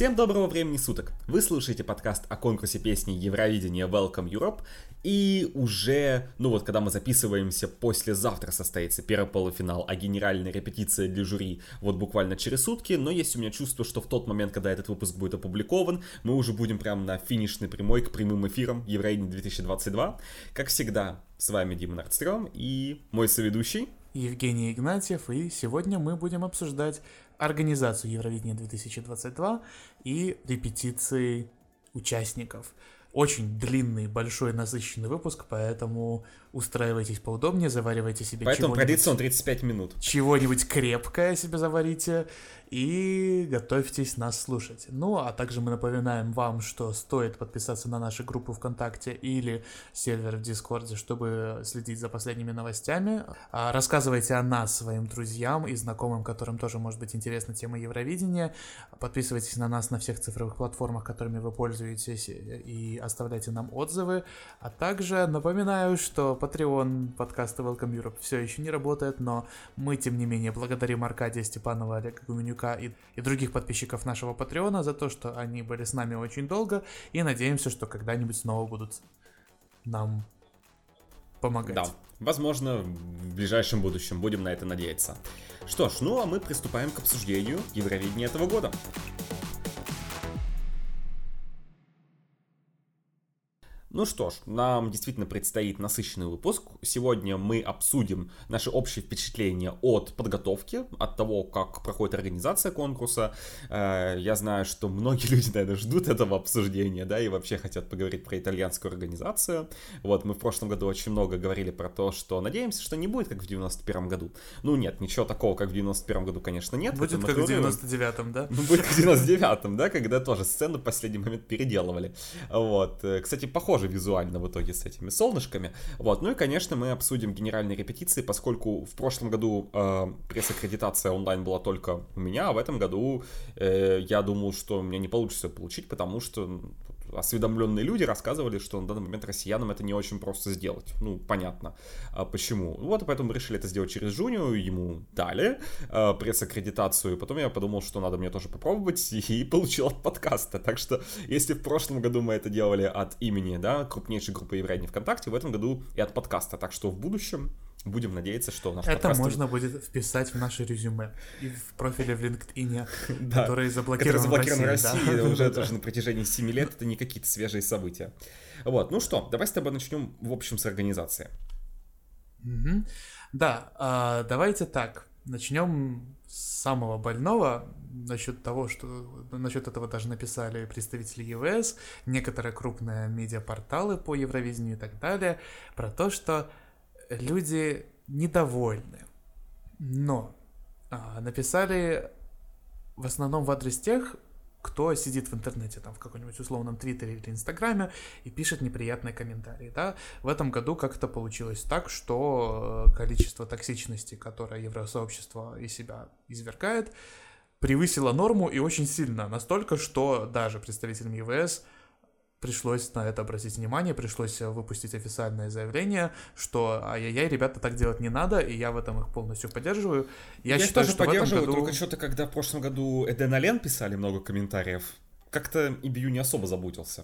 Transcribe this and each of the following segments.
Всем доброго времени суток! Вы слушаете подкаст о конкурсе песни Евровидения Welcome Europe. И уже, когда мы записываемся, послезавтра состоится первый полуфинал, а генеральная репетиция для жюри буквально через сутки. Но есть у меня чувство, что в тот момент, когда этот выпуск будет опубликован, мы уже будем прямо на финишной прямой к прямым эфирам Евровидения 2022. Как всегда, с вами Дима Нордстрём и мой соведущий Евгений Игнатьев, и сегодня мы будем обсуждать организацию Евровидения 2022 и репетиции участников. Очень длинный, большой, насыщенный выпуск, поэтому устраивайтесь поудобнее, заваривайте себе Поэтому продлится он 35 минут. Чего-нибудь крепкое себе заварите и готовьтесь нас слушать. А также мы напоминаем вам, что стоит подписаться на наши группы ВКонтакте или сервер в Дискорде, чтобы следить за последними новостями. Рассказывайте о нас своим друзьям и знакомым, которым тоже может быть интересна тема Евровидения. Подписывайтесь на нас на всех цифровых платформах, которыми вы пользуетесь, и оставляйте нам отзывы. А также напоминаю, что Patreon подкаста Welcome Europe все еще не работает, но мы, тем не менее, благодарим Аркадия Степанова, Олега Гуменюка и других подписчиков нашего Патреона за то, что они были с нами очень долго, и надеемся, что когда-нибудь снова будут нам помогать. Да, возможно, в ближайшем будущем, будем на это надеяться. Что ж, а мы приступаем к обсуждению Евровидения этого года. Что ж, нам действительно предстоит насыщенный выпуск. Сегодня мы обсудим наши общие впечатления от подготовки, от того, как проходит организация конкурса. Я знаю, что многие люди, наверное, ждут этого обсуждения, и вообще хотят поговорить про итальянскую организацию. Мы в прошлом году очень много говорили про то, что надеемся, что не будет как в 91 году. Нет, ничего такого, как в 91 году, конечно, нет. Будет как в 99-м, да? Будет как в 99-м, когда тоже сцену в последний момент переделывали. Кстати, похоже визуально в итоге с этими солнышками. И, конечно, мы обсудим генеральные репетиции, поскольку в прошлом году пресс-аккредитация онлайн была только у меня, а в этом году я думал, что у меня не получится ее получить, потому что осведомленные люди рассказывали, что на данный момент россиянам это не очень просто сделать. Понятно. Почему? Поэтому решили это сделать через Жуню, ему дали пресс-аккредитацию, потом я подумал, что надо мне тоже попробовать, и получил от подкаста. Так что, если в прошлом году мы это делали от имени, крупнейшей группы Евровидения ВКонтакте, в этом году и от подкаста. Так что в будущем будем надеяться, что наш подкаст... Это можно будет вписать в наше резюме и в профиле в LinkedIn, который заблокирован в России. Уже тоже на протяжении 7 лет, это не какие-то свежие события. Давай с тобой начнем, в общем, с организации. Да, давайте так. Начнем с самого больного, насчет этого даже написали представители ЕВС, некоторые крупные медиапорталы по Евровидению и так далее, про то, что люди недовольны. Но написали в основном в адрес тех, кто сидит в интернете, в каком-нибудь условном Твиттере или Инстаграме и пишет неприятные комментарии, В этом году как-то получилось так, что количество токсичности, которое евросообщество из себя извергает, превысило норму и очень сильно, настолько, что даже представителям ЕВС пришлось на это обратить внимание, пришлось выпустить официальное заявление, что ай-яй-яй, ребята, так делать не надо, и я в этом их полностью поддерживаю. Я считаю, тоже что поддерживаю, в этом году... только что-то, когда в прошлом году Эден Ален писали много комментариев, как-то EBU не особо заботился.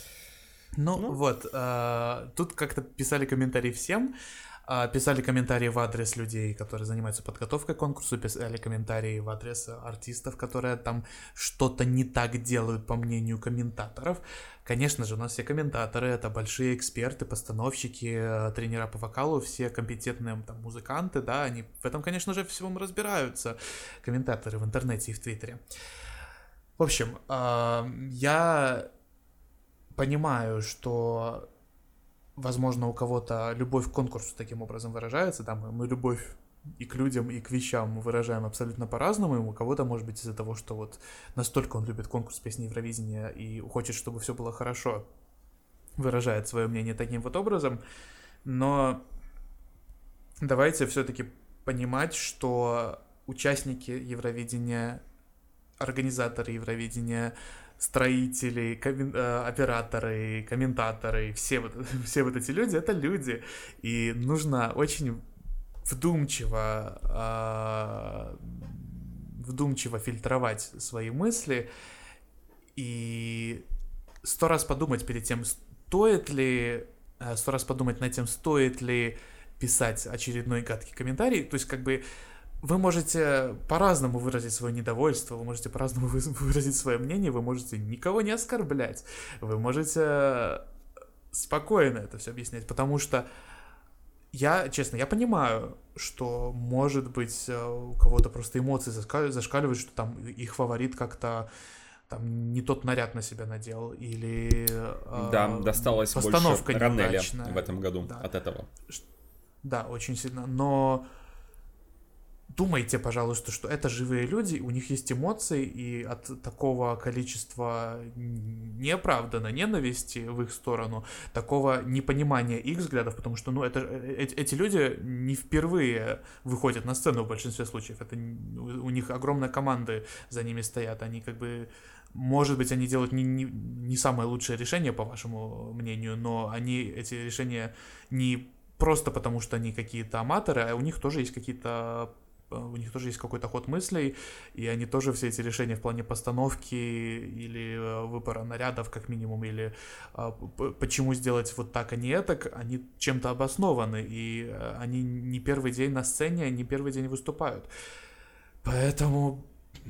Тут как-то писали комментарии всем, писали комментарии в адрес людей, которые занимаются подготовкой к конкурсу, писали комментарии в адрес артистов, которые там что-то не так делают, по мнению комментаторов. Конечно же, у нас все комментаторы — это большие эксперты, постановщики, тренера по вокалу, все компетентные музыканты, они в этом, конечно же, всем разбираются, комментаторы в интернете и в Твиттере. В общем, я понимаю, что возможно, у кого-то любовь к конкурсу таким образом выражается, мы любовь и к людям, и к вещам выражаем абсолютно по-разному, и у кого-то, может быть, из-за того, что настолько он любит конкурс песни Евровидения и хочет, чтобы все было хорошо, выражает свое мнение таким образом, но давайте все-таки понимать, что участники Евровидения, организаторы Евровидения, строители, операторы, комментаторы, все эти люди — это люди, и нужно очень вдумчиво фильтровать свои мысли И 100 раз подумать перед тем, стоит ли... 100 раз подумать над тем, стоит ли писать очередной гадкий комментарий. То есть, как бы, вы можете по-разному выразить свое недовольство, вы можете по-разному выразить свое мнение, вы можете никого не оскорблять, вы можете спокойно это все объяснять, потому что честно, я понимаю, что, может быть, у кого-то просто эмоции зашкаливают, что там их фаворит как-то там не тот наряд на себя надел, или Да, досталось постановка больше Ранеля неудачная в этом году Да. от этого. Да, очень сильно, но думайте, пожалуйста, что это живые люди, у них есть эмоции, и от такого количества неоправданной ненависти в их сторону, такого непонимания их взглядов, потому что, эти люди не впервые выходят на сцену в большинстве случаев, это у них огромные команды за ними стоят, они как бы, может быть, они делают не самое лучшее решение, по вашему мнению, но они эти решения не просто потому, что они какие-то аматоры, а у них тоже есть какой-то ход мыслей, и они тоже все эти решения в плане постановки или выбора нарядов, как минимум, или почему сделать вот так, а не этак, они чем-то обоснованы, и они не первый день на сцене, не первый день выступают. Поэтому...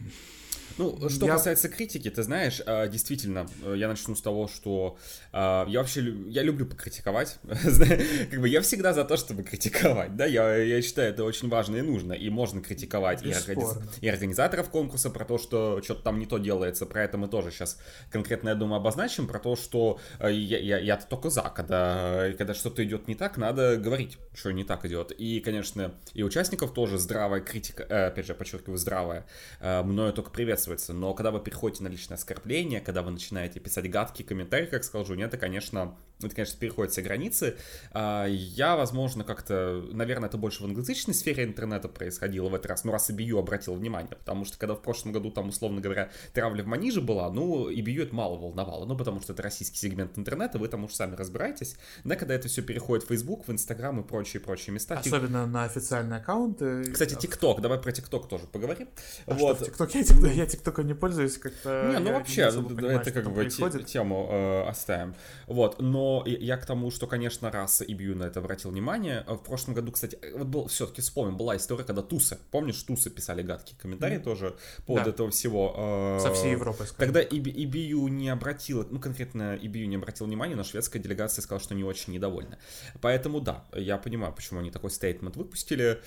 Что касается критики, ты знаешь, действительно, я начну с того, что я люблю покритиковать, как бы я всегда за то, чтобы критиковать, да, я считаю, это очень важно и нужно, и можно критиковать и организаторов конкурса про то, что что-то там не то делается, про это мы тоже сейчас конкретно, я думаю, обозначим, про то, что я только за, когда что-то идет не так, надо говорить, что не так идет, и, конечно, и участников тоже здравая критика, опять же, подчеркиваю, здравая, мною только приветствуется. Но когда вы переходите на личное оскорбление, когда вы начинаете писать гадкие комментарии, как сказал Жуня, это, конечно, переходит все границы. Я, возможно, как-то, наверное, это больше в англоязычной сфере интернета происходило в этот раз, раз EBU обратил внимание, потому что когда в прошлом году там, условно говоря, травля в Манеже была, EBU это мало волновало, потому что это российский сегмент интернета, вы там уж сами разбираетесь, да, когда это все переходит в Facebook, в Instagram и прочие места. Особенно на официальные аккаунты. Кстати, TikTok, давай про TikTok тоже поговорим. Что в TikTok? Я TikTok не пользуюсь как-то. Вообще, это как бы тему оставим. Но я к тому, что, конечно, раз EBU на это обратил внимание, в прошлом году, кстати, все-таки вспомним, была история, когда Тусы, помнишь, Тусы писали гадкие комментарии тоже по поводу этого всего. Со всей Европы, скажем. Тогда EBU не обратил, конкретно EBU не обратил внимания, но шведская делегация сказала, что не очень недовольна. Поэтому, да, я понимаю, почему они такой стейтмент выпустили.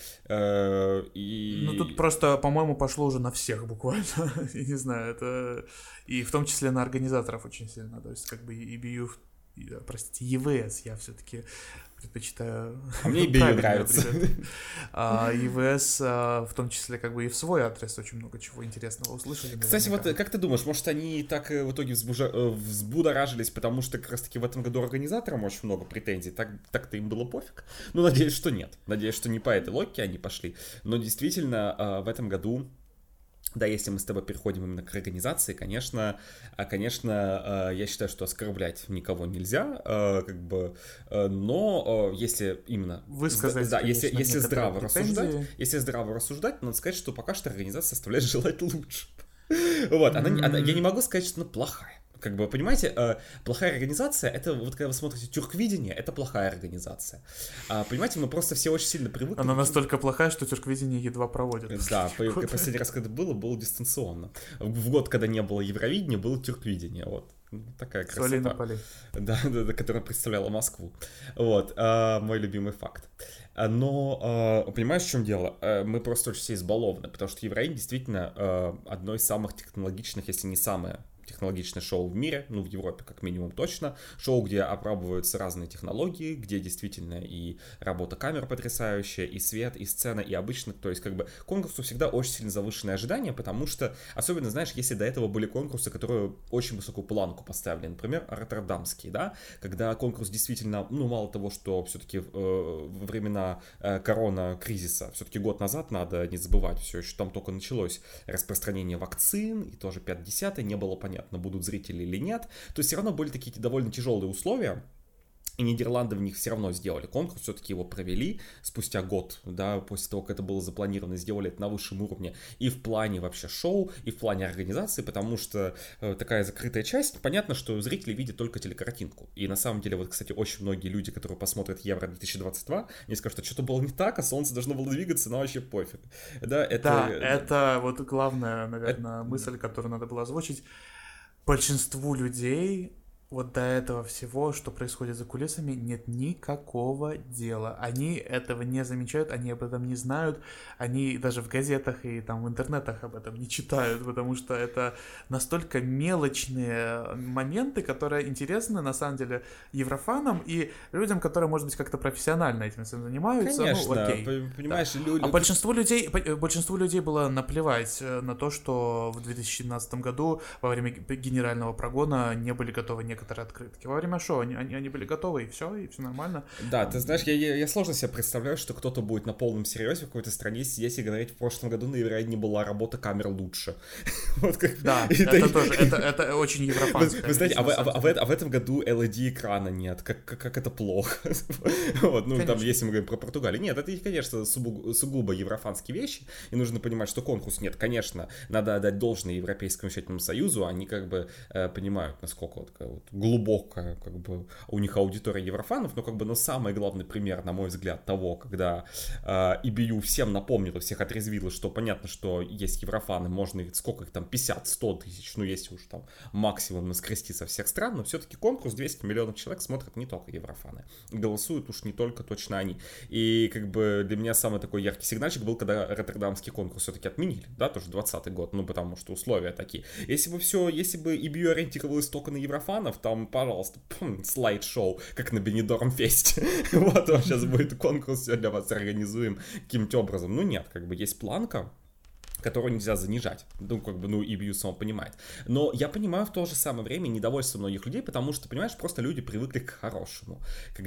Тут просто, по-моему, пошло уже на всех буквально. Я не знаю, это... И в том числе на организаторов очень сильно. То есть, как бы EBU... Простите, EVS я все-таки предпочитаю... А мне EBU нравится. EVS, в том числе, как бы и в свой адрес очень много чего интересного услышали. Кстати, как ты думаешь, может, они так в итоге взбудоражились, потому что как раз-таки в этом году организаторам очень много претензий, так-то им было пофиг? Надеюсь, что нет. Надеюсь, что не по этой логике они пошли. Но действительно, в этом году... Да, если мы с тобой переходим именно к организации, конечно, я считаю, что оскорблять никого нельзя, но если именно... Высказать, да, если здраво рассуждать, надо сказать, что пока что организация оставляет желать лучше. Я не могу сказать, что она плохая. Понимаете, плохая организация, это когда вы смотрите Тюрквидение, это плохая организация. Понимаете, мы просто все очень сильно привыкли. Она настолько плохая, что Тюрквидение едва проводят. Да, последний раз, когда было дистанционно. В год, когда не было Евровидения, было Тюрквидение, Такая красота. Соли на поле. Да, которая представляла Москву. Мой любимый факт. Но, понимаешь, в чем дело? Мы просто очень все избалованы, потому что Евровидение действительно одно из самых технологичных, если не самое технологичное шоу в мире, в Европе как минимум точно, шоу, где опробуются разные технологии, где действительно и работа камер потрясающая, и свет, и сцена, и обычно, то есть конкурсу всегда очень сильно завышенные ожидания, потому что, особенно, знаешь, если до этого были конкурсы, которые очень высокую планку поставили, например, роттердамский, да, когда конкурс действительно, мало того, что все-таки во времена корона-кризиса, все-таки год назад, надо не забывать, все еще там только началось распространение вакцин, и тоже 5-10, не было понятно, будут зрители или нет. То есть все равно были такие довольно тяжелые условия. И Нидерланды в них все равно сделали конкурс, все-таки его провели спустя год, да, после того, как это было запланировано, сделали это на высшем уровне и в плане вообще шоу, и в плане организации, потому что такая закрытая часть, понятно, что зрители видят только телекартинку. И на самом деле, вот, кстати, очень многие люди, которые посмотрят Евро-2022, они скажут, что что-то было не так, а солнце должно было двигаться, но вообще пофиг. Да, это вот главная, наверное, мысль, которую надо было озвучить. Большинству людей вот до этого всего, что происходит за кулисами, нет никакого дела. Они этого не замечают, они об этом не знают, они даже в газетах и там в интернетах об этом не читают, потому что это настолько мелочные моменты, которые интересны на самом деле еврофанам и людям, которые, может быть, как-то профессионально этим всем занимаются. Конечно, ну, окей, понимаешь, да. А большинству людей было наплевать на то, что в 2017 году во время генерального прогона не были готовы некоторые открытки. Во время шоу они были готовы, и все нормально. Да, ты знаешь, я сложно себе представляю, что кто-то будет на полном серьезе в какой-то стране сидеть и говорить, в прошлом году на Евровидении была работа камер лучше. Да, это тоже, это очень европейское. Вы знаете, а в этом году LED-экрана нет, как это плохо. Вот, ну там, если мы говорим про Португалию. Нет, это, конечно, сугубо еврофанские вещи, и нужно понимать, что конкурс нет. Конечно, надо отдать должное Европейскому вещательному союзу, они как бы понимают, насколько вот глубокая, как бы, у них аудитория еврофанов, но самый главный пример, на мой взгляд, того, когда EBU всем напомнила, всех отрезвила, что понятно, что есть еврофаны, можно их, сколько их там, 50-100 тысяч, ну, если уж там максимум наскрести со всех стран, но все-таки конкурс 200 миллионов человек смотрят не только еврофаны, голосуют уж не только точно они. И, как бы, для меня самый такой яркий сигнальчик был, когда Роттердамский конкурс все-таки отменили, да, тоже 2020 год, ну, потому что условия такие. Если бы EBU ориентировалось только на еврофанов, там, пожалуйста, слайд-шоу, как на Benidorm Фесте. Вот он сейчас будет конкурс, все для вас организуем каким-то образом. Ну нет, как бы есть планка, которую нельзя занижать. Ну, как бы, EBU сам понимает. Но я понимаю в то же самое время недовольство многих людей, потому что, понимаешь, просто люди привыкли к хорошему.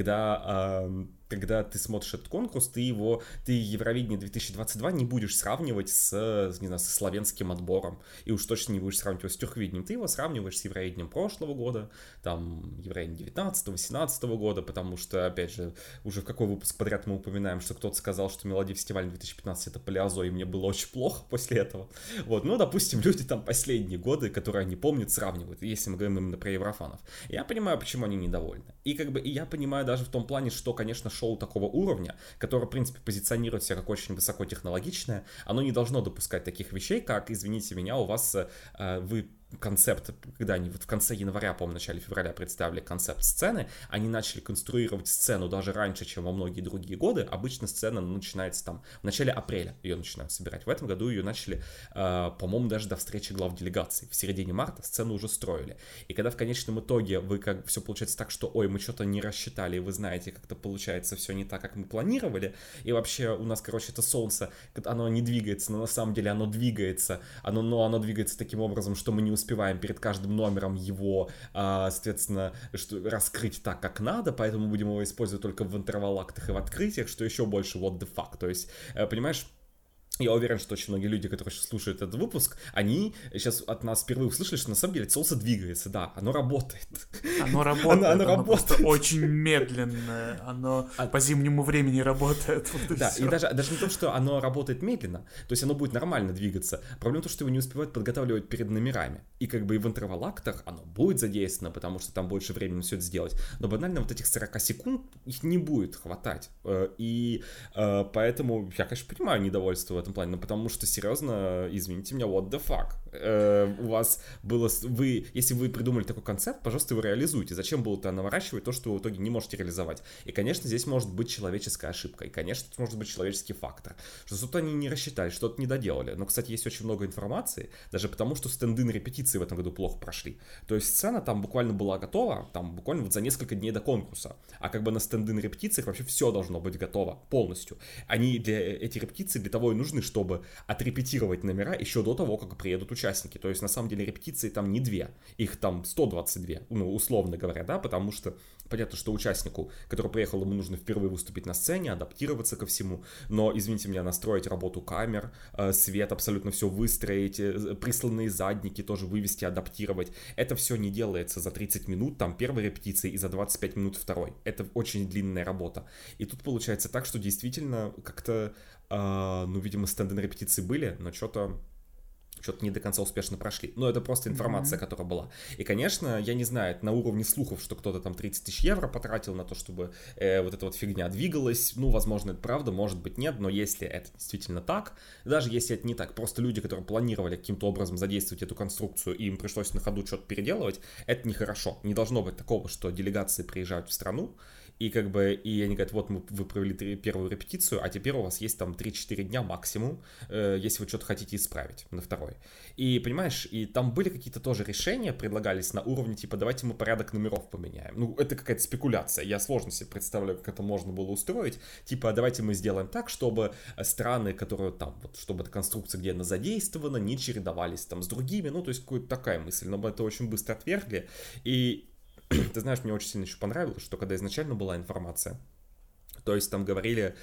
Когда ты смотришь этот конкурс, ты Евровидение 2022 не будешь сравнивать с славянским отбором. И уж точно не будешь сравнивать его с Тюрквидением. Ты его сравниваешь с Евровидением прошлого года, там, Евровидением 19-18 года, потому что, опять же, уже в какой выпуск подряд мы упоминаем, что кто-то сказал, что Мелодия фестиваля 2015 это палеозо, и мне было очень плохо после этого. Вот, ну, допустим, люди там последние годы, которые они помнят, сравнивают, если мы говорим именно про еврофанов. Я понимаю, почему они недовольны. И как бы и я понимаю даже в том плане, что, конечно, шоу такого уровня, которое, в принципе, позиционирует себя как очень высокотехнологичное, оно не должно допускать таких вещей, как, извините меня, у вас вы концепт, когда они вот в конце января, по-моему, в начале февраля представили концепт сцены, они начали конструировать сцену даже раньше, чем во многие другие годы. Обычно сцена начинается там в начале апреля, ее начинают собирать. В этом году ее начали, по-моему, даже до встречи глав делегаций. В середине марта сцену уже строили. И когда в конечном итоге все получается так, что ой, мы что-то не рассчитали, и вы знаете, как-то получается все не так, как мы планировали, и вообще у нас, короче, это солнце, оно не двигается, но на самом деле оно двигается, оно двигается таким образом, что мы не успеваем перед каждым номером его, соответственно, раскрыть так, как надо, поэтому будем его использовать только в интервал-актах и в открытиях, что еще больше what the fuck. То есть, понимаешь, я уверен, что очень многие люди, которые сейчас слушают этот выпуск, они сейчас от нас впервые услышали, что на самом деле солнце двигается, да, оно работает. Оно работает, просто очень медленно, оно по зимнему времени работает. Вот да, и даже не то, что оно работает медленно, то есть оно будет нормально двигаться, проблема в том, что его не успевают подготавливать перед номерами, и как бы и в интервал-актах оно будет задействовано, потому что там больше времени все это сделать, но банально вот этих 40 секунд их не будет хватать, и поэтому я, конечно, понимаю недовольство в этом плане, но потому что, серьезно, извините меня, what the fuck? У вас было... Если вы придумали такой концепт, пожалуйста, его реализуйте. Зачем было-то наворачивать то, что вы в итоге не можете реализовать? И, конечно, здесь может быть человеческая ошибка. И, конечно, тут может быть человеческий фактор. Что что-то они не рассчитали, что-то не доделали. Но, кстати, есть очень много информации, даже потому, что стенды на репетиции в этом году плохо прошли. То есть сцена там буквально была готова, там буквально вот за несколько дней до конкурса. А как бы на стенды на репетициях вообще все должно быть готово полностью. Эти репетиции для того и нужны, чтобы отрепетировать номера еще до того, как приедут участники. участники. То есть, на самом деле, репетиции там не 2, их там 122, ну, условно говоря, да, потому что понятно, что участнику, который приехал, ему нужно впервые выступить на сцене, адаптироваться ко всему, но, извините меня, настроить работу камер, свет, абсолютно все выстроить, присланные задники тоже вывести, адаптировать. Это все не делается за 30 минут, там, первой репетиции и за 25 минут второй. Это очень длинная работа. И тут получается так, что действительно как-то, ну, видимо, стенды на репетиции были, но что-то не до конца успешно прошли. Но это просто информация, которая была. И, конечно, я не знаю, это на уровне слухов, что кто-то там 30 тысяч евро потратил на то, чтобы вот эта вот фигня двигалась. Ну, возможно, это правда, может быть, нет, но если это действительно так, даже если это не так, просто люди, которые планировали каким-то образом задействовать эту конструкцию, и им пришлось на ходу что-то переделывать, это нехорошо. Не должно быть такого, что делегации приезжают в страну, и как бы, и они говорят, вот вы провели первую репетицию, а теперь у вас есть там 3-4 дня максимум, если вы что-то хотите исправить на второй. И, понимаешь, и там были какие-то тоже решения, предлагались на уровне, типа, давайте мы порядок номеров поменяем. Ну, это какая-то спекуляция, я сложно себе представляю, как это можно было устроить. Типа, давайте мы сделаем так, чтобы страны, которые там, вот, чтобы эта конструкция, где она задействована, не чередовались там с другими, ну, то есть, какая-то такая мысль, но это очень быстро отвергли, и ты знаешь, мне очень сильно еще понравилось, что когда изначально была информация, то есть там говорили,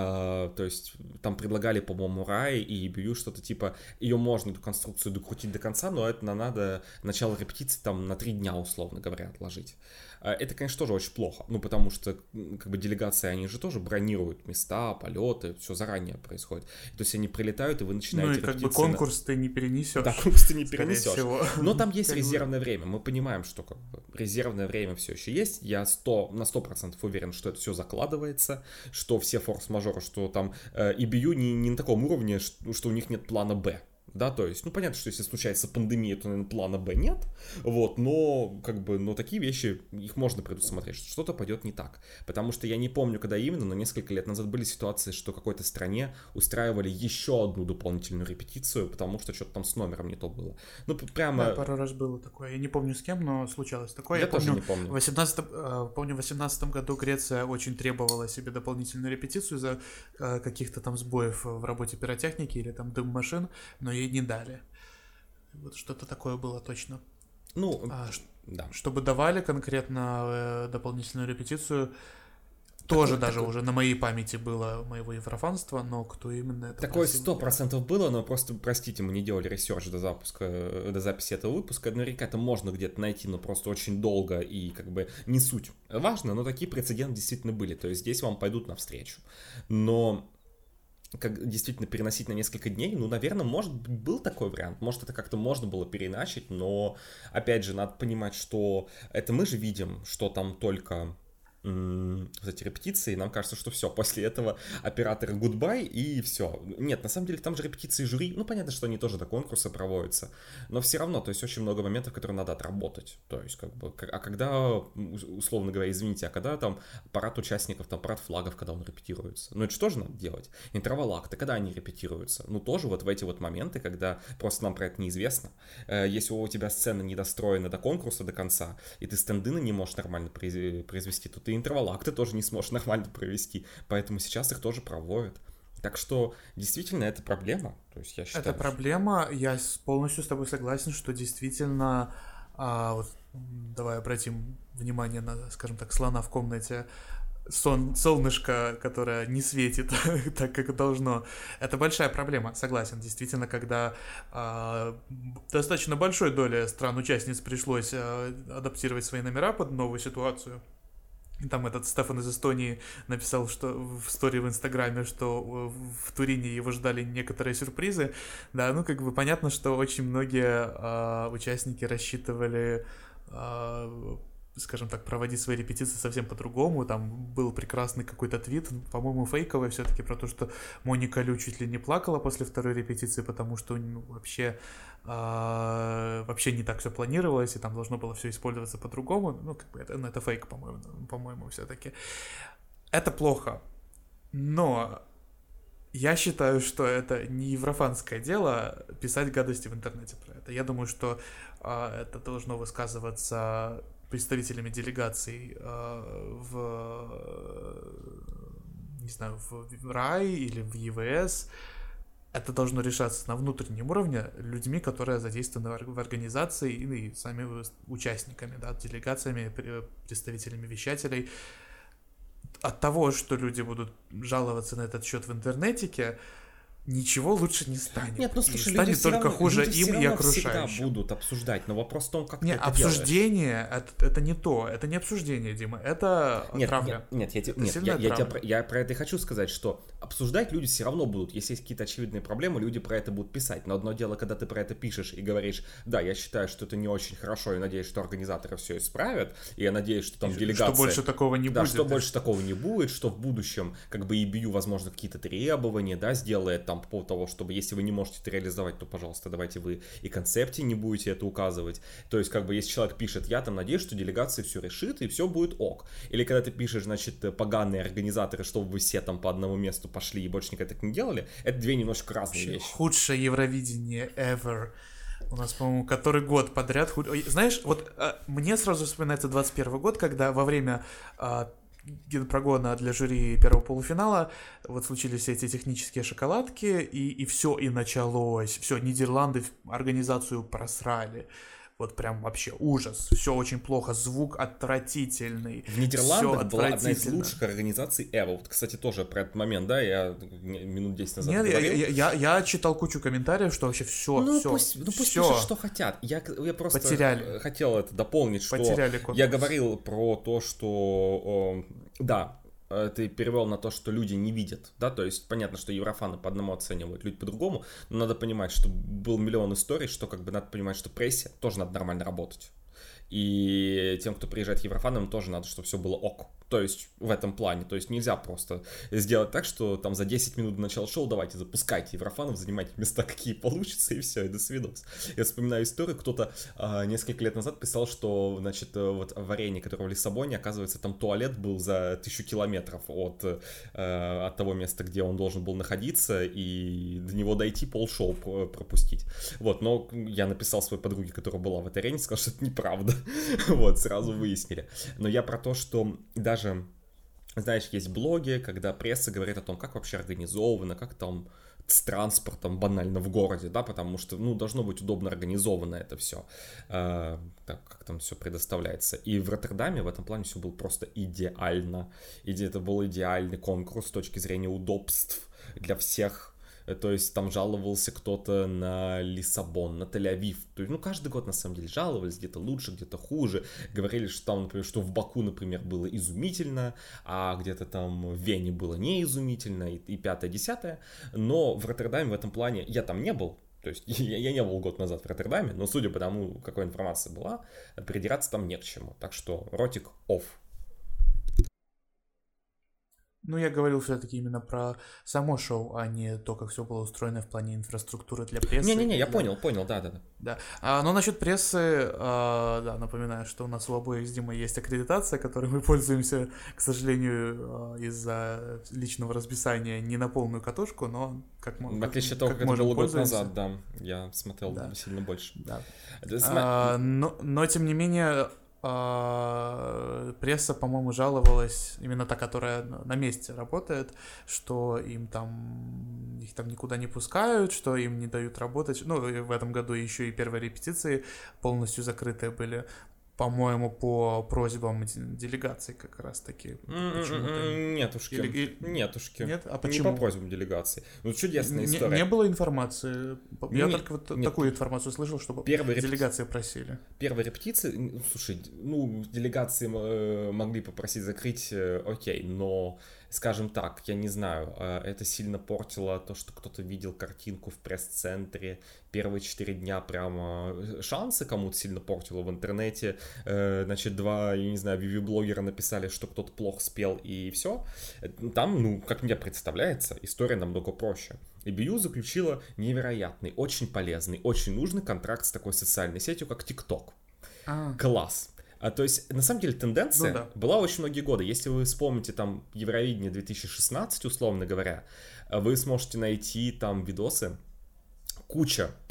то есть там предлагали, по-моему, Рай и EBU что-то типа, ее можно, эту конструкцию докрутить до конца, но это надо начало репетиции там на 3 дня, условно говоря, отложить. Это, конечно, тоже очень плохо, ну, потому что, как бы, делегации, они же тоже бронируют места, полеты, все заранее происходит. То есть они прилетают, и вы начинаете репетиции. Ну, и как бы конкурс ты не перенесешь. Да, конкурс ты не перенесешь. Всего. Но там есть резервное время. Мы понимаем, что как бы резервное время все еще есть. Я на 100% уверен, что это все закладывается, что все форс-мажоры, что там EBU не на таком уровне, что у них нет плана Б. Да, то есть, ну, понятно, что если случается пандемия, то, наверное, плана Б нет, вот, но, как бы, но такие вещи, их можно предусмотреть, что что-то пойдет не так, потому что я не помню, когда именно, но несколько лет назад были ситуации, что какой-то стране устраивали еще одну дополнительную репетицию, потому что что-то там с номером не то было, ну, прямо... Да, пару раз было такое, я не помню с кем, но случалось такое. Я тоже не помню. В 18 году Греция очень требовала себе дополнительную репетицию за каких-то там сбоев в работе пиротехники или там дым-машин, но ей не дали. Вот что-то такое было точно. Ну, да. Чтобы давали конкретно дополнительную репетицию, тоже даже такое... уже на моей памяти было моего еврофанства, но кто именно это... Такое 100% было, но просто, простите, мы не делали ресерч до записи этого выпуска. Наверняка это можно где-то найти, но просто очень долго и как бы не суть важно, но такие прецеденты действительно были. То есть здесь вам пойдут навстречу. Но... как действительно переносить на несколько дней, ну, наверное, может быть, был такой вариант, может, это как-то можно было переиначить, но, опять же, надо понимать, что это мы же видим, что там только эти репетиции, нам кажется, что все, после этого операторы goodbye и все. Нет, на самом деле там же репетиции жюри, ну понятно, что они тоже до конкурса проводятся, но все равно, то есть очень много моментов, которые надо отработать, то есть как бы, а когда, условно говоря, извините, а когда там парад участников, там парад флагов, когда он репетируется, ну это же тоже надо делать, интервал акта, когда они репетируются, ну тоже вот в эти вот моменты, когда просто нам про это неизвестно, если у тебя сцена не достроена до конкурса до конца, и ты стендины не можешь нормально произвести, то ты интервал ты тоже не сможешь нормально провести, поэтому сейчас их тоже проводят. Так что действительно это проблема. То есть я считаю, это проблема, я полностью с тобой согласен, что действительно, вот, давай обратим внимание на, скажем так, слона в комнате, солнышко, которое не светит так, как должно. Это большая проблема, согласен. Действительно, когда достаточно большой доле стран-участниц пришлось адаптировать свои номера под новую ситуацию. Там этот Стефан из Эстонии написал, что в стори в Инстаграме, что в Турине его ждали некоторые сюрпризы. Да, ну как бы понятно, что очень многие участники рассчитывали, скажем так, проводить свои репетиции совсем по-другому. Там был прекрасный какой-то твит, по-моему, фейковый все-таки, про то, что Моника Лю чуть ли не плакала после второй репетиции, потому что вообще не так все планировалось, и там должно было все использоваться по-другому. Ну, как бы это фейк, по-моему, все-таки. Это плохо. Но я считаю, что это не еврофанское дело писать гадости в интернете про это. Я думаю, что это должно высказываться представителями делегаций не знаю, в РАИ или в ЕВС, это должно решаться на внутреннем уровне людьми, которые задействованы в организации и сами участниками, да, делегациями, представителями вещателей. От того, что люди будут жаловаться на этот счет в интернете, ничего лучше не станет. Нет, ну слушай, и станет люди только равно, хуже люди им и окружающим. Всегда будут обсуждать, но вопрос в том, как не, ты это обсуждение это не то, это не обсуждение, Дима, это травля. Я про это и хочу сказать, что обсуждать люди все равно будут, если есть какие-то очевидные проблемы, люди про это будут писать. Но одно дело, когда ты про это пишешь и говоришь, да, я считаю, что это не очень хорошо, и надеюсь, что организаторы все исправят, и я надеюсь, что там делегация... Что больше такого не будет. Да, что больше такого не будет, что в будущем как бы EBU, возможно, какие-то требования, да, сделает там по поводу того, чтобы если вы не можете это реализовать, то, пожалуйста, давайте вы и концепте не будете это указывать. То есть, как бы, если человек пишет, я там надеюсь, что делегация все решит, и все будет ок. Или когда ты пишешь, значит, поганые организаторы, чтобы вы все там по одному месту пошли и больше никогда так не делали, это две немножко разные вещи. Худшее Евровидение ever. У нас, по-моему, который год подряд. Знаешь, вот мне сразу вспоминается 21 год, когда во время генпрогона для жюри первого полуфинала вот случились эти технические шоколадки, и все, и началось. Все, Нидерланды организацию просрали. Вот прям вообще ужас. Все очень плохо, звук отвратительный. В Нидерландах была одна из лучших организаций ever. Вот, кстати, тоже про этот момент, да, я минут 10 назад говорил. Я читал кучу комментариев, что вообще все. Пусть пишут, что хотят. Я просто хотел это дополнить, что я говорил про то, что да, ты перевел на то, что люди не видят, да, то есть понятно, что еврофаны по одному оценивают, люди по-другому, но надо понимать, что был миллион историй, что как бы надо понимать, что прессе тоже надо нормально работать. И тем, кто приезжает к еврофанам, тоже надо, чтобы все было ок. То есть в этом плане. То есть нельзя просто сделать так, что там за 10 минут до начала шоу давайте запускайте еврофанов, занимайте места, какие получится, и все, и до свидос. Я вспоминаю историю, кто-то несколько лет назад писал, что, значит, вот в арене, которая в Лиссабоне, оказывается, там туалет был за 1000 километров от того места, где он должен был находиться, и до него дойти полшоу пропустить. Вот, но я написал своей подруге, которая была в этой арене, сказал, что это неправда. Вот, сразу выяснили. Но я про то, что даже, знаешь, есть блоги, когда пресса говорит о том, как вообще организовано, как там с транспортом банально в городе, да, потому что, ну, должно быть удобно организовано это все, как там все предоставляется. И в Роттердаме в этом плане все было просто идеально. Это был идеальный конкурс с точки зрения удобств для всех. То есть там жаловался кто-то на Лиссабон, на Тель-Авив. То есть, ну, каждый год, на самом деле, жаловались, где-то лучше, где-то хуже. Говорили, что там, например, что в Баку, например, было изумительно, а где-то там в Вене было не изумительно, и 5-10. Но в Роттердаме в этом плане я там не был. То есть я не был год назад в Роттердаме, но судя по тому, какой информация была, придираться там не к чему. Так что ротик off. Ну, я говорил все-таки именно про само шоу, а не то, как все было устроено в плане инфраструктуры для прессы. Не-не-не, я понял, да. Да. Но насчет прессы, да, напоминаю, что у нас у обоих с Димой есть аккредитация, которой мы пользуемся, к сожалению, из-за личного расписания не на полную катушку, но как мы в отличие от того, как это было год назад, да, я смотрел сильно больше. Да. Но, тем не менее, пресса, по-моему, жаловалась, именно та, которая на месте работает, что их там никуда не пускают, что им не дают работать. Ну, в этом году еще и первые репетиции полностью закрытые были, по-моему, по просьбам делегаций как раз-таки. Нетушки. Нет? А почему? Не по просьбам делегаций. Ну, чудесная история. Не было информации. Я только вот такую информацию слышал, что делегации просили. Первые репетиции, слушай, ну, делегации могли попросить закрыть, окей, но, скажем так, я не знаю, это сильно портило то, что кто-то видел картинку в пресс-центре. Первые 4 дня прямо шансы кому-то сильно портило в интернете. Значит, 2, я не знаю, ревью-блогера написали, что кто-то плохо спел, и все. Там, ну, как мне представляется, история намного проще. EBU заключила невероятный, очень полезный, очень нужный контракт с такой социальной сетью, как TikTok. Класс. То есть, на самом деле, тенденция была очень многие годы. Если вы вспомните там Евровидение 2016, условно говоря, вы сможете найти там видосы, куча прессы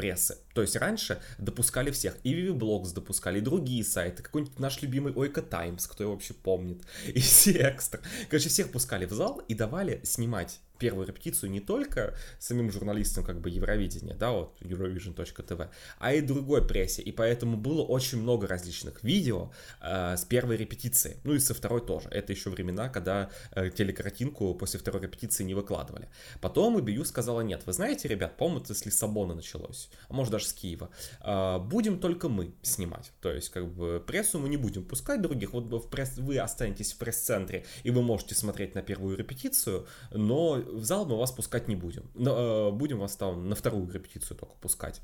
То есть раньше допускали всех, и Viviblogs допускали, и другие сайты, какой-нибудь наш любимый Ойка Таймс, кто его вообще помнит, и все экстра. Короче, всех пускали в зал и давали снимать первую репетицию не только самим журналистам как бы Евровидения, да, вот Eurovision.tv, а и другой прессе, и поэтому было очень много различных видео с первой репетиции, ну и со второй тоже. Это еще времена, когда телекартинку после второй репетиции не выкладывали. Потом EBU сказала: нет, вы знаете, ребят, по-моему, это с Лиссабона началось, а может даже с Киева, будем только мы снимать, то есть как бы прессу мы не будем пускать других, вот вы останетесь в пресс-центре и вы можете смотреть на первую репетицию, но в зал мы вас пускать не будем. Но, будем вас там на вторую репетицию только пускать.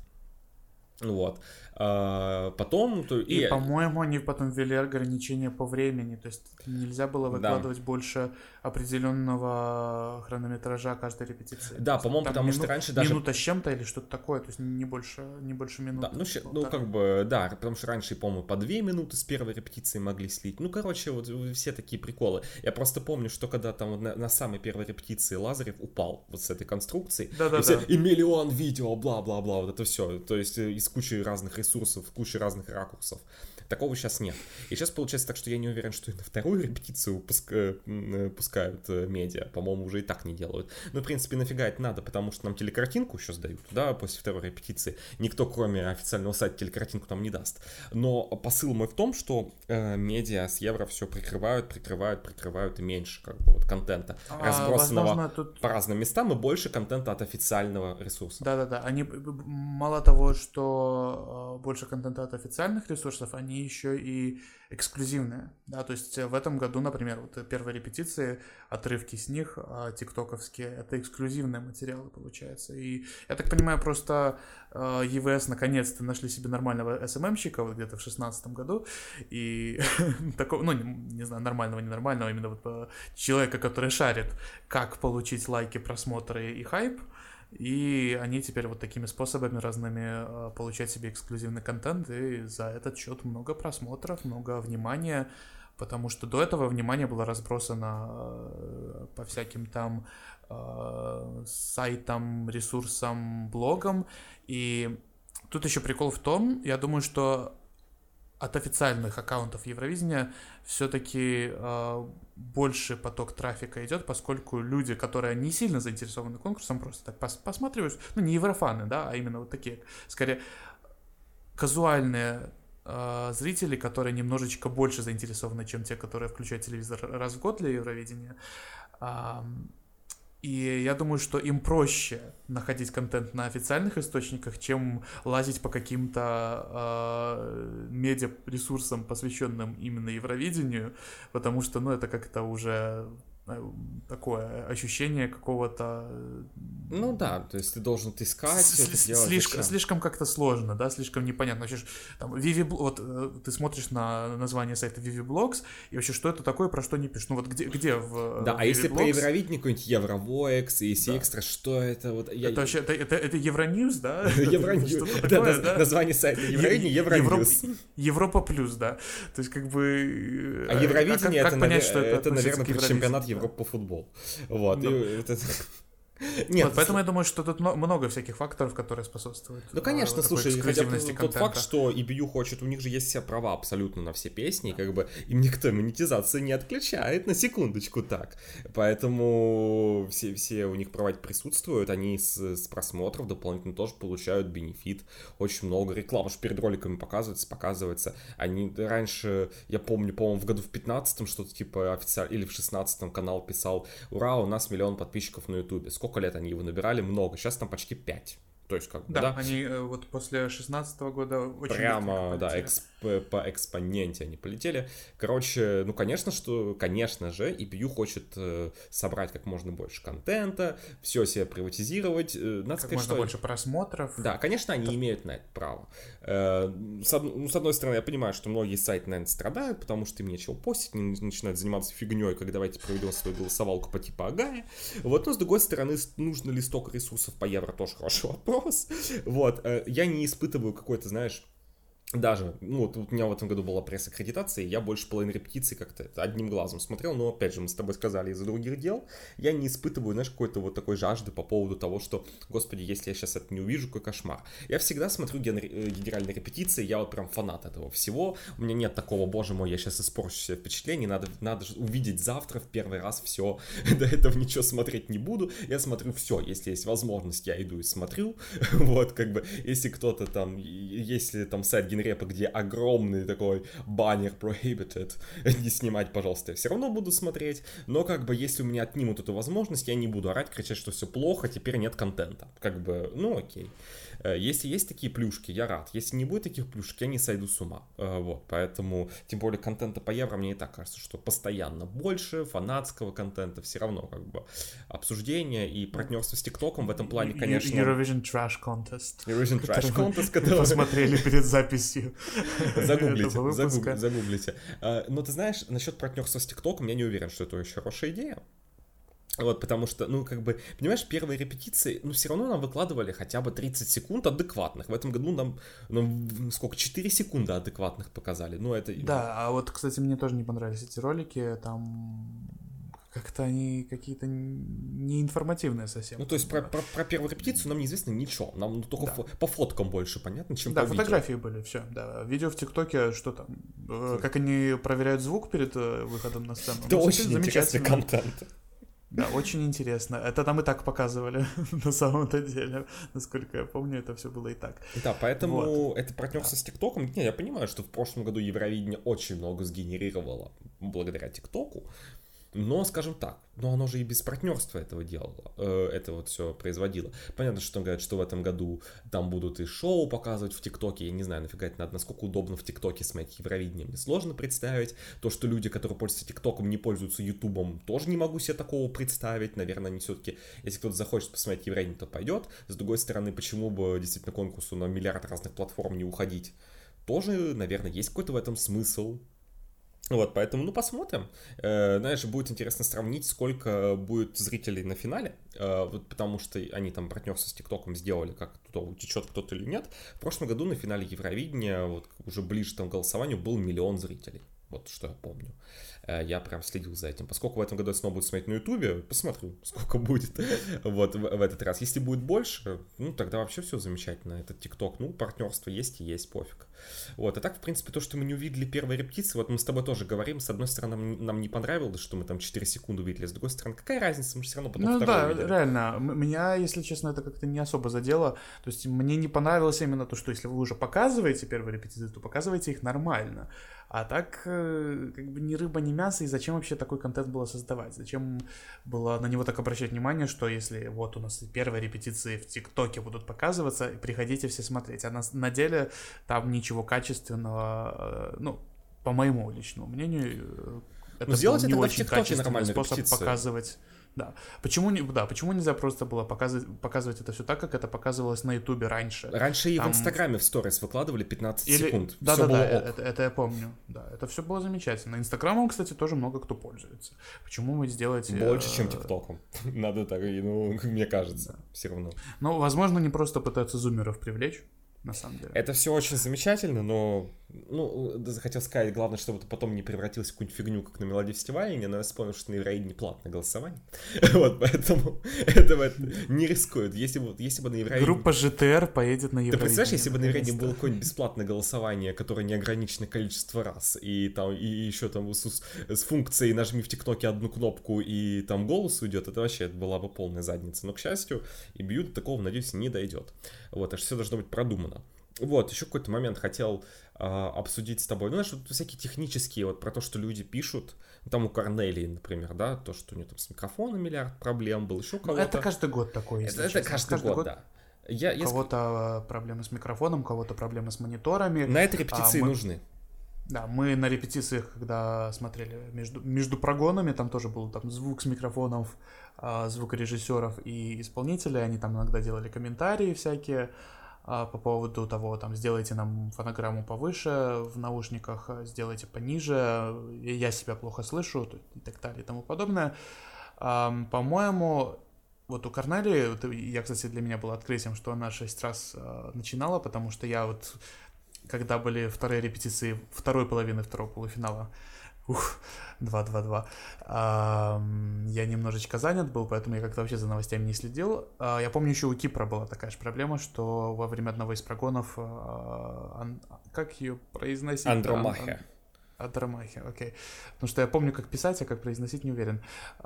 Вот. Потом... И, по-моему, они потом ввели ограничения по времени. То есть нельзя было выкладывать больше определенного хронометража каждой репетиции. Да, по-моему, потому что раньше даже... Минута с чем-то или что-то такое. То есть не больше минуты. Да, ну как бы, да, потому что раньше, по-моему, по 2 минуты с первой репетиции могли слить. Ну, короче, вот все такие приколы. Я просто помню, что когда там на самой первой репетиции Лазарев упал вот с этой конструкцией, и миллион видео, бла-бла-бла, вот это все. То есть из кучи разных ресурсов, кучи разных ракурсов. Такого сейчас нет. И сейчас получается так, что я не уверен, что и на вторую репетицию пускают медиа. По-моему, уже и так не делают. Ну, в принципе, нафига это надо, потому что нам телекартинку еще сдают, да, после второй репетиции. Никто, кроме официального сайта, телекартинку нам не даст. Но посыл мой в том, что медиа с Евро все прикрывают и меньше как бы вот контента, разбросанного по разным местам, и больше контента от официального ресурса. Да-да-да. Они мало того, что больше контента от официальных ресурсов, они еще и эксклюзивные, да, то есть в этом году, например, вот первые репетиции, отрывки с них, тиктоковские, это эксклюзивные материалы, получается, и я так понимаю, просто ЕВС наконец-то нашли себе нормального СММщика вот где-то в 2016 году, и такого, ну, не знаю, нормального, именно вот человека, который шарит, как получить лайки, просмотры и хайп. И они теперь вот такими способами разными получают себе эксклюзивный контент, и за этот счет много просмотров, много внимания, потому что до этого внимание было разбросано по всяким там сайтам, ресурсам, блогам. И тут еще прикол в том, я думаю, что от официальных аккаунтов Евровидения все-таки больше поток трафика идет, поскольку люди, которые не сильно заинтересованы конкурсом, просто так посматривают, ну не еврофаны, да, а именно вот такие, скорее, казуальные зрители, которые немножечко больше заинтересованы, чем те, которые включают телевизор раз в год для Евровидения. И я думаю, что им проще находить контент на официальных источниках, чем лазить по каким-то медиаресурсам, посвященным именно Евровидению, потому что, ну, это как-то уже такое ощущение какого-то... Ну да, то есть ты должен искать, это делать. Слишком как-то сложно, да, слишком непонятно. Вообще, там, вот ты смотришь на название сайта Viviblogs, и вообще, что это такое, про что не пишешь? Ну вот где в Да, а если про Евровидение какой-нибудь Евровоекс и Экстра, что это? Вот, это вообще, это Евроньюз, да? Евроньюз, да, название сайта Евровидение, Евроньюз. Европа плюс, да. То есть как бы... А Евровидение это, наверное, про чемпионат Европа по футболу. Вот. Нет, вот, поэтому я думаю, что тут много всяких факторов, которые способствуют. Ну, конечно, слушай, хотя бы тот факт, что EBU хочет, у них же есть все права абсолютно на все песни, как бы им никто монетизацию не отключает, на секундочку так. Поэтому все у них права присутствуют, они с просмотров дополнительно тоже получают бенефит. Очень много рекламы, что перед роликами показывается. Они раньше, я помню, по-моему, в году в 15-м что-то типа официально, или в 16-м канал писал: ура, у нас 1 миллион подписчиков на ютубе. Сколько лет они его набирали? Много. Сейчас там почти 5. То есть как бы, да, они вот после 16-го года очень прямо, да, по экспоненте они полетели. Короче, ну, конечно же, EBU хочет собрать как можно больше контента, все себе приватизировать. Надо как сказать, можно больше просмотров. Да, конечно, они имеют на это право. С одной стороны, я понимаю, что многие сайты, наверное, страдают, потому что им нечего постить, они начинают заниматься фигней, как давайте проведем свою голосовалку по типу Агая. Вот, но с другой стороны, нужно ли столько ресурсов по евро, тоже хороший вопрос. Вот, я не испытываю какой-то, знаешь, Даже, ну, вот у меня в этом году была пресс-аккредитация, и я больше половины репетиций как-то одним глазом смотрел, но, опять же, мы с тобой сказали, из-за других дел я не испытываю, знаешь, какой-то вот такой жажды по поводу того, что, господи, если я сейчас это не увижу, какой кошмар. Я всегда смотрю генеральные репетиции, я вот прям фанат этого всего, у меня нет такого, боже мой, я сейчас испорчу себе впечатление, надо же увидеть завтра в первый раз все, до этого ничего смотреть не буду, я смотрю все, если есть возможность, я иду и смотрю, вот, как бы, если кто-то там, если там сайт Генрепа, где огромный такой баннер prohibited, не снимать, пожалуйста, я все равно буду смотреть, но как бы если у меня отнимут эту возможность, я не буду орать, кричать, что все плохо, теперь нет контента, как бы, ну окей. Если есть такие плюшки, я рад. Если не будет таких плюшек, я не сойду с ума. Вот, поэтому, тем более, контента по евро, мне и так кажется, что постоянно больше фанатского контента, все равно, как бы, обсуждение и партнерство с ТикТоком в этом плане, конечно... Eurovision Trash Contest. Eurovision Trash Contest, который... Посмотрели перед записью. Загуглите. Но ты знаешь, насчет партнерства с ТикТоком, я не уверен, что это очень хорошая идея. Вот, потому что, ну, как бы, понимаешь, первые репетиции, ну, все равно нам выкладывали хотя бы 30 секунд адекватных. В этом году нам сколько, 4 секунды адекватных показали. Ну, это... Да, а вот, кстати, мне тоже не понравились эти ролики, там... Как-то они какие-то неинформативные совсем. Ну, то есть про первую репетицию нам неизвестно ничего. Нам только по фоткам больше понятно, чем по видео. Да, фотографии были, все. Да. Видео в ТикТоке, что там? Как они проверяют звук перед выходом на сцену. Это очень интересный контент. Да, очень интересно. Это там и так показывали, на самом-то деле. Насколько я помню, это все было и так. Да, поэтому это партнерство с ТикТоком. Не, я понимаю, что в прошлом году Евровидение очень много сгенерировало благодаря ТикТоку. Но, скажем так, но оно же и без партнерства этого делало, это вот все производило. Понятно, что там говорят, что в этом году там будут и шоу показывать в ТикТоке, я не знаю, нафига это надо, насколько удобно в ТикТоке смотреть Евровидение, мне сложно представить. То, что люди, которые пользуются ТикТоком, не пользуются Ютубом, тоже не могу себе такого представить. Наверное, они все-таки, если кто-то захочет посмотреть Евровидение, то пойдет. С другой стороны, почему бы действительно конкурсу на миллиард разных платформ не уходить? Тоже, наверное, есть какой-то в этом смысл. Вот, поэтому, ну, посмотрим. Знаешь, будет интересно сравнить, сколько будет зрителей на финале, вот, потому что они там партнерство с ТикТоком сделали, как туда утечет кто-то или нет. В прошлом году на финале Евровидения, вот, уже ближе там к голосованию, был 1 миллион зрителей. Вот что я помню. Я прям следил за этим. Поскольку в этом году я снова буду смотреть на Ютубе, посмотрю, сколько будет вот в этот раз. Если будет больше, ну, тогда вообще все замечательно. Этот ТикТок, ну, партнерство есть и есть, пофиг. Вот, а так, в принципе, то, что мы не увидели первой репетиции, вот мы с тобой тоже говорим, с одной стороны, нам не понравилось, что мы там 4 секунды увидели, с другой стороны, какая разница, мы же все равно потом второе увидели. Ну да, реально, меня, если честно, это как-то не особо задело, то есть мне не понравилось именно то, что если вы уже показываете первые репетиции, то показывайте их нормально, а так, как бы ни рыба, ни мясо, и зачем вообще такой контент было создавать, зачем было на него так обращать внимание, что если вот у нас первые репетиции в ТикТоке будут показываться, приходите все смотреть, а на деле там ничего качественного, ну, по моему личному мнению, это сделать был не это очень качественный способ репетиции. Показывать. Да. Почему нельзя просто было показывать это все так, как это показывалось на Ютубе раньше? Раньше и в Инстаграме в сторис выкладывали 15 секунд. Да, это я помню. Да, это все было замечательно. Инстаграмом, кстати, тоже много кто пользуется. Почему вы сделаете... Больше, чем ТикТоком. Надо так, ну, мне кажется, все равно. Ну, возможно, они просто пытаются зумеров привлечь. На самом деле. Это все очень замечательно, но, ну, хотел сказать, главное, чтобы это потом не превратилось в какую-нибудь фигню, как на Мелодии Фестиваля, но я вспомнил, что на Евровидении платное голосование, вот, поэтому этого не рискует. Если бы на Евровидении... Группа ЖТР поедет на Евровидение. Ты представляешь, если бы на Евровидении было какое-нибудь бесплатное голосование, которое не ограничено количество раз, и там, и еще там с функцией нажми в ТикТоке одну кнопку, и там голос уйдет, это вообще была бы полная задница. Но, к счастью, и Бью до такого, надеюсь, не дойдет. Вот, аж все должно быть продумано. Вот, еще какой-то момент хотел обсудить с тобой. Ну, знаешь, вот всякие технические, вот про то, что люди пишут. Там у Корнелии, например, да, то, что у нее там с микрофоном миллиард проблем был, еще у кого-то. Это каждый год такое, если это каждый год, да. У кого-то проблемы с микрофоном, у кого-то проблемы с мониторами. На это репетиции нужны. Да, мы на репетициях, когда смотрели между прогонами, там тоже был там звук с микрофонов звукорежиссеров и исполнителей, они там иногда делали комментарии всякие по поводу того, там, сделайте нам фонограмму повыше в наушниках, сделайте пониже, я себя плохо слышу, и так далее и тому подобное. По-моему, вот у Корнелии, я, кстати, для меня было открытием, что она 6 раз начинала, потому что я вот когда были вторые репетиции второй половины второго полуфинала. 2-2-2. Я немножечко занят был, поэтому я как-то вообще за новостями не следил. Я помню, еще у Кипра была такая же проблема, что во время одного из прогонов... Как ее произносить? Андромахе. Андромахе, окей. Потому что я помню, как писать, а как произносить не уверен.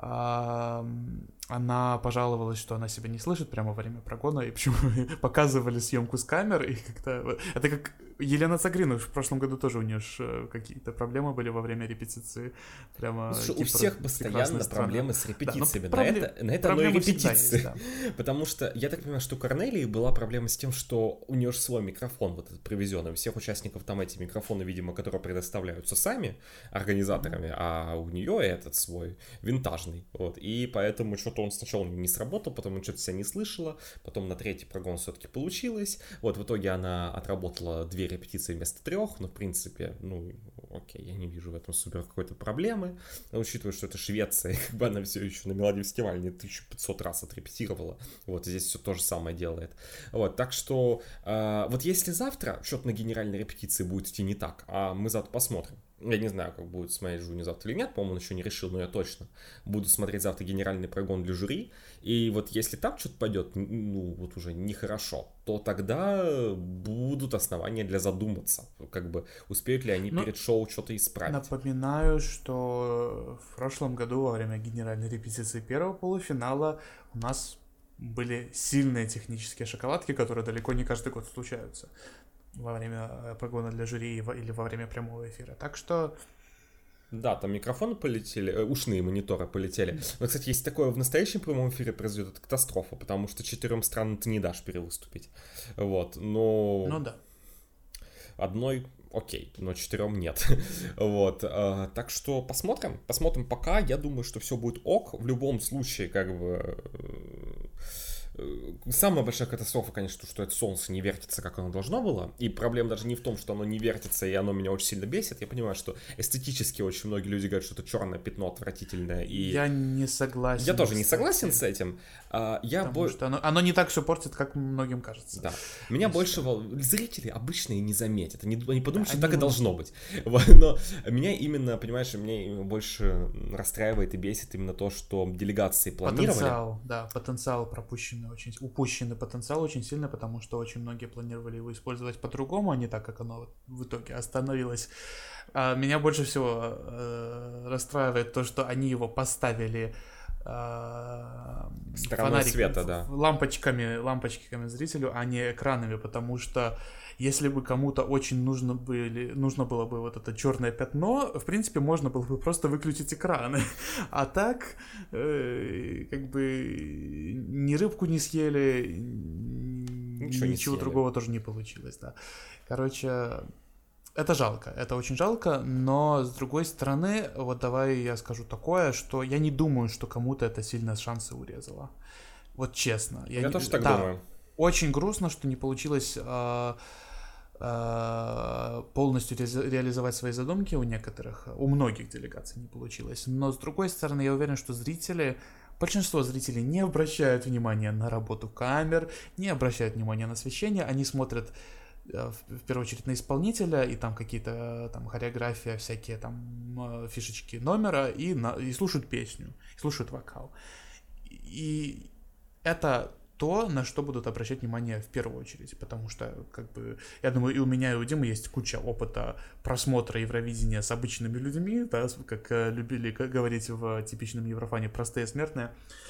Она пожаловалась, что она себя не слышит прямо во время прогона, и почему показывали съемку с камер, и как-то... Это как Елена Цагрина, в прошлом году тоже у нее какие-то проблемы были во время репетиции. Прямо у всех постоянно проблемы с репетициями. Да, на это оно и репетиции. Есть, да. Потому что, я так понимаю, что у Корнелии была проблема с тем, что у нее же свой микрофон вот этот привезенный. У всех участников там эти микрофоны, видимо, которые предоставляются сами организаторами, а у нее этот свой винтажный. Вот. И поэтому что-то он сначала не сработал, потом он что-то себя не слышала, потом на третий прогон все-таки получилось. Вот в итоге она отработала 2 репетиции вместо 3, но в принципе, окей, я не вижу в этом супер какой-то проблемы. Но учитывая, что это Швеция, как бы она все еще на Мелодии Фестивале 1500 раз отрепетировала, вот здесь все то же самое делает. Вот, так что вот если завтра что-то на генеральной репетиции будет идти не так, а мы завтра посмотрим. Я не знаю, как будет смотреть жюри завтра или нет, по-моему, он еще не решил, но я точно буду смотреть завтра генеральный прогон для жюри. И вот если там что-то пойдет, вот уже нехорошо, то тогда будут основания для задуматься, как бы успеют ли они перед шоу что-то исправить. Напоминаю, что в прошлом году во время генеральной репетиции первого полуфинала у нас были сильные технические шоколадки, которые далеко не каждый год случаются во время прогона для жюри или во время прямого эфира. Так что... Да, там микрофоны полетели, ушные мониторы полетели. Но, кстати, если такое в настоящем прямом эфире произойдет, это катастрофа, потому что 4 странам ты не дашь перевыступить. Вот, но... Ну да. Одной окей, но 4 нет. Вот, так что посмотрим пока. Я думаю, что все будет ок. В любом случае, как бы... Самая большая катастрофа, конечно, что это солнце не вертится, как оно должно было. И проблема даже не в том, что оно не вертится, и оно меня очень сильно бесит. Я понимаю, что эстетически очень многие люди говорят, что это черное пятно отвратительное. И... Я не согласен. Я тоже не согласен с этим. Потому что оно не так все портит, как многим кажется. Да. Меня больше зрители обычные не заметят. Они подумают, что так и должно быть. Вот. Но меня именно, понимаешь, меня больше расстраивает и бесит именно то, что делегации планировали. Потенциал упущенный потенциал очень сильно, потому что очень многие планировали его использовать по-другому, а не так, как оно в итоге остановилось. Меня больше всего расстраивает то, что они его поставили стороной света, да. лампочками зрителю, а не экранами, потому что если бы кому-то очень нужно было бы вот это черное пятно, в принципе, можно было бы просто выключить экраны. А так, как бы, ни рыбку не съели, ничего другого тоже не получилось, да. Короче, это жалко, это очень жалко, но с другой стороны, вот давай я скажу такое, что я не думаю, что кому-то это сильно шансы урезало. Вот честно. Я тоже так думаю. Очень грустно, что не получилось полностью реализовать свои задумки у многих делегаций не получилось. Но с другой стороны, я уверен, что большинство зрителей не обращают внимания на работу камер, не обращают внимания на освещение, они смотрят в первую очередь на исполнителя, и там какие-то там хореография, всякие там фишечки номера, и слушают песню, и слушают вокал. И это то, на что будут обращать внимание в первую очередь, потому что, как бы, я думаю, и у меня, и у Димы есть куча опыта просмотра Евровидения с обычными людьми, да, как любили говорить в типичном Еврофане простые смертные.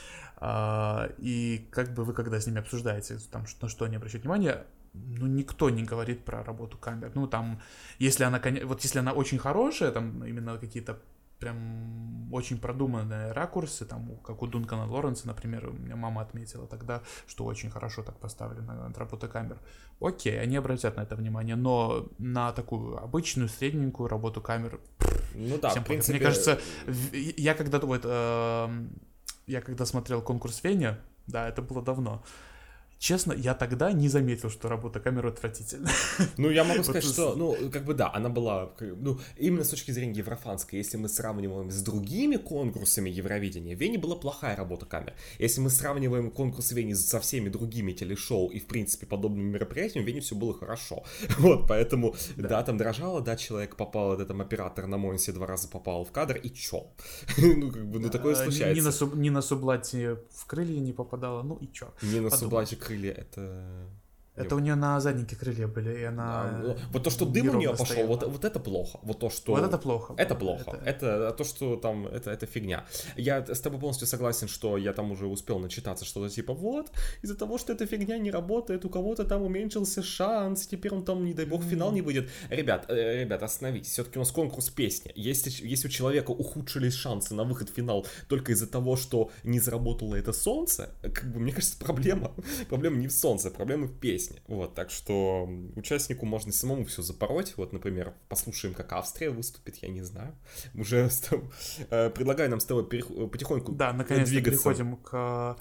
И как бы вы, когда с ними обсуждаете, там, на что они обращают внимание, никто не говорит про работу камер. Если она очень хорошая, там именно какие-то прям очень продуманные ракурсы, там, как у Дункана Лоренса, например, у меня мама отметила тогда, что очень хорошо так поставлена работа камер. Окей, они обратят на это внимание, но на такую обычную, средненькую работу камер... в принципе... Мне кажется, я когда смотрел конкурс Веня, да, это было давно, честно, я тогда не заметил, что работа камеры отвратительна. Ну, я могу сказать, что, ну, как бы да, она была, ну, именно с точки зрения еврофанской, если мы сравниваем с другими конкурсами Евровидения, в Вене была плохая работа камер. Если мы сравниваем конкурс Вене со всеми другими телешоу и, в принципе, подобными мероприятиями, в Вене все было хорошо. Вот, поэтому, да, там дрожало, да, человек попал, там оператор на Монсе 2 раза попал в кадр, и чё? Ну, как бы, ну, такое случается. Нина Сублати в крылья не попадала, ну и чё? Нина Сублати крылья, это... Это у нее на заднике крылья были, и она... Да, вот то, что дым у нее пошел, вот это плохо. Вот то, что... Вот это плохо. Это плохо. Это то, что там, это фигня. Я с тобой полностью согласен, что я там уже успел начитаться что-то типа, вот, из-за того, что эта фигня не работает, у кого-то там уменьшился шанс, теперь он там, не дай бог, в финал не выйдет. Ребят, остановитесь. Все-таки у нас конкурс песни. Если у человека ухудшились шансы на выход в финал только из-за того, что не заработало это солнце, как бы, мне кажется, проблема не в солнце, проблема в песне. Вот, так что участнику можно самому все запороть. Вот, например, послушаем, как Австрия выступит, я не знаю. Уже предлагаю нам с тобой потихоньку да, наконец-то двигаться. переходим к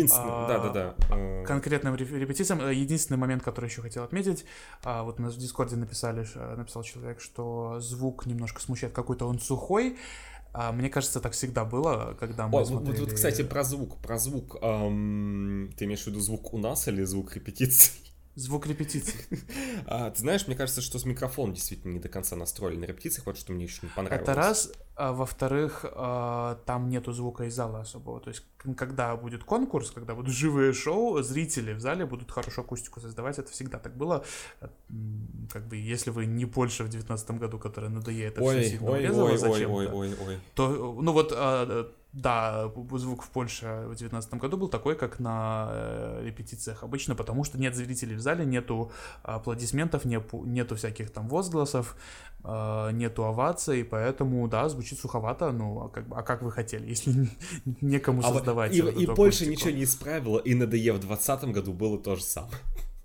конкретным репетициям. Единственный момент, который еще хотел отметить, вот у нас в Дискорде написал человек, что звук немножко смущает, какой-то он сухой. Мне кажется, так всегда было, когда мы смотрели... Вот, кстати, про звук. Ты имеешь в виду звук у нас или звук репетиции? Звук репетиции. Ты знаешь, мне кажется, что с микрофоном действительно не до конца настроили на репетициях, вот что мне еще не понравилось. Это раз. Во-вторых, там нету звука из зала особого. То есть, когда будет конкурс, когда будут живые шоу, зрители в зале будут хорошую акустику создавать. Это всегда так было. Как бы, если вы не Польша в 2019 году, которая надоеет, это все сильно урезала зачем-то, то, ну вот... Да, звук в Польше в 2019 году был такой, как на репетициях обычно, потому что нет зрителей в зале, нету аплодисментов, нету всяких там возгласов, нету оваций, поэтому, да, звучит суховато, ну, как вы хотели, если некому создавать. И Польша ничего не исправила, и на ДЕ в 2020 году было то же самое.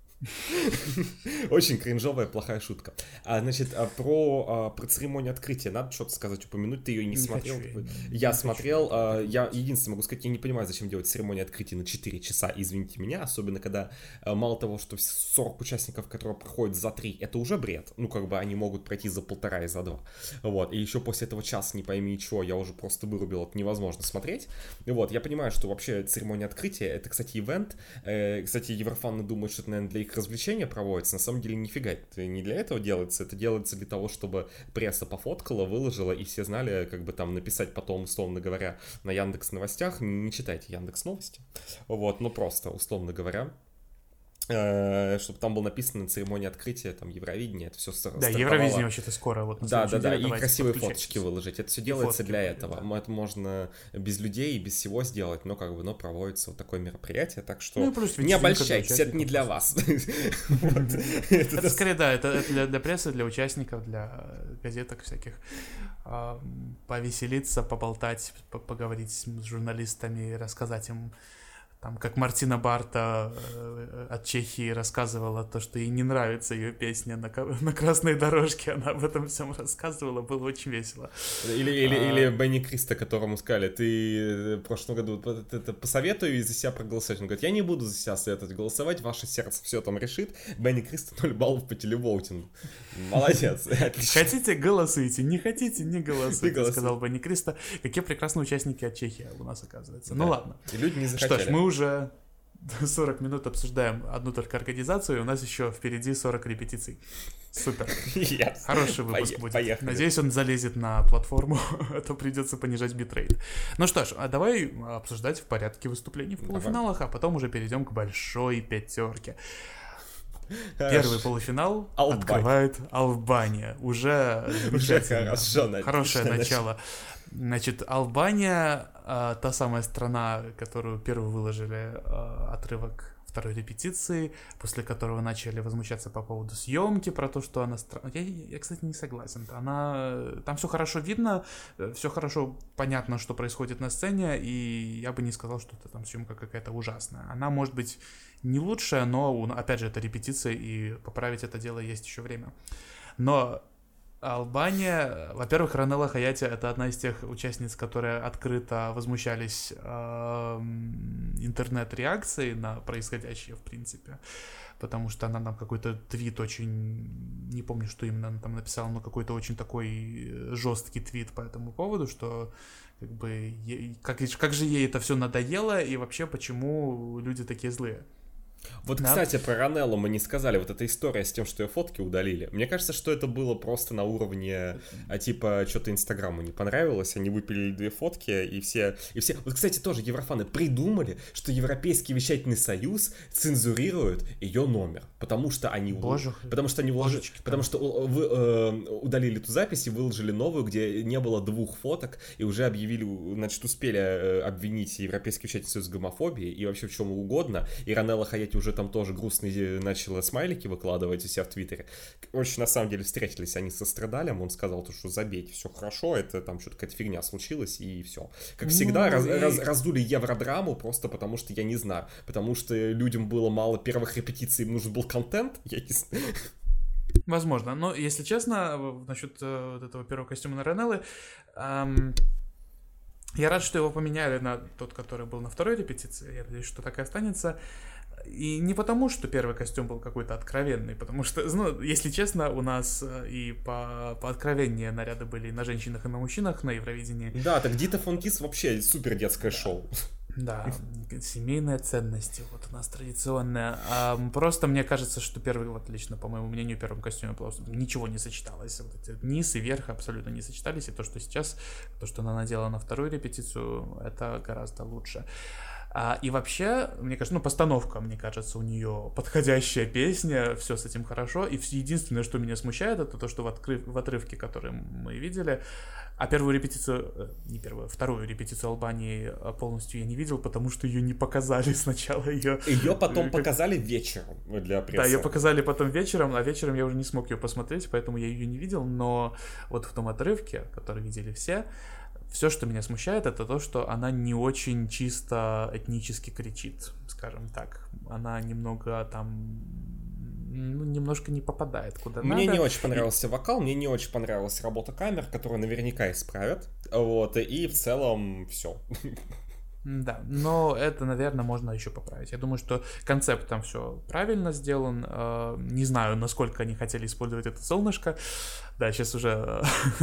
Очень кринжовая, плохая шутка. Значит, про церемонию открытия надо что-то сказать, упомянуть. Ты ее не смотрел? Я смотрел. Я единственное могу сказать, я не понимаю, зачем делать церемонию открытия на 4 часа, извините меня, особенно когда мало того, что 40 участников, которые проходят за 3, это уже бред. Ну, как бы они могут пройти за 1,5 и за 2. Вот. И еще после этого часа, не пойми чего, я уже просто вырубил, это невозможно смотреть. Вот. Я понимаю, что вообще церемония открытия, это, кстати, ивент. Кстати, еврофаны думают, что это, наверное, для их развлечения проводится, на самом деле нифига это не для этого делается, это делается для того, чтобы пресса пофоткала, выложила, и все знали, как бы там написать потом, условно говоря, на Яндекс Новостях, не читайте Яндекс Новости, вот, ну просто, условно говоря, чтобы там было написано церемония открытия, там, Евровидение, это все Да, Евровидение вообще-то скоро, вот на следующей неделе. И красивые фоточки выложить, это все делается для этого. Да. Это можно без людей и без всего сделать, но как бы, но проводится вот такое мероприятие, так что не обольщайтесь, это не для вас. Это скорее, да, это для прессы, для участников, для газеток всяких. Повеселиться, поболтать, поговорить с журналистами, рассказать им, там, как Мартина Барта от Чехии рассказывала то, что ей не нравится ее песня на красной дорожке, она об этом всем рассказывала, было очень весело. Или Бенни Криста, которому сказали, ты в прошлом году посоветую за себя проголосовать. Он говорит, я не буду за себя советовать голосовать, ваше сердце все там решит. Бенни Криста 0 баллов по телевоутингу. Молодец. Хотите, голосуйте, не хотите, не голосуйте, сказал Бенни Криста. Какие прекрасные участники от Чехии у нас, оказывается. Ну ладно. И люди не захотели. Что ж, мы уже 40 минут обсуждаем одну только организацию, и у нас еще впереди 40 репетиций. Супер. Хороший выпуск будет. Поехали. Надеюсь, он залезет на платформу, а то придется понижать битрейт. Ну что ж, а давай обсуждать в порядке выступлений в полуфиналах, а потом уже перейдем к большой пятерке. Первый полуфинал открывает Албания. Уже замечательно. Хорошее начало. Значит, Албания, та самая страна, которую первую выложили отрывок второй репетиции, после которого начали возмущаться по поводу съемки, про то, что она... Я, кстати, не согласен. Там все хорошо видно, все хорошо понятно, что происходит на сцене, и я бы не сказал, что это там съемка какая-то ужасная. Она может быть не лучшая, но, опять же, это репетиция, и поправить это дело есть еще время. Но Албания, во-первых, Ранелла Хаяти — это одна из тех участниц, которые открыто возмущались интернет-реакцией на происходящее, в принципе, потому что она нам какой-то твит очень, не помню, что именно она там написала, но какой-то очень такой жесткий твит по этому поводу, что как бы как же ей это все надоело и вообще почему люди такие злые. Вот, да. Кстати, про Ранеллу мы не сказали, вот эта история с тем, что ее фотки удалили. Мне кажется, что это было просто на уровне, типа, что-то Инстаграму не понравилось, они выпилили 2 фотки, и все... Вот, кстати, тоже еврофаны придумали, что Европейский вещательный союз цензурирует ее номер, потому что они... Потому что удалили эту запись и выложили новую, где не было 2 фоток, и уже объявили, значит, успели обвинить Европейский вещательный союз в гомофобии и вообще в чем угодно, и Ранелла Хаяти уже там тоже грустные начала смайлики выкладывать у себя в Твиттере. Очень, на самом деле, встретились они со Страдалем, он сказал, что забейте, все хорошо, это там что-то какая-то фигня случилась, и все. Как всегда, раздули евродраму просто потому, что я не знаю, потому что людям было мало первых репетиций, им нужен был контент, я не знаю. Возможно, но, если честно, насчет вот этого первого костюма на Ранеллы, я рад, что его поменяли на тот, который был на второй репетиции, я надеюсь, что так и останется. И не потому, что первый костюм был какой-то откровенный, потому что, ну, если честно, у нас и по откровеннее наряды были и на женщинах, и на мужчинах на Евровидении. Да, так Дита фон Кис вообще супер детское шоу. Да, семейные ценности, вот у нас традиционные. Просто мне кажется, что первый, вот лично, по моему мнению, в первом костюме просто ничего не сочеталось. Вот эти низ и верх абсолютно не сочетались, и то, что сейчас, то, что она надела на вторую репетицию, это гораздо лучше. И вообще, мне кажется, ну, постановка, мне кажется, у нее подходящая песня, все с этим хорошо. И единственное, что меня смущает, это то, что в отрывке, который мы видели, вторую репетицию Албании полностью я не видел, потому что ее не показали сначала. Ее потом показали вечером для прессы. Да, ее показали потом вечером, а вечером я уже не смог ее посмотреть, поэтому я ее не видел. Но вот в том отрывке, который видели все, что меня смущает, это то, что она не очень чисто этнически кричит, скажем так. Она немного там, немножко не попадает куда надо. Мне не очень понравился вокал, мне не очень понравилась работа камер, которую наверняка исправят. Вот, и в целом все. Да, но это, наверное, можно еще поправить. Я думаю, что концепт там все правильно сделан. Не знаю, насколько они хотели использовать это солнышко. Да, сейчас уже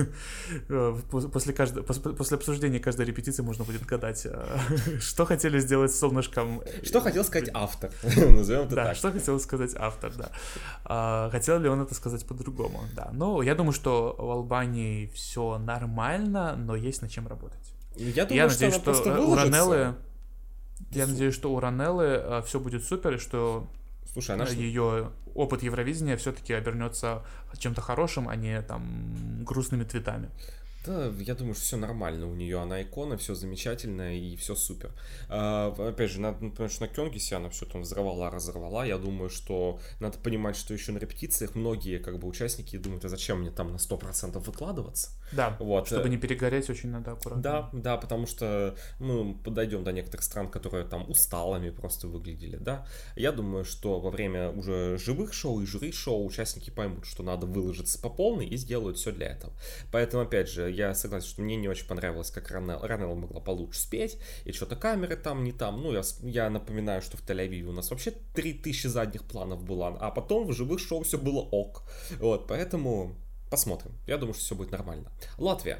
после обсуждения каждой репетиции можно будет гадать, что хотели сделать с солнышком. Что хотел сказать автор, назовем это так. Да, что хотел сказать автор, да. Хотел ли он это сказать по-другому, да. Но я думаю, что в Албании все нормально, но есть над чем работать. Я думаю, что она просто выложится. Я надеюсь, что у Ранеллы все будет супер, и что ее опыт Евровидения все-таки обернется чем-то хорошим, а не там грустными твитами. Да, я думаю, что все нормально у нее, она икона, все замечательно и все супер. Опять же, надо понимать, что на Кёнгисе она все там разорвала. Я думаю, что надо понимать, что еще на репетициях многие как бы участники думают, а зачем мне там на 100% выкладываться? Да, вот. Чтобы не перегореть, очень надо аккуратно. Да, потому что мы подойдем до некоторых стран, которые там усталыми просто выглядели, да. Я думаю, что во время уже живых шоу и жюри-шоу участники поймут, что надо выложиться по полной и сделают все для этого. Поэтому, опять же, я согласен, что мне не очень понравилось, как Ранелла могла получше спеть, и что-то камеры там не там. Ну, я напоминаю, что в Тель-Авиве у нас вообще 3000 задних планов было, а потом в живых шоу все было ок. Вот, поэтому посмотрим. Я думаю, что все будет нормально. Латвия.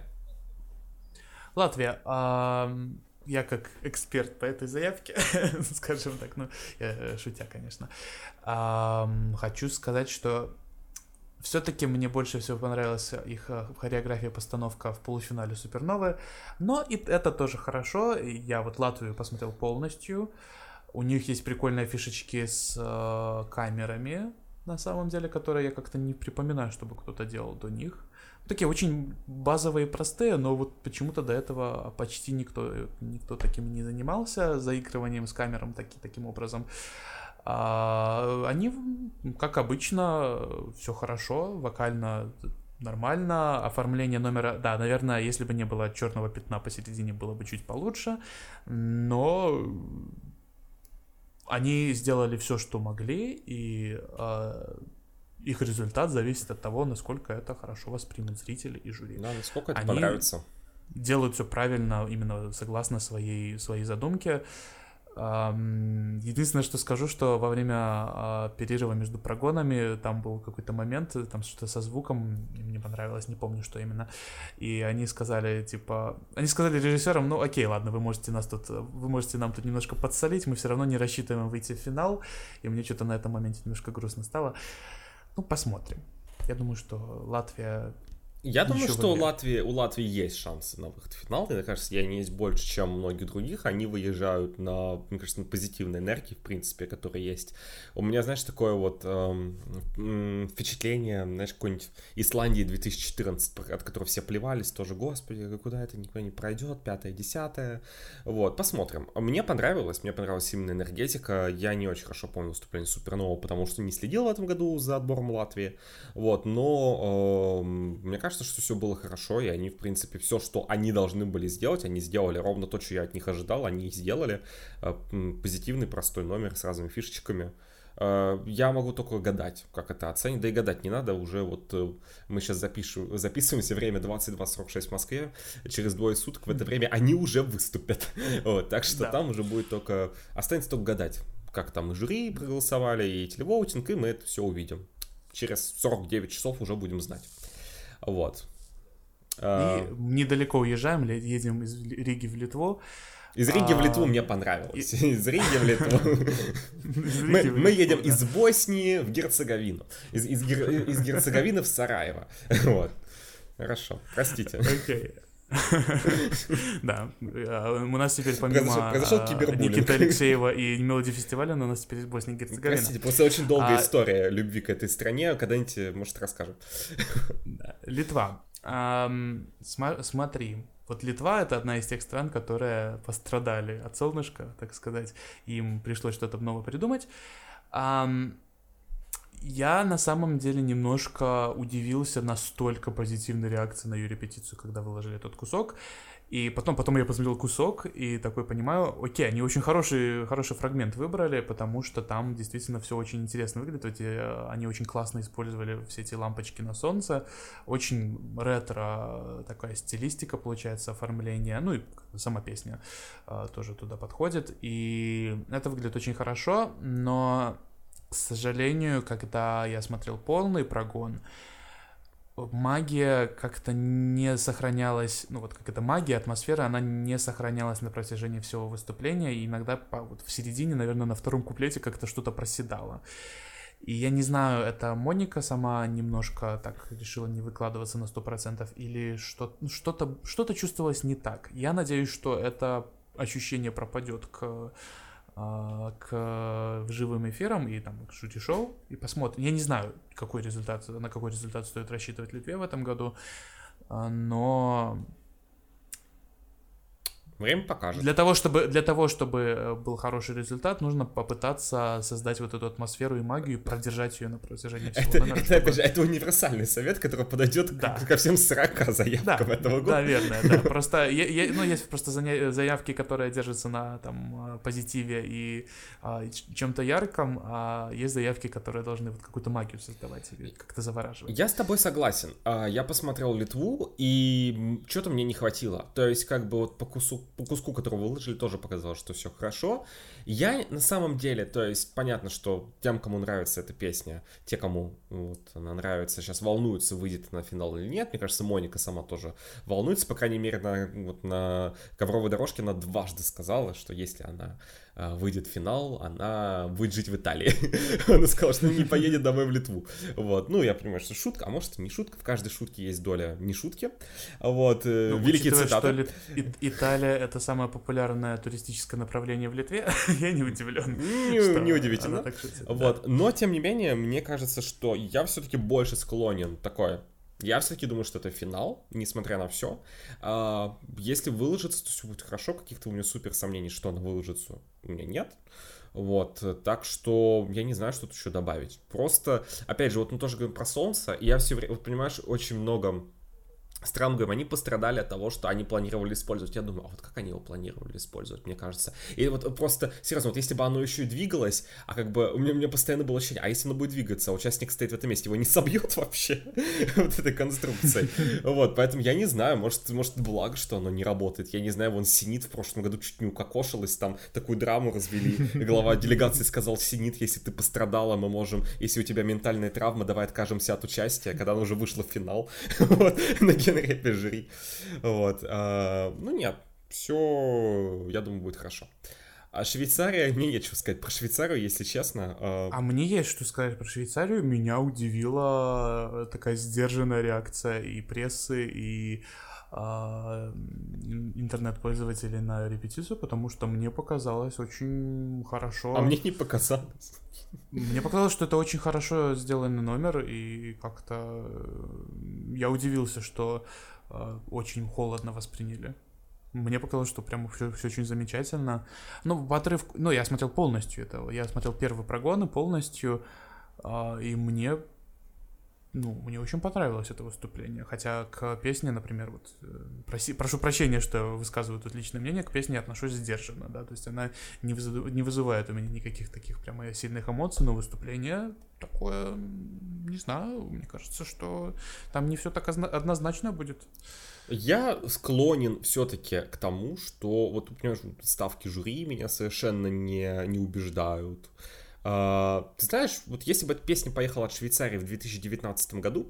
Я как эксперт по этой заявке, скажем так, ну, шутя, конечно, хочу сказать, что все-таки мне больше всего понравилась их хореография, постановка в полуфинале Суперновы, но и это тоже хорошо. Я вот Латвию посмотрел полностью. У них есть прикольные фишечки с камерами, на самом деле, которые я как-то не припоминаю, чтобы кто-то делал до них. Такие очень базовые и простые, но вот почему-то до этого почти никто таким не занимался, заигрыванием с камером таким образом. Они, как обычно, все хорошо, вокально нормально, оформление номера, да, наверное, если бы не было черного пятна посередине, было бы чуть получше, но они сделали все, что могли, и их результат зависит от того, насколько это хорошо воспримут зрители и жюри. Да, насколько это Они понравится. делают все правильно, именно согласно своей задумке. Единственное, что скажу, что во время перерыва между прогонами там был какой-то момент, там что-то со звуком мне понравилось, не помню, что именно. И они сказали, типа, режиссерам, ну окей, ладно, вы можете нам тут немножко подсолить, мы все равно не рассчитываем выйти в финал. И мне что-то на этом моменте немножко грустно стало. Ну, посмотрим. Я думаю, что Латвия... Я думаю, что у Латвии есть шансы на выход в финал. Мне кажется, они есть больше, чем у многих других. Они выезжают на, мне кажется, на позитивной энергии, в принципе, которая есть. У меня, знаешь, такое вот впечатление, знаешь, какой-нибудь Исландии 2014, от которого все плевались, тоже, господи, куда это никуда не пройдет, 5-10. Вот, посмотрим. Мне понравилась именно энергетика. Я не очень хорошо помню выступление Супернова, потому что не следил в этом году за отбором Латвии. Вот, но мне кажется, что все было хорошо, и они, в принципе, все, что они должны были сделать, они сделали ровно то, что я от них ожидал, они сделали. Позитивный, простой номер с разными фишечками. Я могу только гадать, как это оценить, да и гадать не надо, уже вот мы сейчас записываемся, время 22:46 в Москве, через 2 суток в это время они уже выступят, вот, так что там уже будет останется только гадать, как там и жюри проголосовали, и телевоутинг, и мы это все увидим. Через 49 часов уже будем знать. Вот. И недалеко уезжаем, едем из Риги в Литву. Из Риги в Литву мне понравилось. Из Риги в Литву. Мы едем из Боснии в Герцеговину. Из Герцеговины в Сараево. Вот. Хорошо, простите. Окей. Да, у нас теперь помимо Никиты Алексеева и Мелоди фестиваля, у нас теперь Босния и Герцеговина. Простите, просто очень долгая история любви к этой стране, когда-нибудь, может, расскажем. Литва. Смотри, вот Литва — это одна из тех стран, которые пострадали от солнышка, так сказать, им пришлось что-то новое придумать. Я на самом деле немножко удивился настолько позитивной реакции на ее репетицию, когда выложили этот кусок. И потом я посмотрел кусок и такой понимаю, окей, они очень хороший фрагмент выбрали, потому что там действительно все очень интересно выглядит. Они очень классно использовали все эти лампочки на солнце. Очень ретро такая стилистика получается, оформление. Ну и сама песня тоже туда подходит. И это выглядит очень хорошо, но... К сожалению, когда я смотрел полный прогон, магия как-то не сохранялась, ну вот как это магия, атмосфера, она не сохранялась на протяжении всего выступления, и иногда вот в середине, наверное, на втором куплете как-то что-то проседало. И я не знаю, это Моника сама немножко так решила не выкладываться на 100%, или что-то чувствовалось не так. Я надеюсь, что это ощущение пропадет к живым эфирам и там к шути-шоу, и посмотрим. Я не знаю, на какой результат стоит рассчитывать Литве в этом году, но... Время покажет. Для того, чтобы был хороший результат, нужно попытаться создать вот эту атмосферу и магию и продержать ее на протяжении всего номера. Это универсальный совет, который подойдет ко всем 40 заявкам этого года. Наверное, да. Просто есть просто заявки, которые держатся на там позитиве и чем-то ярком, а есть заявки, которые должны вот какую-то магию создавать и как-то завораживать. Я с тобой согласен. Я посмотрел Литву, и что-то мне не хватило. То есть, как бы вот по куску, которого выложили, тоже показалось, что все хорошо. Я на самом деле, то есть, понятно, что тем, кому нравится эта песня, те, кому вот она нравится, сейчас волнуются, выйдет на финал или нет. Мне кажется, Моника сама тоже волнуется, по крайней мере, на ковровой дорожке она дважды сказала, что если она выйдет в финал, она будет жить в Италии. Она сказала, что не поедет домой в Литву. Вот. Ну, я понимаю, что шутка, а может, не шутка. В каждой шутке есть доля не шутки. Вот. Великие цитаты. Что Италия — это самое популярное туристическое направление в Литве, я не удивлен. Неудивительно. Вот. Но, тем не менее, мне кажется, что я все-таки больше склонен такое. Я все-таки думаю, что это финал, несмотря на все. Если выложится, то все будет хорошо. Каких-то у меня супер сомнений, что она выложится, у меня нет. Вот, так что я не знаю, что тут еще добавить. Просто, опять же, вот мы тоже говорим про солнце, и я все время, вот понимаешь, очень много Странно говорим, они пострадали от того, что они планировали использовать. Я думаю, а вот как они его планировали использовать, мне кажется. И вот просто, серьезно, вот если бы оно еще и двигалось, а как бы у меня постоянно было ощущение, а если оно будет двигаться, а участник стоит в этом месте, его не собьет вообще вот этой конструкцией. Вот, поэтому я не знаю, может благо, что оно не работает. Я не знаю, вон Синит в прошлом году чуть не укокошилась, там такую драму развели. Глава делегации сказал: Синит, если ты пострадала, мы можем, если у тебя ментальная травма, давай откажемся от участия, когда она уже вышла в финал. Вот, на генрепе жюри. Вот. Ну нет, все, я думаю, будет хорошо. А Швейцария, мне нечего сказать про Швейцарию, если честно. А мне есть что сказать про Швейцарию. Меня удивила такая сдержанная реакция и прессы, и интернет-пользователей на репетицию, потому что мне показалось очень хорошо. А мне не показалось. Мне показалось, что это очень хорошо сделанный номер, и как-то я удивился, что очень холодно восприняли. Мне показалось, что прям все очень замечательно. Ну, отрыв, ну, я смотрел полностью этого. Я смотрел первые прогоны полностью, и мне очень понравилось это выступление. Хотя к песне, например, вот прошу прощения, что высказываю тут личное мнение, к песне я отношусь сдержанно, да, то есть она не вызывает у меня никаких таких прямо сильных эмоций, но выступление такое, не знаю, мне кажется, что там не все так однозначно будет. Я склонен все-таки к тому, что вот, понимаешь, ставки жюри меня совершенно не убеждают. Ты знаешь, вот если бы эта песня поехала от Швейцарии в 2019 году,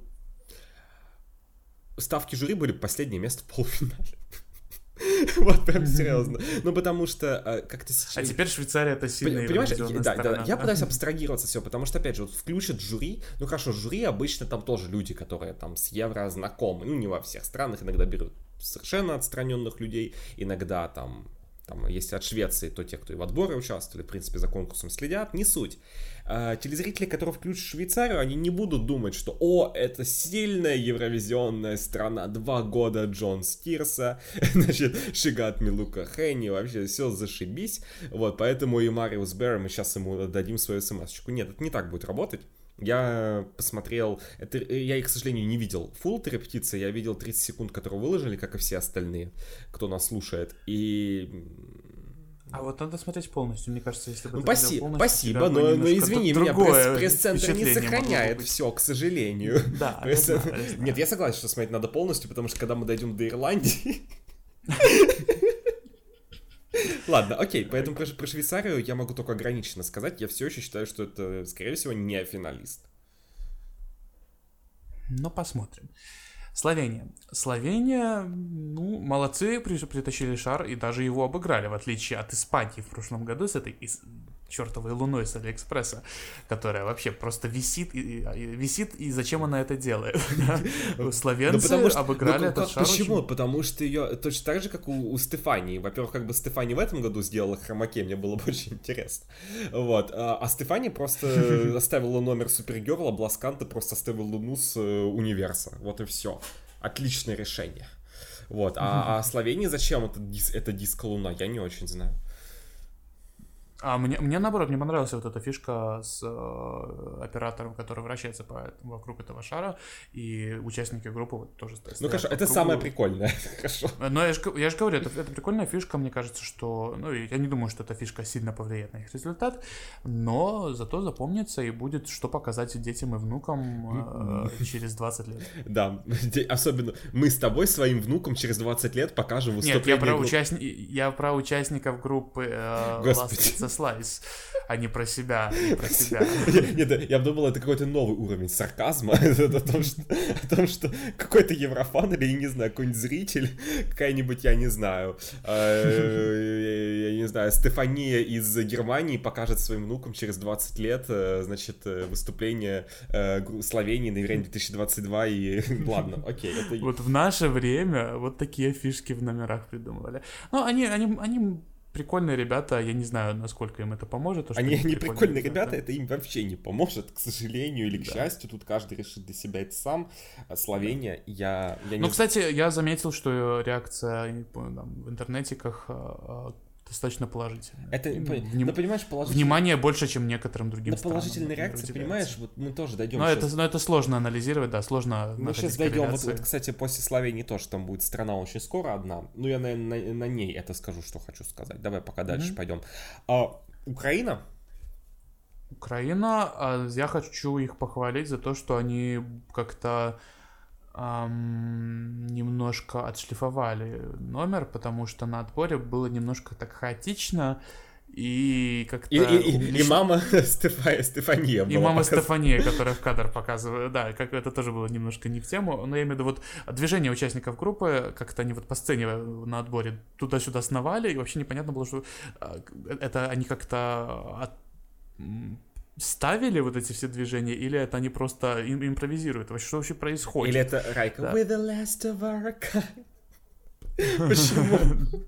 ставки жюри были последнее место в полуфинале. Вот прям серьезно. Ну потому что как-то сейчас... А теперь Швейцария это сильная евровизионная сторона. Да, я пытаюсь абстрагироваться все, потому что, опять же, вот включат жюри. Ну хорошо, жюри обычно там тоже люди, которые там с евро знакомы. Ну не во всех странах, иногда берут совершенно отстраненных людей, иногда там если от Швеции, то те, кто и в отборе участвовали, в принципе, за конкурсом следят, не суть. Телезрители, которые включат Швейцарию, они не будут думать, что это сильная евровизионная страна, 2 года Джон Стирса, значит, Шигат Милука Хенни, вообще все зашибись. Вот, поэтому и Мариус Берр, мы сейчас ему дадим свою смс-очку. Нет, это не так будет работать. Я посмотрел, я, к сожалению, не видел фулл репетиции, я видел 30 секунд, которые выложили, как и все остальные, кто нас слушает, и... А вот надо смотреть полностью, мне кажется, если бы спасибо, но извини меня, пресс-центр не сохраняет все, к сожалению. Да, Нет, я согласен, что смотреть надо полностью, потому что когда мы дойдем до Ирландии... Ладно, окей, поэтому про Швейцарию я могу только ограниченно сказать. Я все еще считаю, что это, скорее всего, не финалист. Ну, посмотрим. Словения, ну, молодцы, притащили шар и даже его обыграли, в отличие от Испании в прошлом году с этой чертовой луной с Алиэкспресса, которая вообще просто висит, и зачем она это делает? Словенцы обыграли этот шар. Почему? Потому что ее точно так же, как у Стефании. Во-первых, как бы Стефани в этом году сделала хромаке, мне было бы очень интересно. Вот. А Стефани просто оставила номер Супергерл, а Бласканте просто оставил луну с Универса. Вот и все. Отличное решение. Вот. А Словении зачем эта диско-луна? Я не очень знаю. А мне наоборот, мне понравилась вот эта фишка с оператором, который вращается вокруг этого шара, и участники группы вот тоже стоят. Ну хорошо, это самое прикольное. Хорошо. Но я же говорю, это прикольная фишка, мне кажется, что... Ну, я не думаю, что эта фишка сильно повлияет на их результат, но зато запомнится и будет что показать детям и внукам через 20 лет. Да, особенно мы с тобой своим внукам через 20 лет покажем выступление. Нет, я про участников группы Last Slice, а не про себя, Нет, я думал, это какой-то новый уровень сарказма, о том, что какой-то еврофан или, я не знаю, какой-нибудь зритель, какая-нибудь, я не знаю, Стефания из Германии покажет своим внукам через 20 лет, значит, выступление Словении на Евровидении 2022, и ладно, окей. Вот в наше время вот такие фишки в номерах придумывали. Ну, они прикольные ребята, я не знаю, насколько им это поможет. Они прикольные ребята, это им вообще не поможет, к сожалению или к счастью. Тут каждый решит для себя это сам. Словения, я не... Ну, кстати, я заметил, что реакция в интернетиках достаточно положительная. Это, ну, понимаешь, внимание больше, чем некоторым другим странам. Положительная реакция, понимаешь, вот мы тоже дойдем. Но это сложно анализировать, да, сложно. Мы сейчас дойдем, вот, кстати, после Словении тоже там будет страна очень скоро одна. Ну, я, наверное, на ней это скажу, что хочу сказать. Давай пока дальше пойдем. Украина, я хочу их похвалить за то, что они как-то немножко отшлифовали номер, потому что на отборе было немножко так хаотично, и как-то... И мама Стефания была. И мама Стефания, которая в кадр показывает, да, как это тоже было немножко не в тему, но я имею в виду вот движение участников группы, как-то они вот по сцене на отборе туда-сюда сновали, и вообще непонятно было, что это они как-то ставили вот эти все движения, или это они просто импровизируют? Что вообще происходит? Или это Райка? Да. We're the last of our kind. Почему?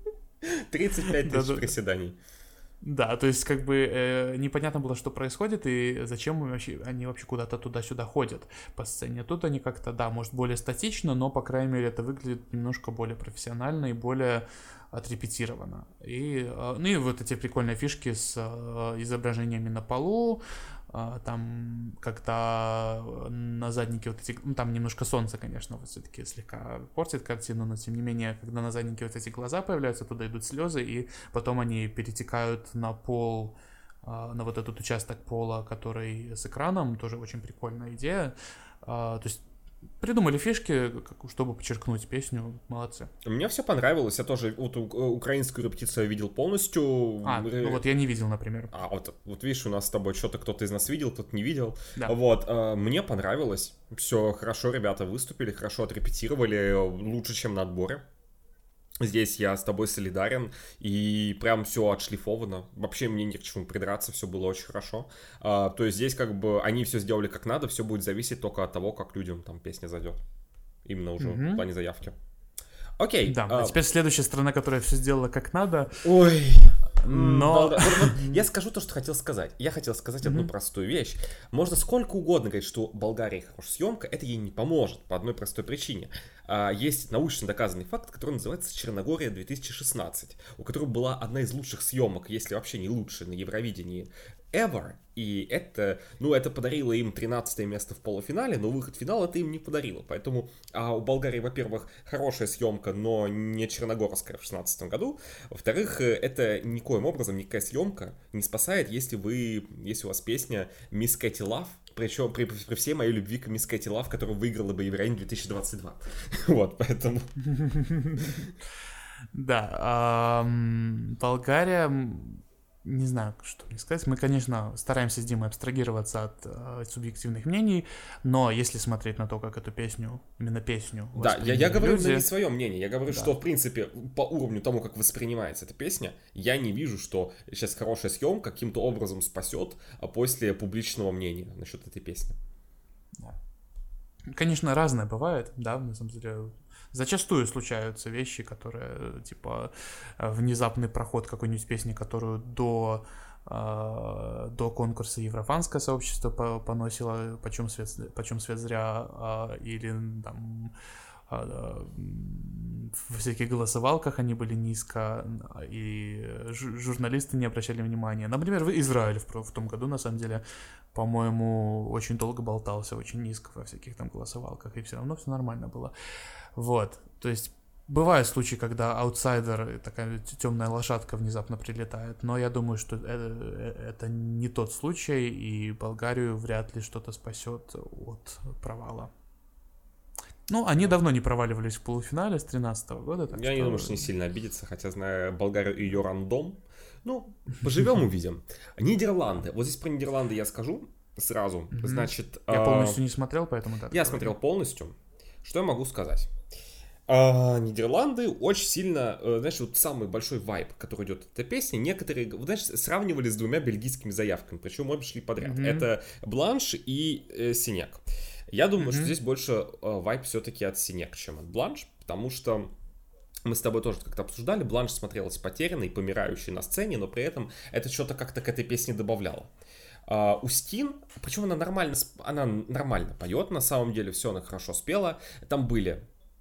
35 тысяч приседаний. Да, то есть как бы непонятно было, что происходит и зачем они вообще куда-то туда-сюда ходят по сцене. Тут они как-то, да, может, более статично, но, по крайней мере, это выглядит немножко более профессионально и более отрепетировано. Ну и вот эти прикольные фишки с изображениями на полу, там, когда на заднике вот эти, ну там немножко солнце, конечно, вот все-таки слегка портит картину, но тем не менее, когда на заднике вот эти глаза появляются, туда идут слезы, и потом они перетекают на пол, на вот этот участок пола, который с экраном, тоже очень прикольная идея. То есть придумали фишки, чтобы подчеркнуть песню, молодцы. Мне все понравилось, я тоже вот украинскую репетицию видел полностью. Ну вот я не видел, например. Вот видишь, у нас с тобой что-то кто-то из нас видел, кто-то не видел. Да. Вот, мне понравилось, все хорошо, ребята выступили, хорошо отрепетировали, лучше, чем на отборе. Здесь я с тобой солидарен, и прям все отшлифовано. Вообще мне ни к чему придраться, все было очень хорошо. То есть здесь как бы они все сделали как надо, все будет зависеть только от того, как людям там песня зайдет. Именно уже в плане заявки. Окей. Да, теперь следующая страна, которая все сделала как надо. Ой... Но... Вот, я скажу то, что хотел сказать. Я хотел сказать одну простую вещь. Можно сколько угодно говорить, что в Болгарии хорошая съемка, это ей не поможет по одной простой причине. Есть научно доказанный факт, который называется «Черногория 2016», у которой была одна из лучших съемок, если вообще не лучшая, на Евровидении ever. И это подарило им 13 место в полуфинале, но выход в финал это им не подарило. Поэтому у Болгарии, во-первых, хорошая съемка, но не черногорская в 2016 году. Во-вторых, это никоим образом никакая съемка не спасает, если у вас песня Miss Katy Love, причем при всей моей любви к Miss Katy Love, которая выиграла бы Евровидение 2022. Вот, поэтому... Да, Болгария... Не знаю, что мне сказать. Мы, конечно, стараемся с Димой абстрагироваться от субъективных мнений, но если смотреть на то, как эту песню, именно песню... Да, я говорю не свое мнение. Я говорю, что, в принципе, по уровню тому, как воспринимается эта песня, я не вижу, что сейчас хорошая съемка каким-то образом спасет после публичного мнения насчет этой песни. Да. Конечно, разное бывает, да, на самом деле... Зачастую случаются вещи, которые, типа, внезапный проход какой-нибудь песни, которую до конкурса Еврофанское сообщество поносило почем свет зря, или там в всяких голосовалках они были низко, и журналисты не обращали внимания. Например, в Израиле в том году, на самом деле, по-моему, очень долго болтался, очень низко во всяких там голосовалках, и все равно все нормально было. Вот, то есть бывают случаи, когда аутсайдер, такая темная лошадка внезапно прилетает, но я думаю, что это не тот случай, и Болгарию вряд ли что-то спасет от провала. Ну, они давно не проваливались в полуфинале с 2013 года. Я не думаю, что не сильно обидятся, хотя, зная Болгарию и ее рандом. Ну, поживем, увидим. Нидерланды. Вот здесь про Нидерланды я скажу сразу. Значит, я полностью не смотрел, поэтому... Да, я смотрел полностью. Что я могу сказать? Нидерланды очень сильно, знаешь, вот самый большой вайб, который идет от этой песни, некоторые, знаешь, сравнивали с двумя бельгийскими заявками, причем обе шли подряд. Это Бланш и Синяк. Я думаю, что здесь больше вайб все-таки от Синяк, чем от Бланш, потому что мы с тобой тоже как-то обсуждали, Бланш смотрелась потерянной, помирающей на сцене, но при этом это что-то как-то к этой песне добавляло. Устин, причем она нормально поет, на самом деле все она хорошо спела, там были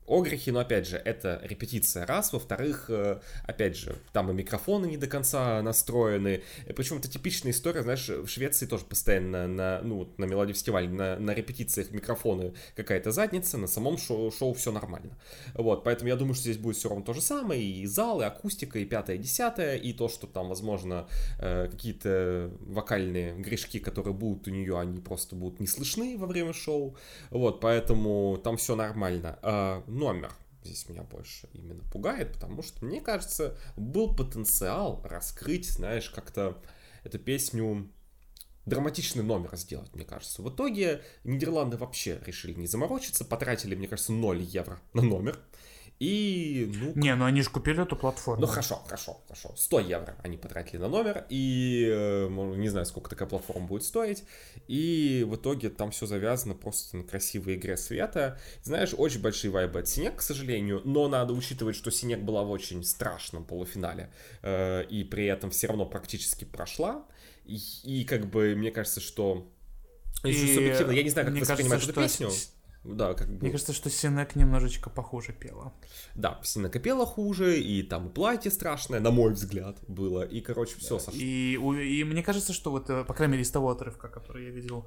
огрехи, но опять же, это репетиция раз, во-вторых, опять же, там и микрофоны не до конца настроены, причем это типичная история, знаешь, в Швеции тоже постоянно на мелодифестивале, на репетициях микрофоны какая-то задница, на самом шоу все нормально, вот, поэтому я думаю, что здесь будет все равно то же самое, и зал, и акустика, и пятое, десятое, и то, что там, возможно, какие-то вокальные грешки, которые будут у нее, они просто будут не слышны во время шоу, вот, поэтому там все нормально. Номер здесь меня больше именно пугает, потому что, мне кажется, был потенциал раскрыть, знаешь, как-то эту песню, драматичный номер сделать, мне кажется. В итоге Нидерланды вообще решили не заморочиться, потратили, мне кажется, 0 евро на номер. И, Не, ну они же купили эту платформу. Ну хорошо. 100 евро они потратили на номер, и не знаю, сколько такая платформа будет стоить. И в итоге там все завязано просто на красивой игре света. Знаешь, очень большие вайбы от Синек, к сожалению, но надо учитывать, что Синек была в очень страшном полуфинале, и при этом все равно практически прошла. И как бы, мне кажется, что... Субъективно, я не знаю, как воспринимать эту песню. Да, как бы... Мне кажется, что Синек немножечко похуже пела. Да, Синека пела хуже, и там платье страшное, на мой взгляд, было. И, короче, все сошло. И мне кажется, что вот, по крайней мере, из того отрывка, который я видел...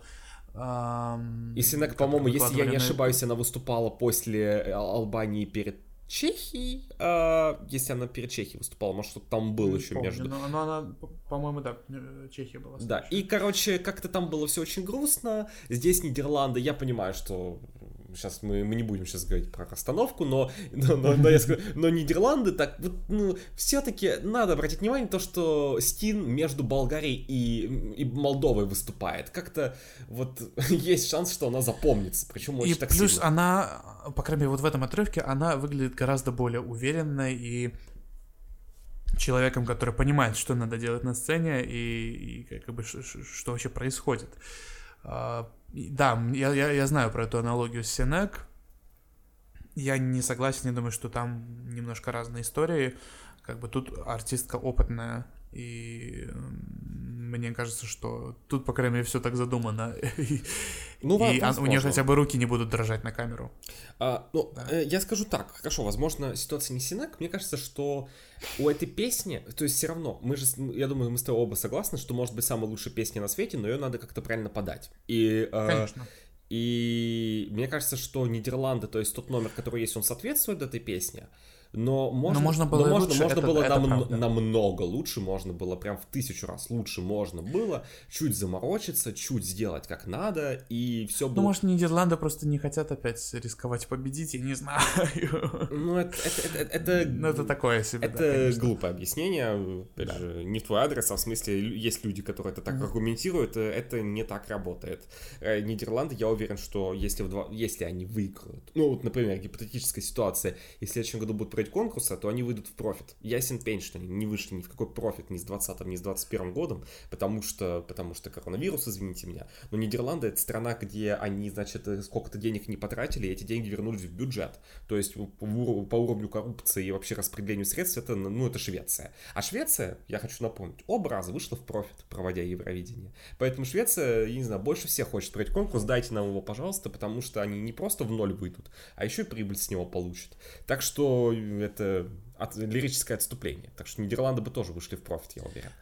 И Синек, по-моему, если я не ошибаюсь, она выступала после Албании перед Чехией. Если она перед Чехией выступала, может, что-то там было еще помню, между... Но она, по-моему, да, Чехия была. Да, и, короче, как-то там было все очень грустно. Здесь Нидерланды, я понимаю, что... Сейчас мы не будем сейчас говорить про расстановку, но я скажу, но Нидерланды так вот, все-таки надо обратить внимание на то, что Стин между Болгарией и Молдовой выступает. Как-то вот есть шанс, что она запомнится, причем очень так сильно. И плюс она, по крайней мере, вот в этом отрывке, она выглядит гораздо более уверенной и человеком, который понимает, что надо делать на сцене и как бы что вообще происходит. Да, я знаю про эту аналогию с Синек. Я не согласен, я думаю, что там немножко разные истории. Как бы тут артистка опытная, и мне кажется, что тут, по крайней мере, все так задумано. Ну, и у нее хотя бы руки не будут дрожать на камеру. Я скажу так, хорошо, возможно, ситуация не Синек. Мне кажется, что у этой песни, то есть все равно, я думаю, мы с тобой оба согласны, что может быть самая лучшая песня на свете, но ее надо как-то правильно подать. Конечно. И мне кажется, что Нидерланды, то есть тот номер, который есть, он соответствует этой песне. Но можно было намного лучше, можно было прям в 1000 раз лучше можно было чуть заморочиться, чуть сделать как надо, и все было... Ну, может, Нидерланды просто не хотят опять рисковать победить, я не знаю. Ну, это такое себе, это глупое объяснение, опять же, не в твой адрес, а в смысле, есть люди, которые это так аргументируют, это не так работает. Нидерланды, я уверен, что если они выиграют, ну, вот, например, гипотетическая ситуация, если в следующем году будут конкурса, то они выйдут в профит. Ясен пень, что они не вышли ни в какой профит ни с 20-м, ни с 21 годом, потому что коронавирус, извините меня. Но Нидерланды — это страна, где они, значит, сколько-то денег не потратили, и эти деньги вернулись в бюджет. То есть по уровню коррупции и вообще распределению средств это Швеция. А Швеция, я хочу напомнить, оба раза вышла в профит, проводя Евровидение. Поэтому Швеция, я не знаю, больше всех хочет проводить конкурс, дайте нам его, пожалуйста, потому что они не просто в ноль выйдут, а еще и прибыль с него получат. Так что это лирическое отступление. Так что Нидерланды бы тоже вышли в профит, я уверен.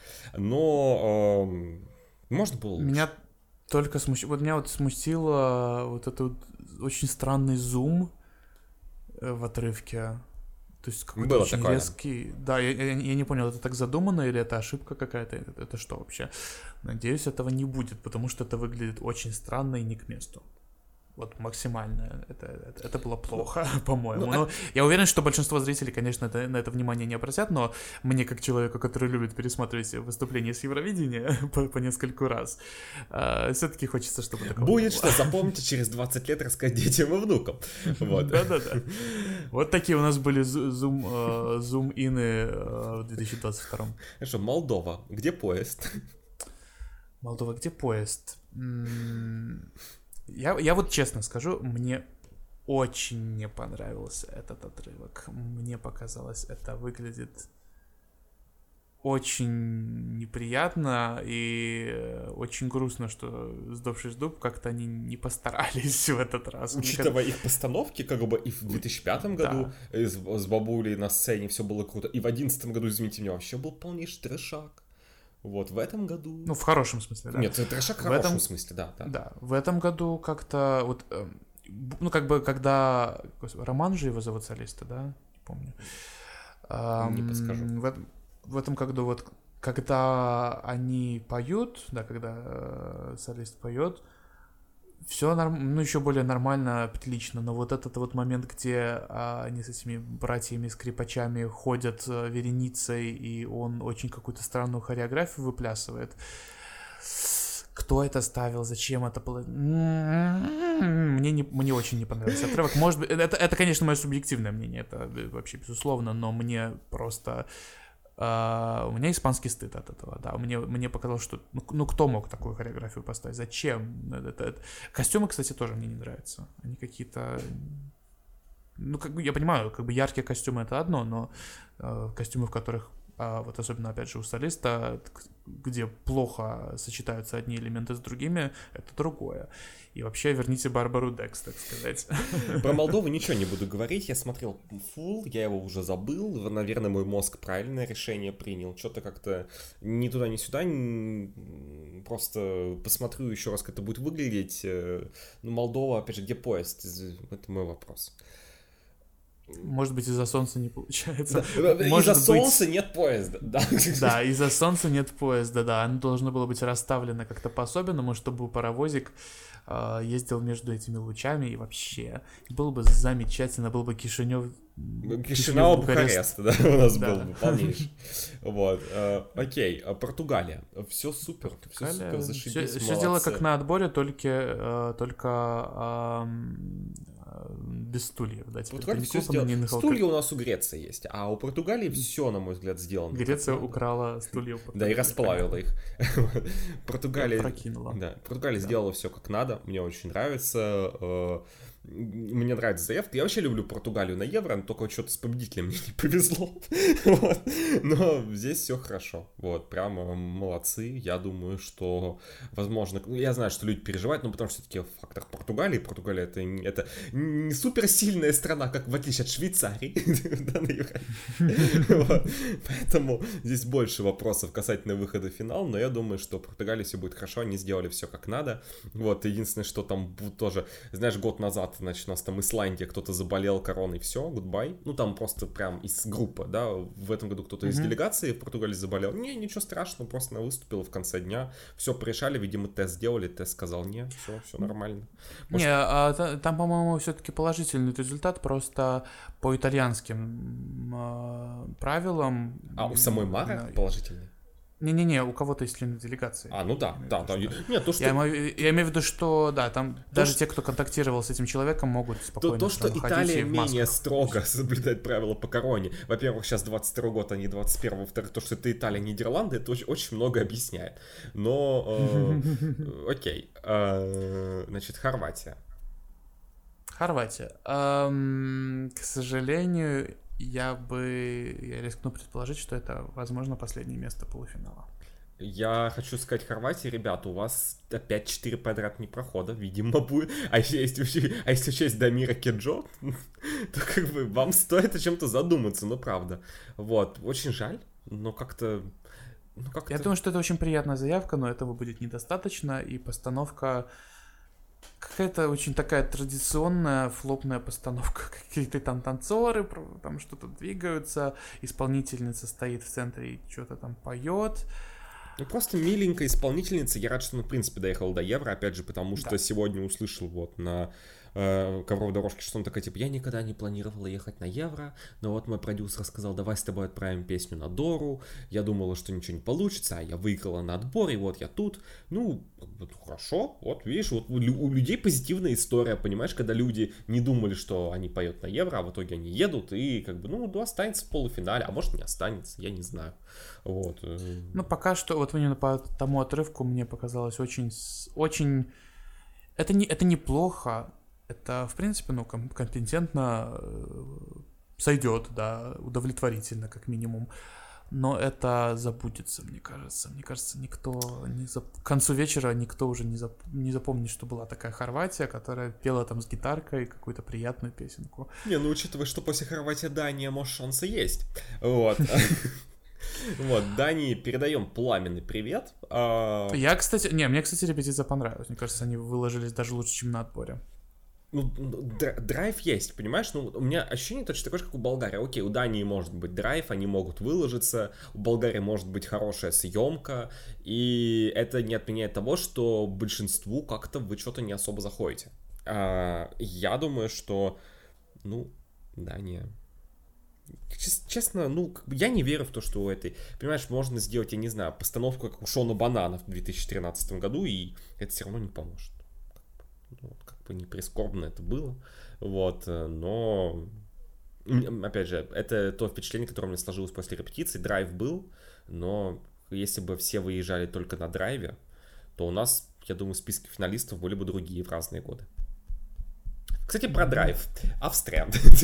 Но можно было лучше. Меня только смутило вот этот очень странный зум в отрывке. То есть какой-то было очень такое, резкий. Да, я не понял, это так задумано или это ошибка какая-то? Это что вообще? Надеюсь, этого не будет, потому что это выглядит очень странно и не к месту. Вот максимально. Это было плохо, по-моему. Я уверен, что большинство зрителей, конечно, на это внимание не обратят, но мне, как человеку, который любит пересматривать выступления с Евровидения по нескольку раз, все-таки хочется, чтобы такого будет что, запомните, через 20 лет рассказать детям и внукам. Да-да-да. Вот такие у нас были зум-ины в 2022. Хорошо, Молдова. Где поезд? Молдова, где поезд? Я вот честно скажу, мне очень не понравился этот отрывок. Мне показалось, это выглядит очень неприятно и очень грустно, что «Сдохший дуб» как-то они не постарались в этот раз. Учитывая их постановки, как бы и в 2005 году с бабулей на сцене все было круто, и в 2011 году, извините меня, вообще был полнейший трешак. Вот, в этом году... Ну, в хорошем смысле, да. Нет, трешак в хорошем смысле, да. Да, в этом году как-то вот... Ну, как бы, когда... Роман же его зовут, солиста, да? Не помню. Не подскажу. В этом году вот, когда они поют, да, когда солист поет, все ну, еще более нормально, прилично, но вот этот вот момент, где они с этими братьями-скрипачами ходят вереницей, и он очень какую-то странную хореографию выплясывает. Кто это ставил, зачем это было? Мне очень не понравился отрывок. Может быть, это, конечно, мое субъективное мнение, это вообще безусловно, но мне просто... у меня испанский стыд от этого, да. Мне показалось, что... Ну, кто мог такую хореографию поставить? Зачем? Костюмы, кстати, тоже мне не нравятся. Они какие-то... Ну, как бы, я понимаю, как бы яркие костюмы — это одно, но костюмы, в которых... вот особенно, опять же, у солиста, где плохо сочетаются одни элементы с другими, это другое. И вообще верните Барбару Декс, так сказать. Про Молдову ничего не буду говорить. Я смотрел фул, я его уже забыл. Наверное, мой мозг правильное решение принял. Что-то как-то ни туда, ни сюда. Просто посмотрю еще раз, как это будет выглядеть. Ну, Молдова, опять же, где поезд? Это мой вопрос. Может быть, из-за солнца не получается. Да, из-за солнца нет поезда. Да. Да, из-за солнца нет поезда, да. Оно должно было быть расставлено как-то по-особенному, чтобы паровозик ездил между этими лучами, и вообще было бы замечательно, был бы Кишинев, Бухарест, да, у нас был бы полнейший. Вот, окей, Португалия, все супер, зашибись, все дело как на отборе, только без стульев, да, теперь стулья у нас у Греции есть, а у Португалии все, на мой взгляд, сделано. Греция украла стулья. Да, и расплавила их. Португалия прокинула. сделала все как надо, мне очень нравится. Мне нравится заявка. Я вообще люблю Португалию на Евро, но только что-то с победителем мне не повезло. Вот. Но здесь все хорошо. Вот, прямо молодцы. Я думаю, что, возможно... Я знаю, что люди переживают, но потому что все-таки фактор Португалии. Португалия это не суперсильная страна, как в отличие от Швейцарии. Поэтому здесь больше вопросов касательно выхода в финал, но я думаю, что Португалии все будет хорошо. Они сделали все как надо. Вот, единственное, что там тоже... Знаешь, год назад, значит, у нас там Исландия, кто-то заболел короной, все, гудбай. Ну, там просто прям из группы, да, в этом году кто-то из делегации в Португалии заболел. Не, ничего страшного, просто она выступила в конце дня, все порешали, видимо, тест сделали, тест сказал, не, все нормально. Может... там, по-моему, все-таки положительный результат, просто по итальянским правилам. А у самой Мары положительный? Не-не-не, у кого-то есть члены делегации. Ну да. Нет, то, что... я имею в виду, что да, там даже те, кто контактировал с этим человеком, могут спокойно То, что Италия менее строго соблюдает правила по короне. Во-первых, сейчас 22 год, а не 21. Во-вторых, то, что это Италия, Нидерланды, это очень много объясняет. Но, окей. Значит, Хорватия. К сожалению... Я рискну предположить, что это, возможно, последнее место полуфинала. Я хочу сказать Хорватии, ребята, у вас опять 4 подряд непрохода, видимо, будет. А если учесть Дамира Кеджо, то как бы вам стоит о чем-то задуматься, ну правда. Вот, очень жаль, но как-то... Я думаю, что это очень приятная заявка, но этого будет недостаточно, и постановка... Какая-то очень такая традиционная флопная постановка. Какие-то там танцоры, там что-то двигаются, исполнительница стоит в центре и что-то там поет. Ну, просто миленькая исполнительница. Я рад, что она, в принципе, доехала до Евро, опять же, потому что сегодня услышал вот на ковровой дорожке, что он такой, типа, я никогда не планировала ехать на Евро, но вот мой продюсер сказал, давай с тобой отправим песню на Дору. Я думала, что ничего не получится, а я выиграла на отборе, вот я тут. Ну, хорошо, вот видишь, вот у людей позитивная история, понимаешь, когда люди не думали, что они поют на Евро, а в итоге они едут и как бы, останется в полуфинале, а может не останется, я не знаю. Вот. Ну, пока что, вот именно по тому отрывку мне показалось очень... Это неплохо. Это, в принципе, компетентно сойдет, да, удовлетворительно, как минимум. но это забудется, мне кажется. Мне кажется, к концу вечера никто уже не запомнит, что была такая Хорватия, которая пела там с гитаркой какую-то приятную песенку. Не, ну учитывая, что после Хорватии Дания, может, шансы есть. Вот. Вот, Дании передаем пламенный привет. Мне, кстати, репетиция понравилась. Мне кажется, они выложились даже лучше, чем на отборе. Ну, драйв есть, понимаешь? Ну, у меня ощущение точно такое же, как у Болгарии. Окей, у Дании может быть драйв, они могут выложиться, у Болгарии может быть хорошая съемка, и это не отменяет того, что большинству как-то вы что-то не особо заходите. Я думаю, что, Дания... Честно, я не верю в то, что у этой... Понимаешь, можно сделать, я не знаю, постановку, как у Шона Банана в 2013 году, и это все равно не поможет. Как бы не прискорбно это было. Вот, но... Опять же, это то впечатление, которое у меня сложилось после репетиции. Драйв был, но если бы все выезжали только на драйве, то у нас, я думаю, в списке финалистов были бы другие в разные годы. Кстати, про драйв. Австрия.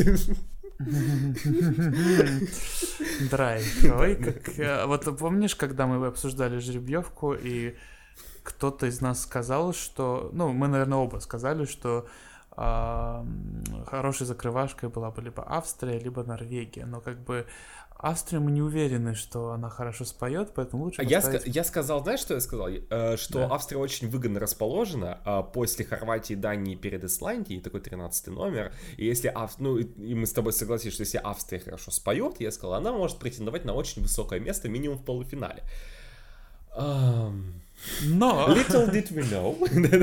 Драйв. Ой, как... Вот помнишь, когда мы обсуждали жеребьевку, и кто-то из нас сказал, что... мы, наверное, оба сказали, что хорошей закрывашкой была бы либо Австрия, либо Норвегия. Но как бы Австрию мы не уверены, что она хорошо споет, поэтому лучше... Я сказал, знаешь, что я сказал? Что Да. Австрия очень выгодно расположена после Хорватии, Дании перед Исландией, такой 13-й номер. И если и мы с тобой согласились, что если Австрия хорошо споет, я сказал, она может претендовать на очень высокое место, минимум в полуфинале. Но... Little did we know.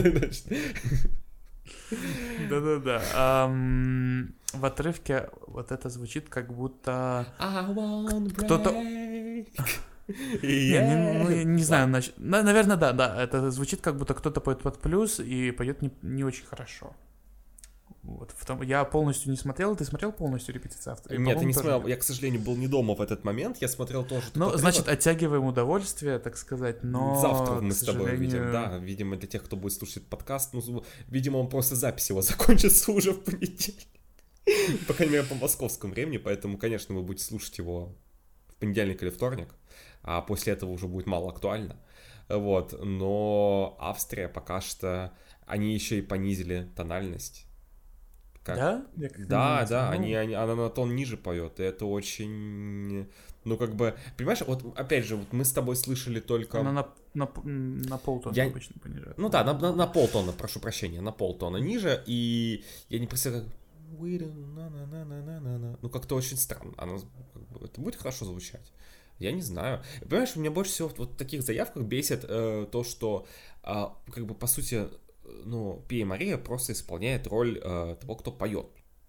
Да-да-да. В отрывке вот это звучит как будто кто-то... Не знаю, наверное, да. Это звучит как будто кто-то поет под плюс и поет не очень хорошо. Вот, я полностью не смотрел. Ты смотрел полностью репетицию автора? Нет, я не смотрел. Я, к сожалению, был не дома в этот момент. Я смотрел тоже. Значит, оттягиваем удовольствие, так сказать, но... Завтра мы с тобой увидим, да. Видимо, для тех, кто будет слушать подкаст, видимо, он просто запись его закончится уже в понедельник. По крайней мере, по московскому времени. Поэтому, конечно, вы будете слушать его в понедельник или вторник. А после этого уже будет мало актуально. Вот. Но Австрия пока что... Они еще и понизили тональность. Да? Да, она на тон ниже поет, и это очень, понимаешь, вот опять же, вот мы с тобой слышали только... Она на полтона обычно понижает. Ну да, на полтона, прошу прощения, на полтона ниже, и я не представляю, как-то очень странно, это будет хорошо звучать. Я не знаю. Понимаешь, меня больше всего в таких заявках бесит то, что, по сути... Пия Мария просто исполняет роль того, кто поет.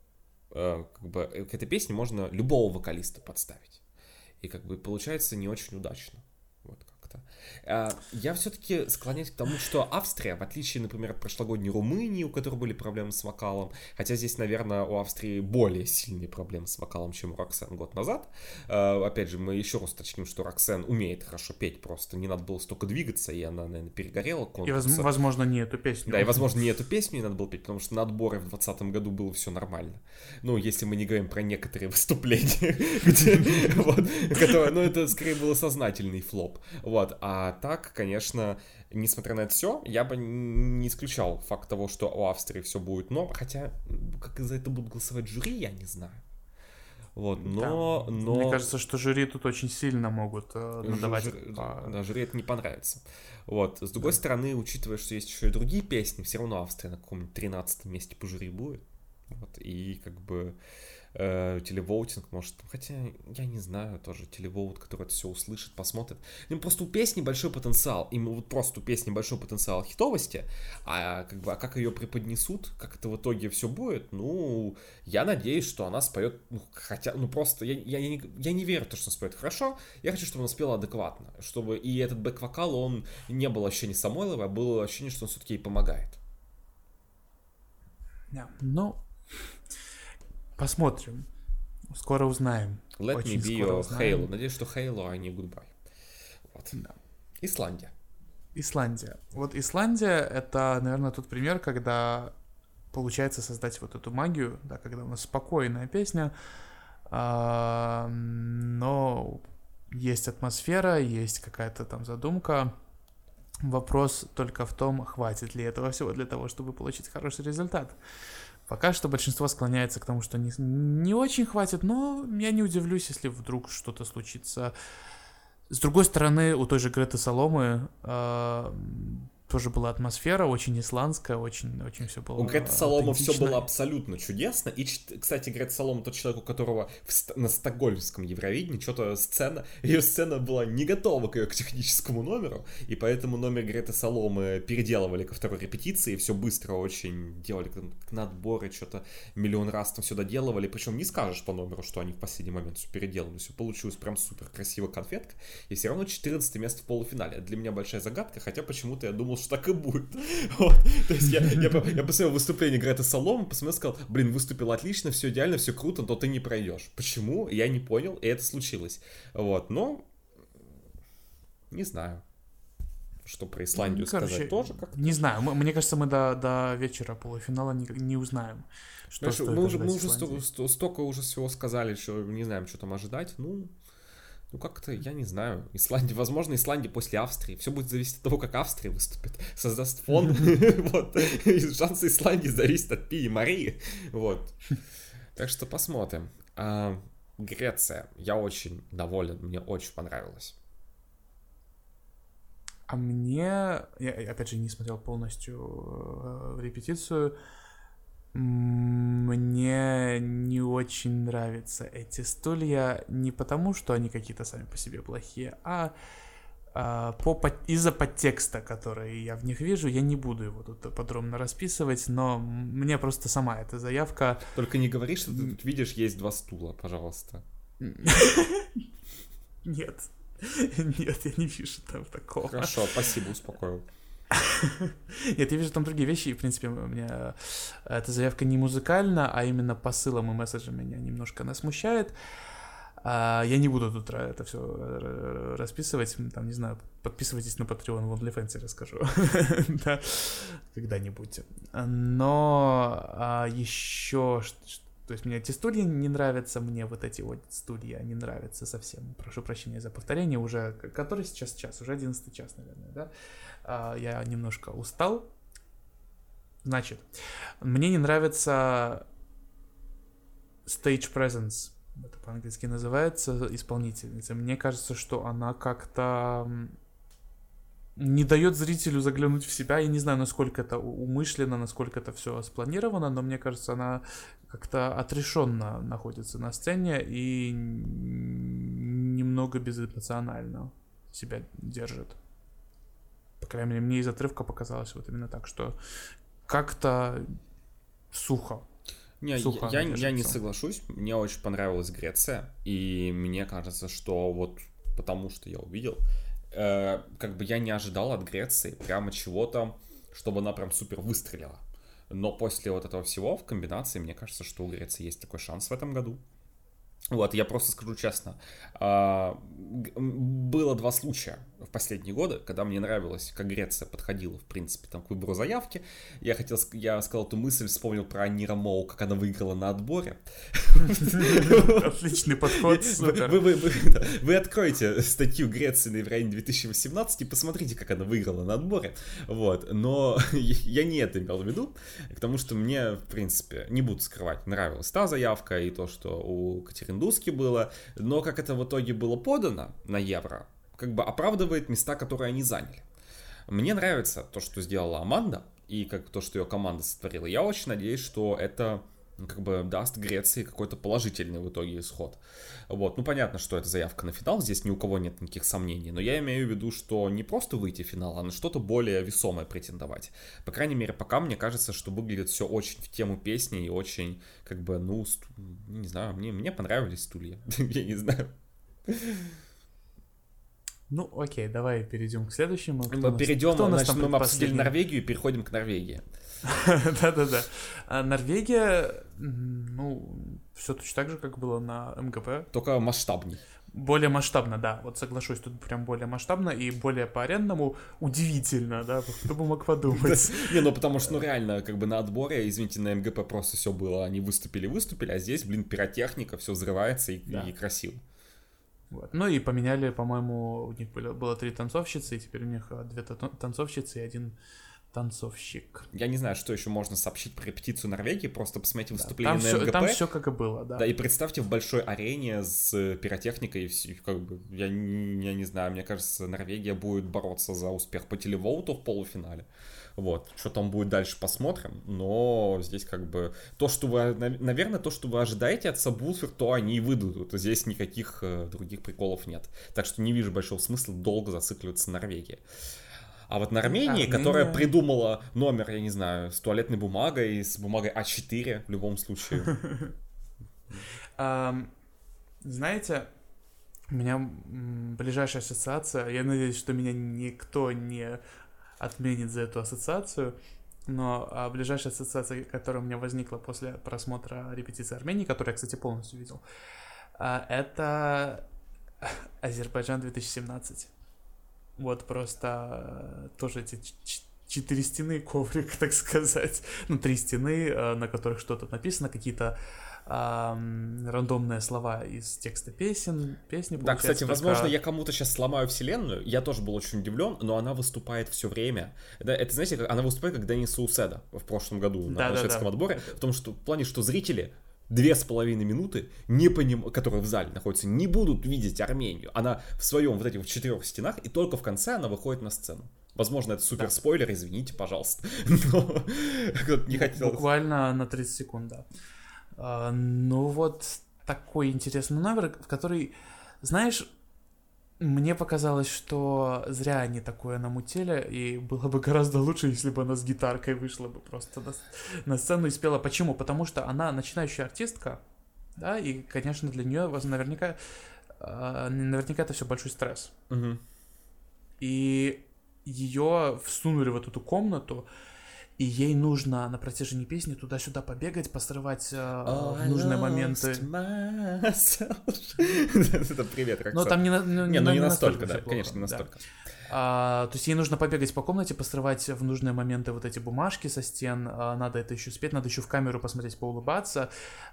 К этой песне можно любого вокалиста подставить. И получается не очень удачно. Вот как-то. Я все-таки склоняюсь к тому, что Австрия, в отличие, например, от прошлогодней Румынии, у которой были проблемы с вокалом, хотя здесь, наверное, у Австрии более сильные проблемы с вокалом, чем у Роксен год назад. Опять же, мы еще раз уточним, что Роксен умеет хорошо петь, просто не надо было столько двигаться, и она, наверное, перегорела. И, возможно, не эту песню. Да, и, возможно, не эту песню ей надо было петь, потому что на отборе в 2020 году было все нормально. Если мы не говорим про некоторые выступления, это скорее было сознательный флоп. Вот, а так, конечно, несмотря на это все, я бы не исключал факт того, что у Австрии все будет норм, хотя, как за это будут голосовать жюри, я не знаю. Вот, но... Мне кажется, что жюри тут очень сильно могут надавать. Да, жюри это не понравится. Вот, с другой стороны, учитывая, что есть еще и другие песни, все равно Австрия на каком-нибудь 13-м месте по жюри будет. Вот, и телевоутинг может... Хотя, я не знаю, тоже телевоут, который это все услышит, посмотрит. Просто у песни большой потенциал. Именно вот просто у песни большой потенциал хитовости. А как ее преподнесут, как это в итоге все будет, я надеюсь, что она споет... просто... Я не верю в то, что она споет хорошо. Я хочу, чтобы она спела адекватно. Чтобы и этот бэк-вокал, он не был ощущение Самойлова, а было ощущение, что он все-таки ей помогает. Посмотрим. Скоро узнаем. Let me be your Halo. Надеюсь, что Halo, а не Goodbye. Вот. Да. Исландия. Вот Исландия — это, наверное, тот пример, когда получается создать вот эту магию, да, когда у нас спокойная песня, но есть атмосфера, есть какая-то там задумка. Вопрос только в том, хватит ли этого всего для того, чтобы получить хороший результат. Пока что большинство склоняется к тому, что не очень хватит, но я не удивлюсь, если вдруг что-то случится. С другой стороны, у той же Греты Саломы тоже была атмосфера, очень исландская, очень все было. У Греты Саломы все было абсолютно чудесно. И, кстати, Грета Салома тот человек, у которого на стокгольмском Евровидении что-то ее сцена была не готова к ее техническому номеру, и поэтому номер Греты Саломы переделывали ко второй репетиции, все быстро очень делали на отборы, что-то миллион раз там все доделывали, причем не скажешь по номеру, что они в последний момент все переделали, все получилось прям супер красиво, конфетка, и все равно 14 место в полуфинале. Это для меня большая загадка, хотя почему-то я думал, что так и будет. Вот. То есть я посмотрел выступление Греты Саломы, посмотрел, сказал, выступил отлично, все идеально, все круто, но ты не пройдешь. Почему? Я не понял, и это случилось. Вот, но не знаю, что про Исландию сказать тоже как-то. Не знаю, мне кажется, мы до вечера полуфинала не узнаем, что стоит ожидать мы уже столько уже всего сказали, что не знаем, что там ожидать. Ну, как-то, я не знаю, возможно, Исландия после Австрии. Все будет зависеть от того, как Австрия выступит. Создаст фон. Вот. Шансы Исландии зависят от Пи и Марии. Вот. Так что посмотрим. Греция. Я очень доволен. Мне очень понравилось. А мне... Я, опять же, не смотрел полностью репетицию. Мне не очень нравятся эти стулья не потому, что они какие-то сами по себе плохие, а из-за подтекста, который я в них вижу. Я не буду его тут подробно расписывать, но мне просто сама эта заявка... Только не говори, что ты тут видишь, есть 2 стула, пожалуйста. Нет, я не вижу там такого. Хорошо, спасибо, успокоил. Нет, я вижу там другие вещи, и, в принципе, у меня эта заявка не музыкальна, а именно посылом и месседжем меня немножко она смущает. Я не буду тут это все расписывать, там, не знаю, подписывайтесь на Patreon, в OnlyFans расскажу, да, когда-нибудь. Но еще, то есть мне эти стулья не нравятся, мне вот эти вот стулья не нравятся совсем, прошу прощения за повторение, уже, который сейчас час, уже 11 час, наверное, да. Я немножко устал. Значит, мне не нравится stage presence, это по-английски называется, исполнительница. Мне кажется, что она как-то не дает зрителю заглянуть в себя. Я не знаю, насколько это умышленно, насколько это все спланировано, но мне кажется, она как-то отрешенно находится на сцене и немного безэмоционально себя держит. По крайней мере, мне из отрывка показалось вот именно так, что как-то сухо. Я не соглашусь. Мне очень понравилась Греция. И мне кажется, что вот потому что я увидел, как бы я не ожидал от Греции прямо чего-то, чтобы она прям супер выстрелила. Но после вот этого всего в комбинации, мне кажется, что у Греции есть такой шанс в этом году. Вот, я просто скажу честно, было 2 случая в последние годы, когда мне нравилось, как Греция подходила, в принципе, там, к выбору заявки. Я сказал эту мысль, вспомнил про Нира Моу, как она выиграла на отборе. Отличный подход, супер. Вы откроете статью Греции на Евровидении 2018 и посмотрите, как она выиграла на отборе. Вот, но я не это имел в виду, потому что мне, в принципе, не буду скрывать, нравилась та заявка и то, что у Катерины Дуски было, но как это в итоге было подано на Евро, как бы оправдывает места, которые они заняли. Мне нравится то, что сделала Аманда, и как то, что ее команда сотворила. Я очень надеюсь, что это как бы даст Греции какой-то положительный в итоге исход. Вот. Ну, понятно, что это заявка на финал, здесь ни у кого нет никаких сомнений, но я имею в виду, что не просто выйти в финал, а на что-то более весомое претендовать. По крайней мере, пока мне кажется, что выглядит все очень в тему песни и очень, как бы, ну, не знаю, мне понравились стулья. Я не знаю. Ну, окей, давай перейдем к следующему. Значит, мы обсудили Норвегию и переходим к Норвегии. Да-да-да. Норвегия, ну, все точно так же, как было на МГП. Только масштабней. Более масштабно, да. Вот соглашусь, тут прям более масштабно и более по-арендному. Удивительно, да? Кто бы мог подумать. Не, ну потому что, ну реально, как бы на отборе, извините, на МГП просто все было. Они выступили, а здесь, блин, пиротехника, все взрывается и красиво. Вот. Ну и поменяли, по-моему, у них было 3 танцовщицы, и теперь у них 2 танцовщицы и 1 танцовщик. Я не знаю, что еще можно сообщить про репетицию Норвегии, просто посмотрите выступление там на МГП. Там все как и было, да. Да, и представьте в большой арене с пиротехникой, как бы, я не знаю, мне кажется, Норвегия будет бороться за успех по телевоуту в полуфинале. Вот, что там будет дальше, посмотрим, но здесь как бы то, что вы, наверное, то, что вы ожидаете от Subwoofer, то они и выдадут, здесь никаких других приколов нет, так что не вижу большого смысла долго зацикливаться на Норвегии. А вот на Армении, которая придумала номер, я не знаю, с туалетной бумагой, с бумагой А4 в любом случае. Знаете, у меня ближайшая ассоциация, я надеюсь, что меня никто не отменит за эту ассоциацию, но ближайшая ассоциация, которая у меня возникла после просмотра репетиции Армении, которую я, кстати, полностью видел, это Азербайджан 2017. Вот просто тоже эти 4 стены, коврик, так сказать. Ну, 3 стены, на которых что-то написано, какие-то рандомные слова из текста песни. Да, кстати, возможно, я кому-то сейчас сломаю вселенную. Я тоже был очень удивлен, но она выступает все время. Это, знаете, она выступает как Денис Сауседа в прошлом году на шведском отборе. В плане, что зрители 2,5 минуты, которые в зале находятся, не будут видеть Армению. Она в своем вот этих 4 стенах, и только в конце она выходит на сцену. Возможно, это супер спойлер, извините, пожалуйста. Но кто-то не хотел. Буквально на 30 секунд, да. Ну вот такой интересный номер, в который, знаешь, мне показалось, что зря они такое намутили, и было бы гораздо лучше, если бы она с гитаркой вышла бы просто на сцену и спела. Почему? Потому что она начинающая артистка, да, и, конечно, для нее наверняка это все большой стресс. Угу. И ее всунули в эту комнату, и ей нужно на протяжении песни туда-сюда побегать, посрывать в нужные моменты. Это привет, Роксана. Но там не настолько, да, конечно, не настолько. То есть ей нужно побегать по комнате, посрывать в нужные моменты вот эти бумажки со стен, надо это еще спеть, надо еще в камеру посмотреть, поулыбаться.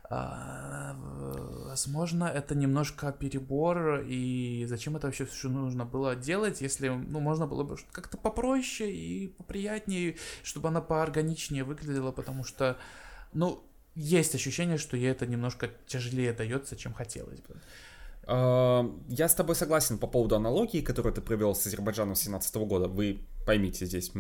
Возможно, это немножко перебор, и зачем это вообще все нужно было делать, если, можно было бы как-то попроще и поприятнее, чтобы она поорганичнее выглядела, потому что, есть ощущение, что ей это немножко тяжелее дается, чем хотелось бы. Я с тобой согласен по поводу аналогии, которую ты привел с Азербайджаном 2017 года. Вы поймите, здесь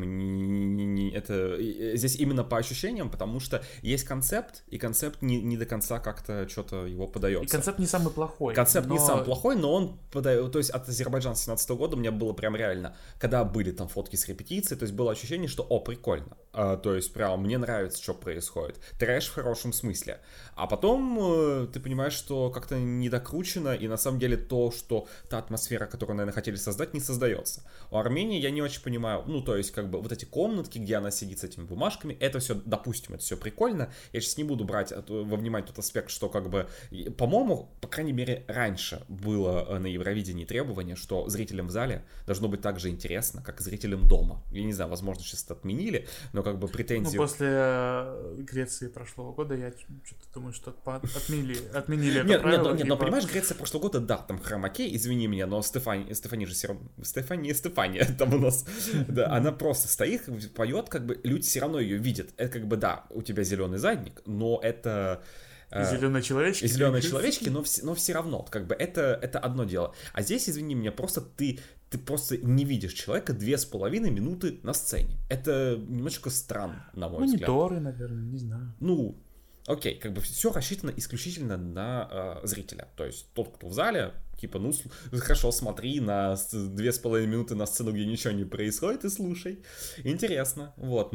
здесь именно по ощущениям, потому что есть концепт, и концепт не до конца как-то что-то его подается. И концепт не самый плохой. Не самый плохой, но он подает. То есть от Азербайджана 2017 года у меня было прям реально, когда были там фотки с репетиции, то есть было ощущение, что прикольно. То есть прям мне нравится, что происходит. Трэш в хорошем смысле. А потом ты понимаешь, что как-то недокручено, и на самом деле та атмосфера, которую, наверное, хотели создать, не создается. У Армении я не очень понимаю, то есть как бы вот эти комнатки, где она сидит с этими бумажками, это все, допустим, это все прикольно. Я сейчас не буду брать во внимание тот аспект, что как бы, по-моему, по крайней мере, раньше было на Евровидении требование, что зрителям в зале должно быть так же интересно, как и зрителям дома. Я не знаю, возможно, сейчас это отменили, но как бы претензии... После Греции прошлого года я что-то думаю, что отменили это правило. Нет, но понимаешь, Греция прошлого года, да, там хромакей, извини меня, но Стефания же все равно... Стефания там у нас... Да, она просто стоит, поет, как бы люди все равно ее видят. Это как бы, да, у тебя зеленый задник, но это... Зеленые человечки. Зеленые человечки, но все равно, как бы это одно дело. А здесь, извини меня, просто ты просто не видишь человека 2,5 минуты на сцене. Это немножечко странно, на мой взгляд. Мониторы, наверное, не знаю. Окей, как бы все рассчитано исключительно на зрителя. То есть тот, кто в зале, типа, хорошо, смотри на 2,5 минуты на сцену, где ничего не происходит, и слушай. Интересно. Вот,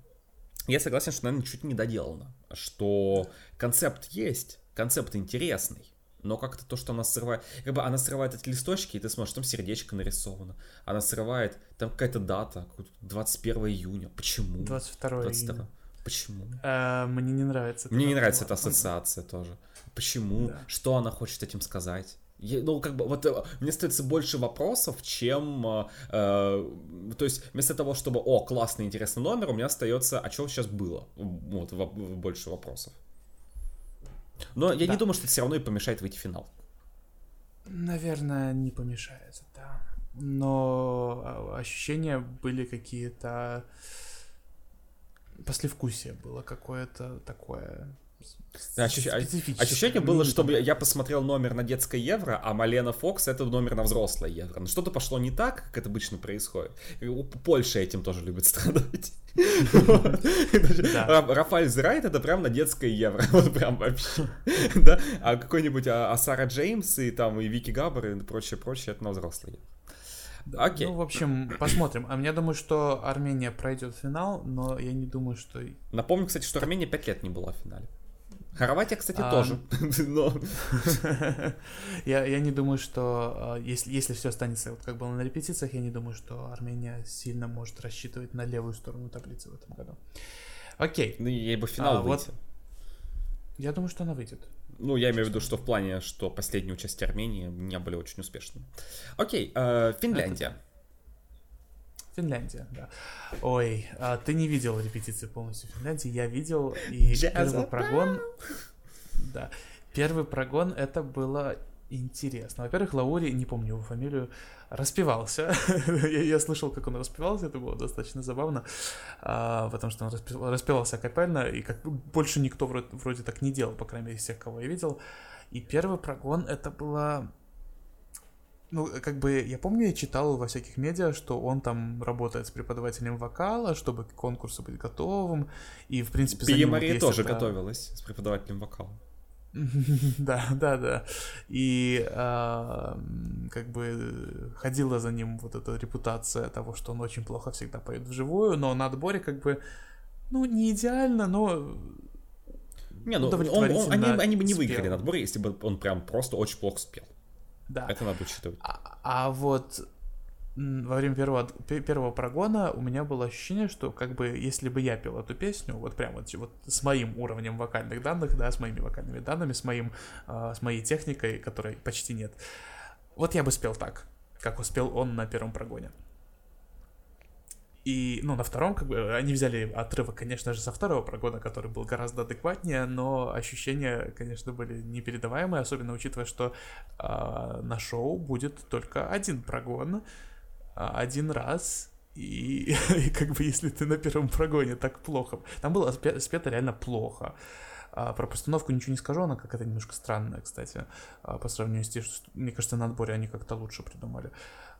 я согласен, что, наверное, чуть не доделано. Что концепт есть, концепт интересный. Но как-то то, что она срывает... Как бы она срывает эти листочки, и ты смотришь, там сердечко нарисовано. Она срывает, там какая-то дата, 21 июня. Почему? 22 июня. Почему? Мне не нравится. Мне не нравится эта ассоциация тоже. Почему? Да. Что она хочет этим сказать? Мне остается больше вопросов, чем... то есть, вместо того, чтобы, классный, интересный номер, у меня остается, а что сейчас было? Вот, больше вопросов. Но я не думаю, что это все равно и помешает выйти в финал. Наверное, не помешает, да. Но ощущения были какие-то... Послевкусие было какое-то такое... Да, ощущение было, что я посмотрел номер на детское евро, а Малена Фокс это номер на взрослое евро. Но что-то пошло не так, как это обычно происходит. Польша этим тоже любит страдать. Рафаэль Зрайт это прям на детское евро. Вот прям вообще. А какой-нибудь Сара Джеймс и там и Вики Габбар и прочее, это на взрослое евро. Окей. Ну, в общем, посмотрим. А я думаю, что Армения пройдет финал, но я не думаю, что... Напомню, кстати, что Армения 5 лет не была в финале. Хорватия, кстати, тоже. Но... я не думаю, что если все останется вот как было на репетициях, я не думаю, что Армения сильно может рассчитывать на левую сторону таблицы в этом году. Окей. Ну, ей бы финал выйти. Вот... Я думаю, что она выйдет. Ну, я имею в виду, что в плане, что последние участия Армении не были очень успешными. Окей, Финляндия. Финляндия, да. Ой, ты не видел репетиции полностью Финляндии, я видел, и первый прогон... Да, первый прогон, это было интересно. Во-первых, Лаури, не помню его фамилию, распевался. Я слышал, как он распевался, это было достаточно забавно, потому что он распевался акапельно, и как больше никто вроде так не делал, по крайней мере, из всех, кого я видел. И первый прогон, это было... Ну, как бы, я помню, я читал во всяких медиа, что он там работает с преподавателем вокала, чтобы к конкурсу быть готовым, и, в принципе, Пия Мария тоже готовилась с преподавателем вокала. Да. И как бы ходила за ним вот эта репутация того, что он очень плохо всегда поет вживую, но на отборе как бы, ну, не идеально, но... Не, ну, они бы не выиграли на отборе, если бы он прям просто очень плохо спел. Да. Это надо учитывать. А вот во время первого прогона у меня было ощущение, что как бы если бы я пел эту песню, вот прям вот с моим уровнем вокальных данных, да, с моими вокальными данными, с моей техникой, которой почти нет, вот я бы спел так, как успел он на первом прогоне. И, ну, на втором, как бы, они взяли отрывок, конечно же, со второго прогона, который был гораздо адекватнее, но ощущения, конечно, были непередаваемые, особенно учитывая, что на шоу будет только один прогон, один раз, и как бы, если ты на первом прогоне так плохо... Там было спето реально плохо. Про постановку ничего не скажу, она какая-то немножко странная, кстати, по сравнению с тем, что, мне кажется, на отборе они как-то лучше придумали.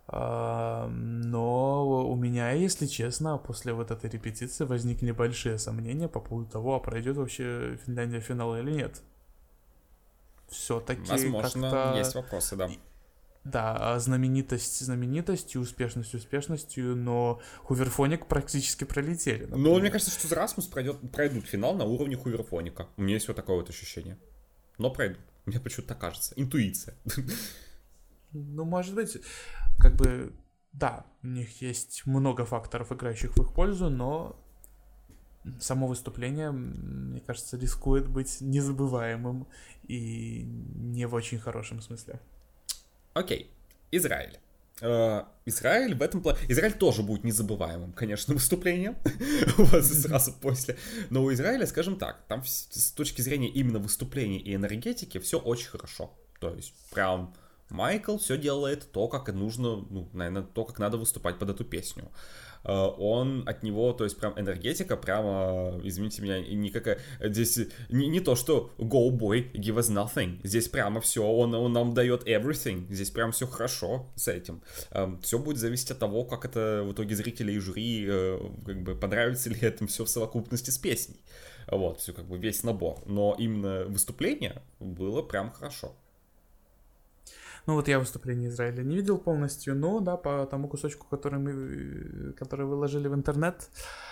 Но у меня, если честно, после вот этой репетиции возникли большие сомнения по поводу того, а пройдет вообще Финляндия в финал или нет. Все-таки возможно, как-то... есть вопросы, да. Да, знаменитостью, успешностью, но Хуверфоник практически пролетели. Например. Но мне кажется, что за Расмус пройдут финал на уровне Хуверфоника. У меня есть вот такое вот ощущение. Но пройдут. Мне почему-то так кажется. Интуиция. Ну, может быть, как бы, да, у них есть много факторов, играющих в их пользу, но само выступление, мне кажется, рискует быть незабываемым и не в очень хорошем смысле. Окей, Израиль. Израиль в этом плане... Израиль тоже будет незабываемым, конечно, выступлением сразу после. Но у Израиля, скажем так, там с точки зрения именно выступления и энергетики все очень хорошо. То есть прям... Майкл все делает то, как и нужно, ну, наверное, то, как надо выступать под эту песню. Он от него, то есть прям энергетика, прямо, извините меня, никакая, здесь не то, что go boy, give us nothing, здесь прямо все, он нам дает everything, здесь прям все хорошо с этим. Все будет зависеть от того, как это в итоге зрители и жюри, как бы понравится ли это все в совокупности с песней. Вот, все как бы весь набор. Но именно выступление было прям хорошо. Ну вот я выступление Израиля не видел полностью, но да, по тому кусочку, который выложили в интернет,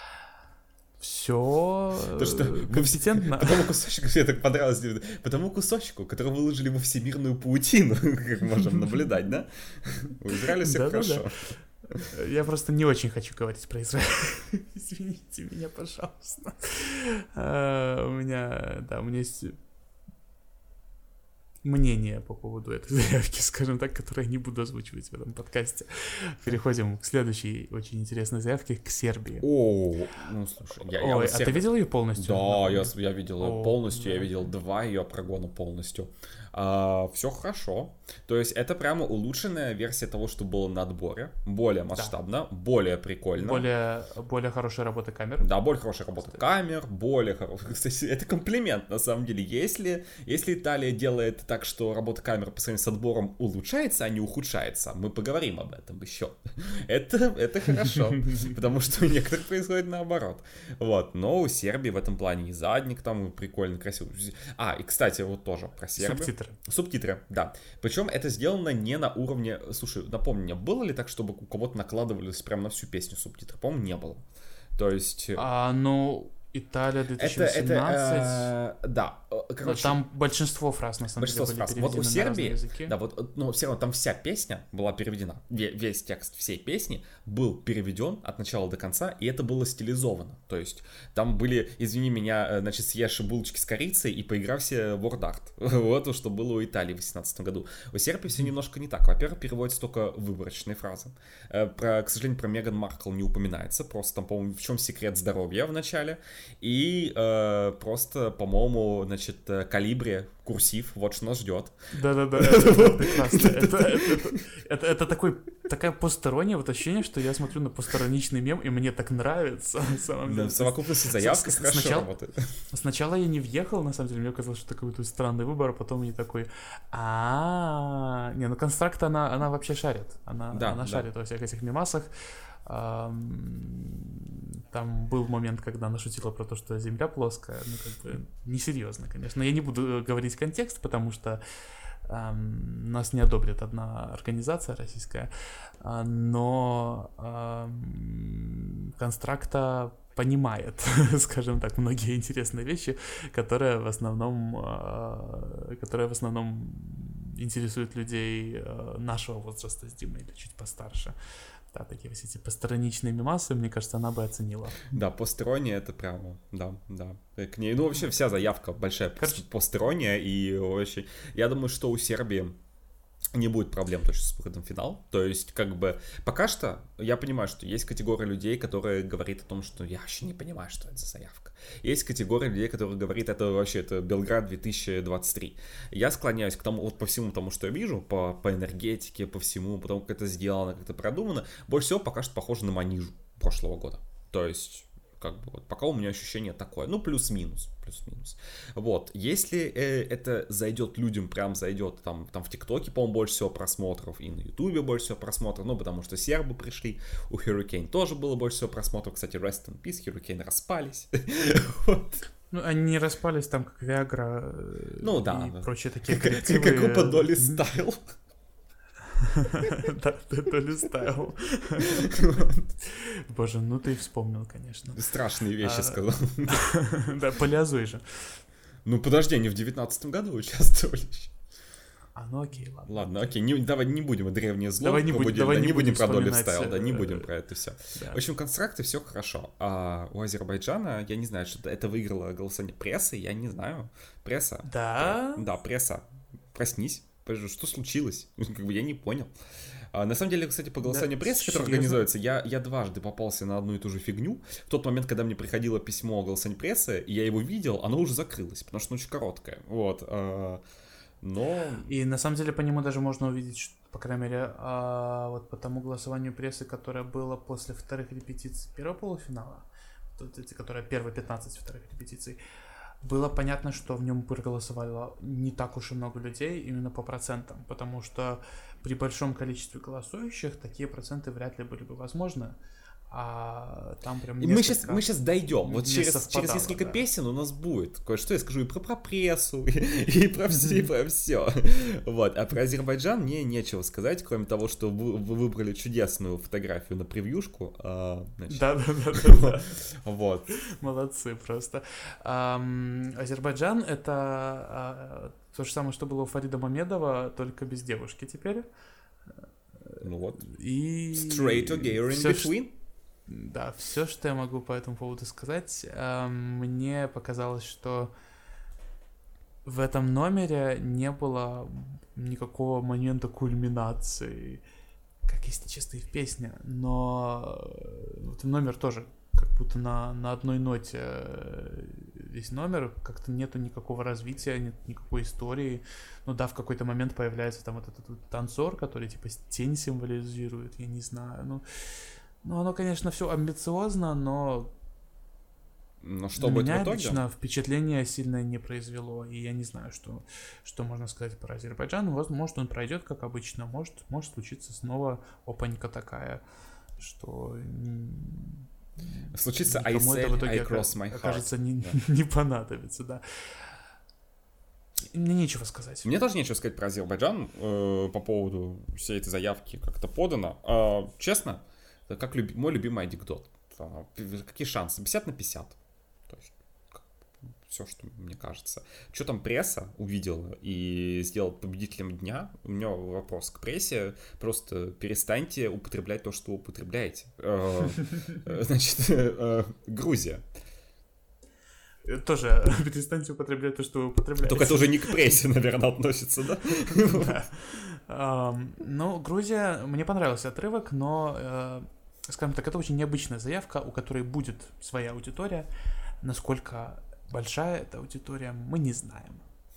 все компетентно. По тому кусочку, мне так понравилось, по тому кусочку, который выложили во всемирную паутину, как можем наблюдать, да? У Израиля все хорошо. Я просто не очень хочу говорить про Израиль. Извините меня, пожалуйста. У меня есть... мнение по поводу этой заявки, скажем так, которое я не буду озвучивать в этом подкасте. Переходим к следующей очень интересной заявке, к Сербии. Ну слушай, ты видел ее полностью? Да, я видел ее полностью, я видел 2 ее прогона полностью. Все хорошо. То есть это прямо улучшенная версия того, что было на отборе. Более масштабно, более прикольно. Более хорошая работа камер. Да, более хорошая работа камер, более хорошая... Кстати, это комплимент, на самом деле. Если Италия делает так, что работа камер по сравнению с отбором улучшается, а не ухудшается, мы поговорим об этом еще. Это хорошо, потому что у некоторых происходит наоборот. Вот, но у Сербии в этом плане и задник там прикольно, красиво. И, кстати, вот тоже про Сербию. Субтитры, да. Причем это сделано не на уровне... Слушай, напомни мне, было ли так, чтобы у кого-то накладывались прямо на всю песню субтитры? По-моему, не было. То есть... Италия 2018. Да, короче, там большинство фраз, на самом деле, были переведены вот у Сербии, на разные языки. Да, вот, но все равно там вся песня была переведена. Весь текст всей песни был переведен от начала до конца, и это было стилизовано. То есть там были, извини меня, значит, съешь булочки с корицей и поигрався в Word Art. Вот что было у Италии в 2018 году. У Сербии все немножко не так. Во-первых, переводятся только выборочные фразы. К сожалению, про Меган Маркл не упоминается. Просто там, по-моему, в чем секрет здоровья в начале. И просто, по-моему, значит, калибри, курсив, вот что нас ждет. Да-да-да, это прекрасно. Это такая посторонняя, вот ощущение, что я смотрю на постороничный мем, и мне так нравится, на самом деле. Да, в совокупности заявка хорошо работает. Сначала я не въехал, на самом деле, мне казалось, что это какой-то странный выбор, а потом я такой, не, ну Констракта, она вообще шарит. Она шарит во всех этих мемасах. Там был момент, когда она шутила про то, что Земля плоская, ну, как бы, несерьезно, конечно. Я не буду говорить контекст, потому что нас не одобрит одна организация российская, но Констракта понимает, скажем так, многие интересные вещи, которые в основном интересуют людей нашего возраста с Димой или чуть постарше. Да, такие вот эти постороничные мемасы, мне кажется, она бы оценила. Да, постерония это прямо, да. К ней, ну, вообще вся заявка большая постерония, и вообще, я думаю, что у Сербии не будет проблем точно с выходом в финал. То есть, как бы, пока что я понимаю, что есть категория людей, которые говорят о том, что я вообще не понимаю, что это за заявка. Есть категория людей, которые говорят, это вообще, это Белград 2023. Я склоняюсь к тому, вот по всему тому, что я вижу, по энергетике, по всему, потому как это сделано, как это продумано, больше всего пока что похоже на Манижу прошлого года. То есть, как бы, вот, пока у меня ощущение такое, ну, плюс-минус. Вот, если это зайдет людям, прям зайдет там в ТикТоке, по-моему, больше всего просмотров, и на Ютубе больше всего просмотров, ну, потому что сербы пришли, у Hurricane тоже было больше всего просмотров, кстати, Rest in Peace, Hurricane распались, вот. Ну, они не распались там, как Viagra, ну, да, и прочие такие коллективы. Как группа Dolly Style. Да, Dolly Style. Боже, ну ты вспомнил, конечно. Страшные вещи сказал. Да, Палеозой же. Ну подожди, они в 19-м году участвовали. Ну окей, ладно. Ладно, окей, давай не будем о древнее зло. Давай не будем про Dolly Style, да, не будем про это все. Да. В общем, Констракты все хорошо. А у Азербайджана, я не знаю, что это выиграло голосование прессы, я не знаю. Пресса. Да? Да, пресса. Проснись. Что случилось? Как бы я не понял. На самом деле, кстати, по голосованию прессы, которое организуется, я дважды попался на одну и ту же фигню. В тот момент, когда мне приходило письмо о голосовании прессы, и я его видел, оно уже закрылось, потому что оно очень короткое. Вот. Но... И на самом деле по нему даже можно увидеть, что, по крайней мере, вот по тому голосованию прессы, которое было после вторых репетиций первого полуфинала, которое первые 15 вторых репетиций, было понятно, что в нем проголосовало не так уж и много людей именно по процентам, потому что при большом количестве голосующих такие проценты вряд ли были бы возможны. А там прям мы сейчас дойдем. Вот через несколько да. песен у нас будет кое-что. Я скажу и про прессу, и про все. Вот. А про Азербайджан мне нечего сказать, кроме того, что вы выбрали чудесную фотографию на превьюшку. Да. Вот. Молодцы просто. Азербайджан — это то же самое, что было у Фарида Мамедова, только без девушки теперь. Ну вот. И Straight or gay or in between? Да, все, что я могу по этому поводу сказать, мне показалось, что в этом номере не было никакого момента кульминации, как если чисто и в песне, но номер тоже как будто на одной ноте весь номер, как-то нету никакого развития, нет никакой истории. Ну да, в какой-то момент появляется там вот этот вот танцор, который типа тень символизирует, я не знаю. Ну оно, конечно, все амбициозно, но что на будет меня в итоге? лично впечатление сильно не произвело, и я не знаю, что можно сказать про Азербайджан. Может, он пройдет, как обычно, может случиться снова опанька такая, что Случится I никому это в sail, итоге I cross my heart. окажется не понадобится, да. Мне нечего сказать. Мне тоже нечего сказать про Азербайджан по поводу всей этой заявки, как это подано. Честно, это как мой любимый анекдот. Какие шансы? 50/50. То есть, все, что мне кажется. Что там пресса увидела и сделала победителем дня? У меня вопрос к прессе. Просто перестаньте употреблять то, что вы употребляете. Значит, Грузия. Тоже перестаньте употреблять то, что вы употребляете. Только это уже не к прессе, наверное, относится, да? Ну, Грузия, мне понравился отрывок, но, скажем так, это очень необычная заявка, у которой будет своя аудитория. Насколько большая эта аудитория, мы не знаем.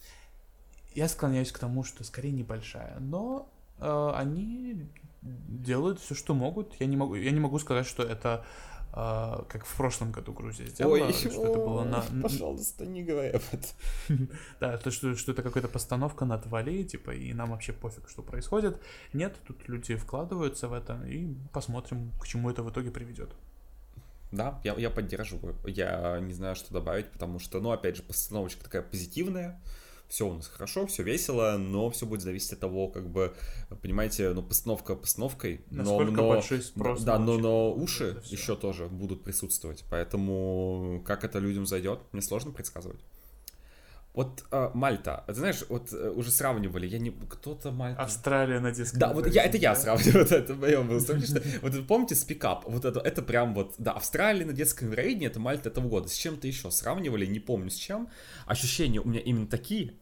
Я склоняюсь к тому, что скорее небольшая, но они делают все, что могут. Я не могу сказать, что это как в прошлом году Грузия сделала. Ой, что это было пожалуйста, не говори об этом. Да, что это какая-то постановка на отвали, типа, и нам вообще пофиг, что происходит. Нет, тут люди вкладываются в это, и посмотрим, к чему это в итоге приведет. Да, я поддерживаю. Я не знаю, что добавить, потому что, ну, опять же, постановочка такая позитивная. Все у нас хорошо, все весело, но все будет зависеть от того, как бы, понимаете, ну, постановка постановкой. Насколько большой спрос. Да, но уши еще тоже будут присутствовать. Поэтому, как это людям зайдет, мне сложно предсказывать. Вот Мальта, ты знаешь, вот уже сравнивали, кто-то Мальта... Австралия на детском. Да, вот это я сравниваю, это мое было. Вот помните спикап, вот это прям вот, да, Австралия на детском Евровидении, это Мальта этого года. С чем-то еще сравнивали, не помню с чем. Ощущения у меня именно такие.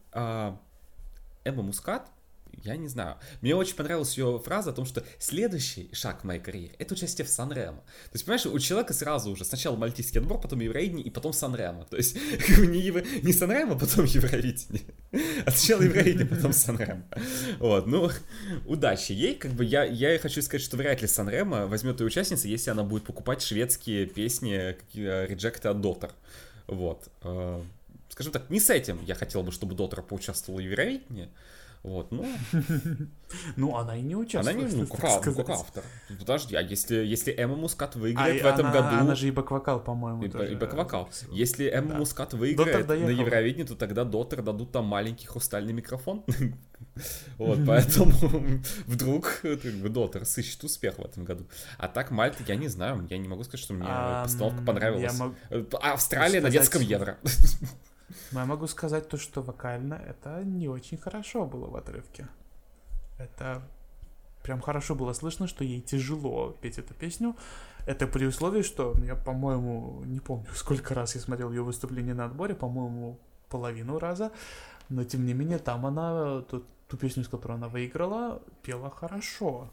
Эмма Мускат, я не знаю. Мне очень понравилась ее фраза о том, что следующий шаг в моей карьере — это участие в Сан-Ремо. То есть, понимаешь, у человека сразу уже сначала мальтийский отбор, потом Евровидение и потом Сан-Ремо. То есть, не Сан-Ремо, потом Евровидение. А сначала Евровидение, потом Сан-Ремо. Вот, ну, удачи ей. Как бы я хочу сказать, что вряд ли Сан-Ремо возьмет ее участницу, если она будет покупать шведские песни Rejected от Дотер. Вот. Скажем так, не с этим я хотел бы, чтобы Дотер поучаствовала в Евровидении. Вот, ну... Ну, она и не участвует. Она не, как автор. Подожди, а если Эмма Мускат выиграет в этом году... Она же и бэк-вокал, по-моему, и бэк-вокал. Если Эмма Мускат выиграет на Евровидении, то тогда Дотер дадут там маленький хрустальный микрофон. Вот, поэтому вдруг Дотер сыщет успех в этом году. А так Мальта, я не знаю, я не могу сказать, что мне постановка понравилась. Австралия на детском Евро. Но я могу сказать то, что вокально это не очень хорошо было в отрывке. Это прям хорошо было слышно, что ей тяжело петь эту песню. Это при условии, что я, по-моему, не помню, сколько раз я смотрел ее выступление на отборе, по-моему, половину раза. Но, тем не менее, там она, ту песню, с которой она выиграла, пела хорошо.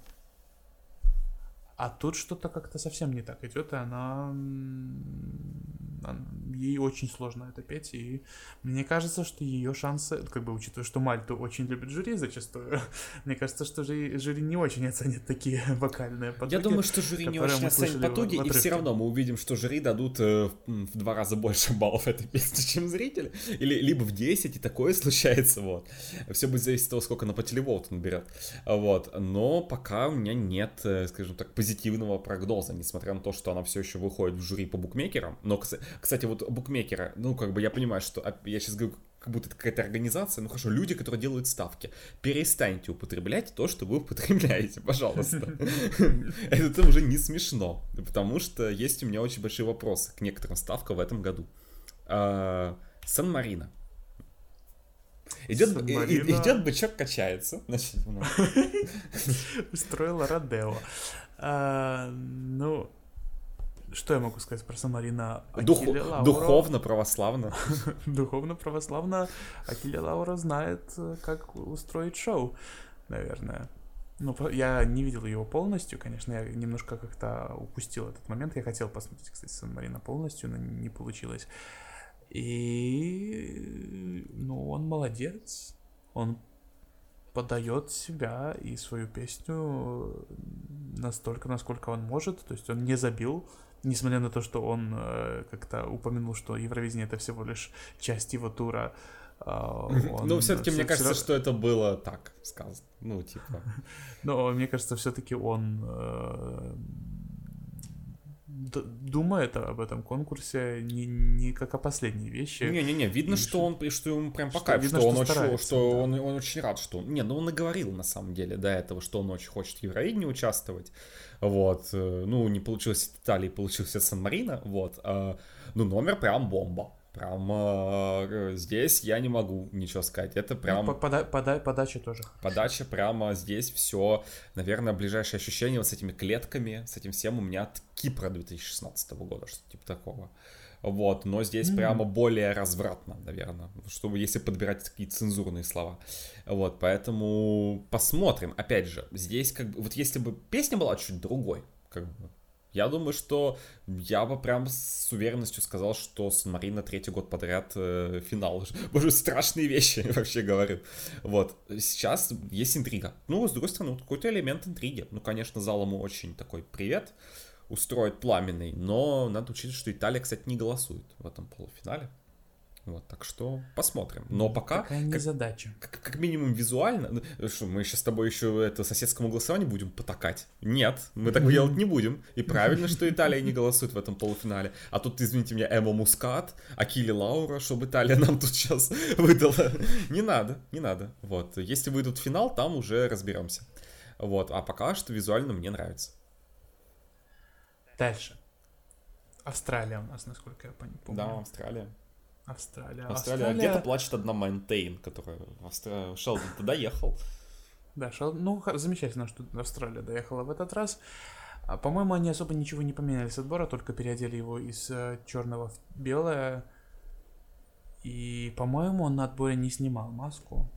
А тут что-то как-то совсем не так идет, и ей очень сложно это петь, и мне кажется, что ее шансы, как бы учитывая, что Мальту очень любит жюри зачастую, мне кажется, что жюри не очень оценит такие вокальные потуги. Я думаю, что жюри не очень оценит потуги, и все равно мы увидим, что жюри дадут в 2 раза больше баллов этой песни, чем зрители, или либо в 10, и такое случается, вот. Все будет зависеть от того, сколько она по телевоту наберет, вот. Но пока у меня нет, скажем так, позитивного прогноза, несмотря на то, что она все еще выходит в жюри по букмекерам. Но, кстати, вот букмекеры, ну, как бы я понимаю, что я сейчас говорю, как будто это какая-то организация, ну хорошо, люди, которые делают ставки, перестаньте употреблять то, что вы употребляете, пожалуйста. Это уже не смешно, потому что есть у меня очень большие вопросы к некоторым ставкам в этом году. Сан-Марино. Идет бычок, качается. Устроила Родео. Ну, что я могу сказать про Сан-Марино? Духовно-православно. Духовно-православно Акиля Лаура знает, как устроить шоу, наверное. Ну, я не видел его полностью, конечно, я немножко как-то упустил этот момент. Я хотел посмотреть, кстати, Сан-Марино полностью, но не получилось. И, ну, он молодец. Он подает себя и свою песню настолько, насколько он может. То есть он не забил, несмотря на то, что он как-то упомянул, что Евровидение это всего лишь часть его тура. Ну, все-таки мне кажется, что это было так сказано. Ну, типа. Но мне кажется, все-таки он думает об этом конкурсе не как о последней вещи. Не-не-не, видно, что ему прям по кайфу, что он очень рад, что... Не, ну он и говорил на самом деле до этого, что он очень хочет в Евровидении участвовать. Вот. Ну, не получилось от Италии, получилось от Сан-Марино. Вот. Ну, номер прям бомба. Прям здесь я не могу ничего сказать. Это прям... Ну, подача тоже. Подача прямо здесь все. Наверное, ближайшее ощущение вот с этими клетками, с этим всем у меня от Кипра 2016 года, что-то типа такого. Вот, но здесь прямо более развратно, наверное, чтобы если подбирать такие цензурные слова. Вот, поэтому посмотрим. Опять же, здесь как бы, вот если бы песня была чуть другой, как бы, я думаю, что я бы прям с уверенностью сказал, что Сан-Марино третий год подряд финал. Боже, страшные вещи, вообще говорю. Вот, сейчас есть интрига. Ну, с другой стороны, вот какой-то элемент интриги. Ну, конечно, залому очень такой привет устроит пламенный, но надо учитывать, что Италия, кстати, не голосует в этом полуфинале. Вот, так что посмотрим. Но пока... Такая незадача. Как минимум визуально... Что, мы сейчас с тобой еще это соседскому голосованию будем потакать? Нет, мы так делать не будем. И правильно, что Италия не голосует в этом полуфинале. А тут, извините меня, Эмо Мускат, Акили Лаура, чтобы Италия нам тут сейчас выдала. Не надо. Вот, если выйдут в финал, там уже разберемся. Вот, а пока что визуально мне нравится. Дальше. Австралия у нас, насколько я помню. Да, Австралия. Австралия. Где-то плачет одна Мейнтейн, которая Шелдон туда ехал. Да, ну, замечательно, что Австралия доехала в этот раз. По-моему, они особо ничего не поменяли с отбора, только переодели его из черного в белое. И, по-моему, он на отборе не снимал маску.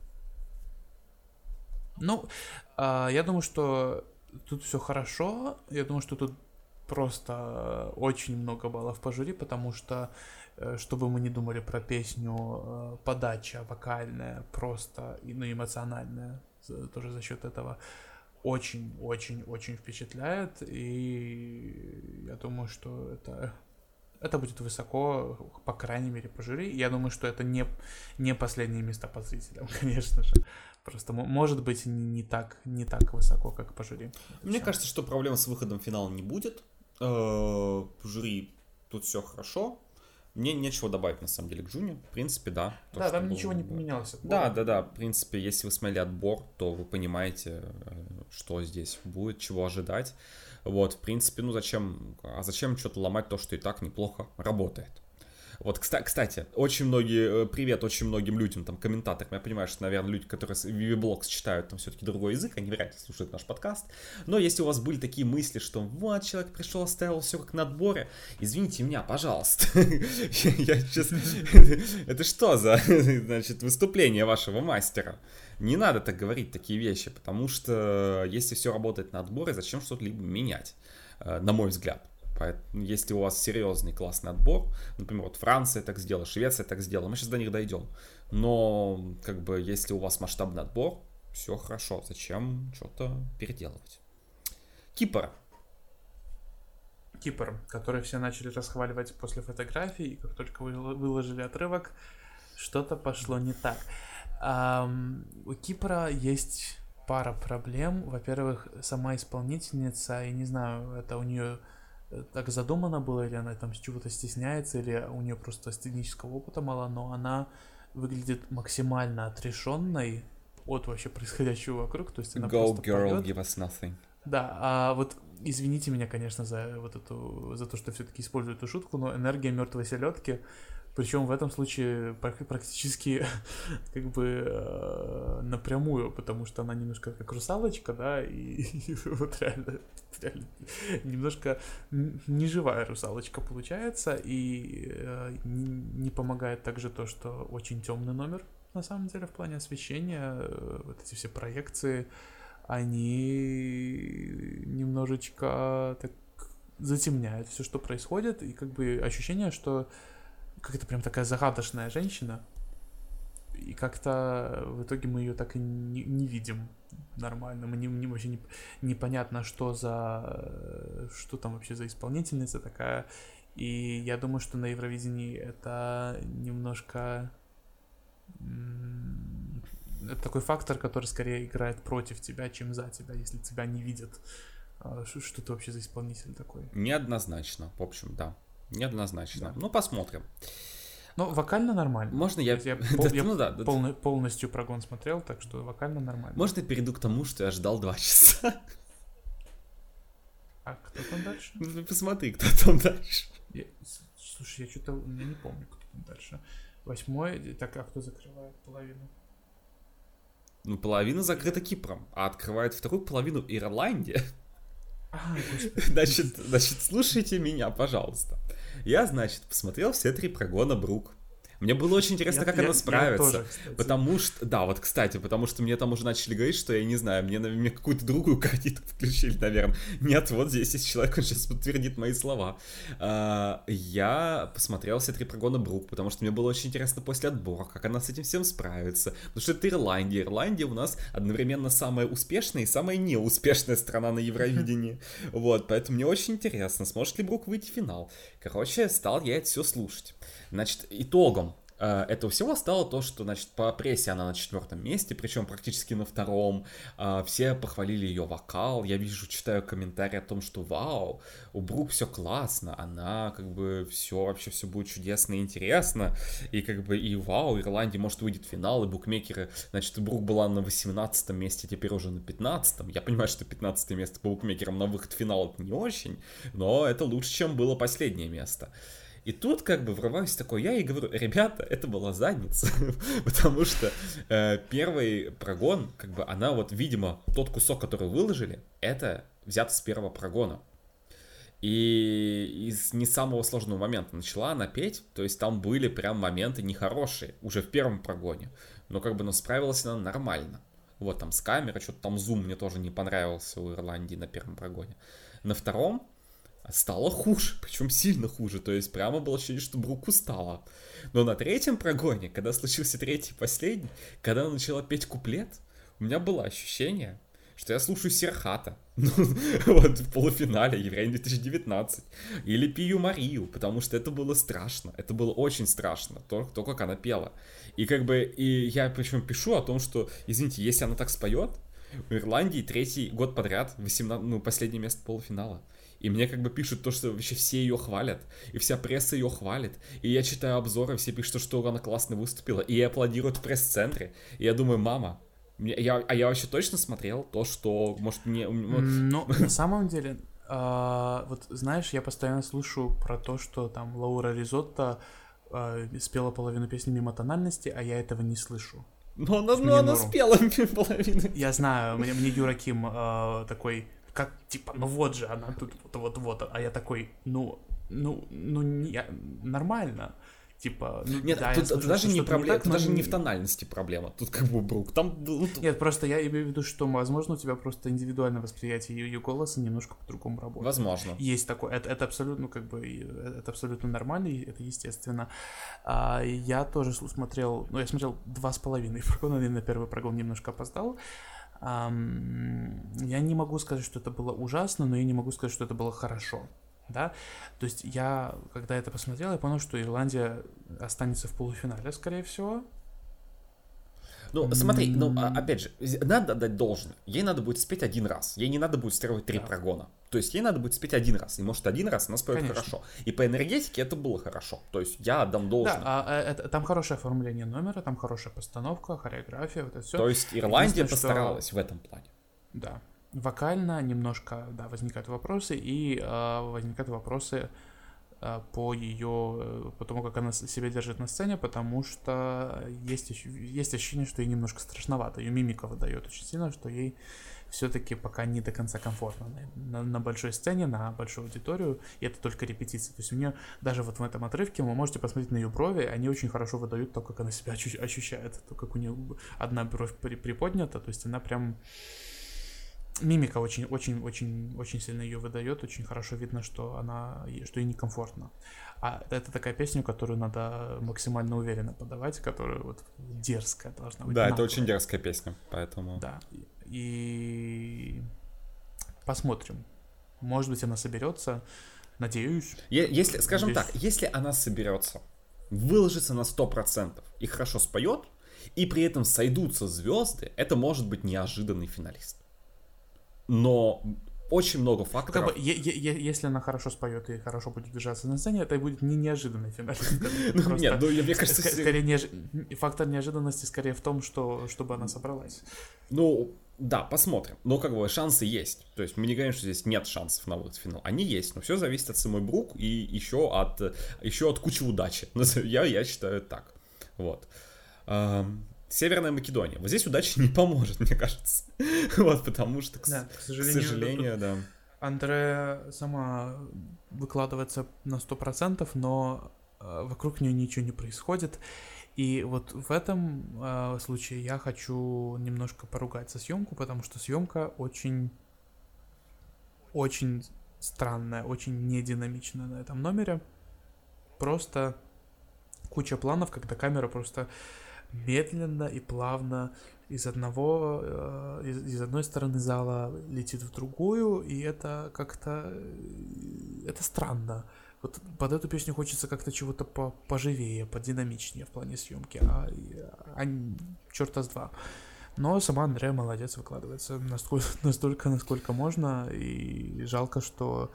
Ну, я думаю, что тут все хорошо. Я думаю, что тут просто очень много баллов по жюри, потому что, что бы мы ни думали про песню, подача вокальная, просто, ну, эмоциональная, тоже за счет этого, очень-очень-очень впечатляет, и я думаю, что это будет высоко, по крайней мере, по жюри. Я думаю, что это не последние места по зрителям, конечно же. Просто может быть не так высоко, как по жюри. Мне кажется, что проблем с выходом в финал не будет. В жюри тут все хорошо. Мне нечего добавить, на самом деле, к Джуне. В принципе, да. Да, там ничего не поменялось. Да. В принципе, если вы смотрели отбор, то вы понимаете, что здесь будет, чего ожидать. Вот, в принципе, ну зачем что-то ломать то, что и так неплохо работает. Вот, кстати, очень многим людям, там, комментаторам, я понимаю, что, наверное, люди, которые VV-блогс читают, там, все-таки другой язык, они вряд ли слушают наш подкаст, но если у вас были такие мысли, что вот, человек пришел, оставил все как на отборе, извините меня, пожалуйста, я сейчас... Это что за, значит, выступление вашего мастера? Не надо так говорить, такие вещи, потому что если все работает на отборе, зачем что-то либо менять, на мой взгляд. Поэтому, если у вас серьезный классный отбор, например, вот Франция так сделала, Швеция так сделала, мы сейчас до них дойдем. Но, как бы, если у вас масштабный отбор, все хорошо, зачем что-то переделывать? Кипр, который все начали расхваливать после фотографий, и как только выложили отрывок, что-то пошло не так. У Кипра есть пара проблем. Во-первых, сама исполнительница, я не знаю, это у нее так задумано было, или она там с чего-то стесняется, или у нее просто сценического опыта мало, но она выглядит максимально отрешенной от вообще происходящего вокруг, то есть она Go просто girl, поет. give us nothing. Да, а вот извините меня, конечно, за то, что все-таки использую эту шутку, но энергия мертвой селедки, причем в этом случае практически как бы напрямую, потому что она немножко как русалочка, да, и вот реально немножко неживая русалочка получается, и не помогает также то, что очень темный номер, на самом деле, в плане освещения, вот эти все проекции, они немножечко так затемняют все, что происходит, и как бы ощущение, что как-то прям такая загадочная женщина. И как-то в итоге мы ее так и не видим нормально. Мне вообще непонятно, что там вообще за исполнительница такая. И я думаю, что на Евровидении это немножко... Это такой фактор, который скорее играет против тебя, чем за тебя, если тебя не видят. Что ты вообще за исполнитель такой? Неоднозначно, в общем, да. Неоднозначно. Да. Ну, посмотрим. Ну, вокально нормально. Можно я... Полностью прогон смотрел, так что вокально нормально. Можно я перейду к тому, что я ждал 2 часа? А кто там дальше? Ну, посмотри, кто там дальше. Слушай, я что-то не помню, кто там дальше. 8-й, так, а кто закрывает половину? Ну, половина закрыта Кипром, а открывает вторую половину Ирландия. Значит, слушайте меня, пожалуйста. Я, значит, посмотрел все 3 прогона Брук. Мне было очень интересно, как она справится. Потому что, да, вот, кстати, потому что мне там уже начали говорить, что, я не знаю, мне какую-то другую картинку включили, наверное. Нет, вот здесь есть человек, он сейчас подтвердит мои слова. Я посмотрел все 3 прогона Брук, потому что мне было очень интересно после отбора, как она с этим всем справится. Потому что это Ирландия. Ирландия у нас одновременно самая успешная и самая неуспешная страна на Евровидении. Вот, поэтому мне очень интересно, сможет ли Брук выйти в финал. Короче, стал я это все слушать. Значит, итогом этого всего стало то, что, значит, по прессе она на 4-м месте, причем практически на 2-м. Все похвалили ее вокал. Я читаю комментарии о том, что вау, у Брук все классно, она как бы вообще все будет чудесно и интересно. И как бы и вау, Ирландия может выйдет в финал, и букмекеры, значит, Брук была на 18-м месте, теперь уже на 15-м. Я понимаю, что 15-е место по букмекерам на выход в финал это не очень, но это лучше, чем было последнее место. И тут как бы врываюсь такой я и говорю, ребята, это была задница, потому что первый прогон, как бы она вот, видимо, тот кусок, который выложили, это взято с первого прогона. И из не самого сложного момента начала она петь, то есть там были прям моменты нехорошие, уже в первом прогоне, но как бы, ну, справилась она нормально. Вот там с камерой, что-то там зум мне тоже не понравился у Ирландии на первом прогоне. На втором стало хуже, причем сильно хуже, то есть прямо было ощущение, что Брук устала. Но на 3-м прогоне, когда случился 3-й и последний, когда она начала петь куплет, у меня было ощущение, что я слушаю Серхата, вот в полуфинале Евровидения 2019, или Пию Марию, потому что это было страшно, это было очень страшно, то, как она пела. И как бы, и я причем пишу о том, что, извините, если она так споет, в Ирландии 3-й год подряд, последнее место полуфинала. И мне как бы пишут то, что вообще все ее хвалят, и вся пресса ее хвалит. И я читаю обзоры, все пишут, что она классно выступила, и аплодируют в пресс-центре. И я думаю, мама, я вообще точно смотрел то, что, может, мне... Ну, на самом деле, вот знаешь, я постоянно слышу про то, что там Лаура Ризотто спела половину песни мимо тональности, а я этого не слышу. Но она спела половину. Я знаю, мне Юра Ким такой... Как, типа, ну вот же, она тут вот, а я такой, нормально, типа, ну, нет, да, тут слышу, даже не проблема, так, даже не в тональности проблема, тут как бы Брук, там... Нет, просто я имею в виду, что, возможно, у тебя просто индивидуальное восприятие ее голоса немножко по-другому работает. Возможно. Есть такое, это абсолютно, как бы, это абсолютно нормально, и это естественно. Я тоже смотрел, я смотрел 2,5 прогона, на первый прогон немножко опоздал. Я не могу сказать, что это было ужасно, но я не могу сказать, что это было хорошо, да, то есть я, когда это посмотрел, я понял, что Ирландия останется в полуфинале, скорее всего. Ну, смотри, опять же, надо дать должное. Ей надо будет спеть один раз. Ей не надо будет строить 3 прогона. То есть ей надо будет спеть один раз. И может один раз она споет хорошо. И по энергетике это было хорошо. То есть я отдам должное. Да, там хорошее оформление номера, там хорошая постановка, хореография, вот это все. То есть Ирландия постаралась в этом плане. Да. Вокально немножко, да, возникают вопросы. И возникают вопросы по тому, как она себя держит на сцене, потому что есть ощущение, что ей немножко страшновато. Ее мимика выдает очень сильно, что ей все-таки пока не до конца комфортно на большой сцене, на большую аудиторию, и это только репетиции. То есть у нее даже вот в этом отрывке вы можете посмотреть на ее брови, они очень хорошо выдают то, как она себя ощущает, то, как у нее одна бровь приподнята, то есть она прям... Мимика очень сильно ее выдает, очень хорошо видно, что ей некомфортно. А это такая песня, которую надо максимально уверенно подавать, которая вот дерзкая должна быть. Да, это наглая. очень дерзкая песня, поэтому... Да, и посмотрим. Может быть, она соберется, надеюсь. Если, скажем так, если она соберется, выложится на 100% и хорошо споет, и при этом сойдутся звезды, это может быть неожиданный финалист. Но очень много факторов. Если она хорошо споет и хорошо будет держаться на сцене, это будет не неожиданный финалист. Нет, мне кажется... Фактор неожиданности скорее в том, чтобы она собралась. Ну, да, посмотрим. Но как бы шансы есть. То есть мы не говорим, что здесь нет шансов на выход в финал. Они есть, но все зависит от самой Брук и еще от кучи удачи. Я считаю так. Вот. Северная Македония. Вот здесь удача не поможет, мне кажется. Вот, потому что, к сожалению, да. Андре сама выкладывается на 100%, но вокруг нее ничего не происходит. И вот в этом случае я хочу немножко поругать за съемку, потому что съемка очень странная, очень нединамичная на этом номере. Просто куча планов, когда камера просто медленно и плавно из одной стороны зала летит в другую, и это как-то... Это странно. Вот под эту песню хочется как-то чего-то поживее, подинамичнее в плане съемки, а черта с два. Но сама Андреа молодец, выкладывается настолько, насколько можно, и жалко, что,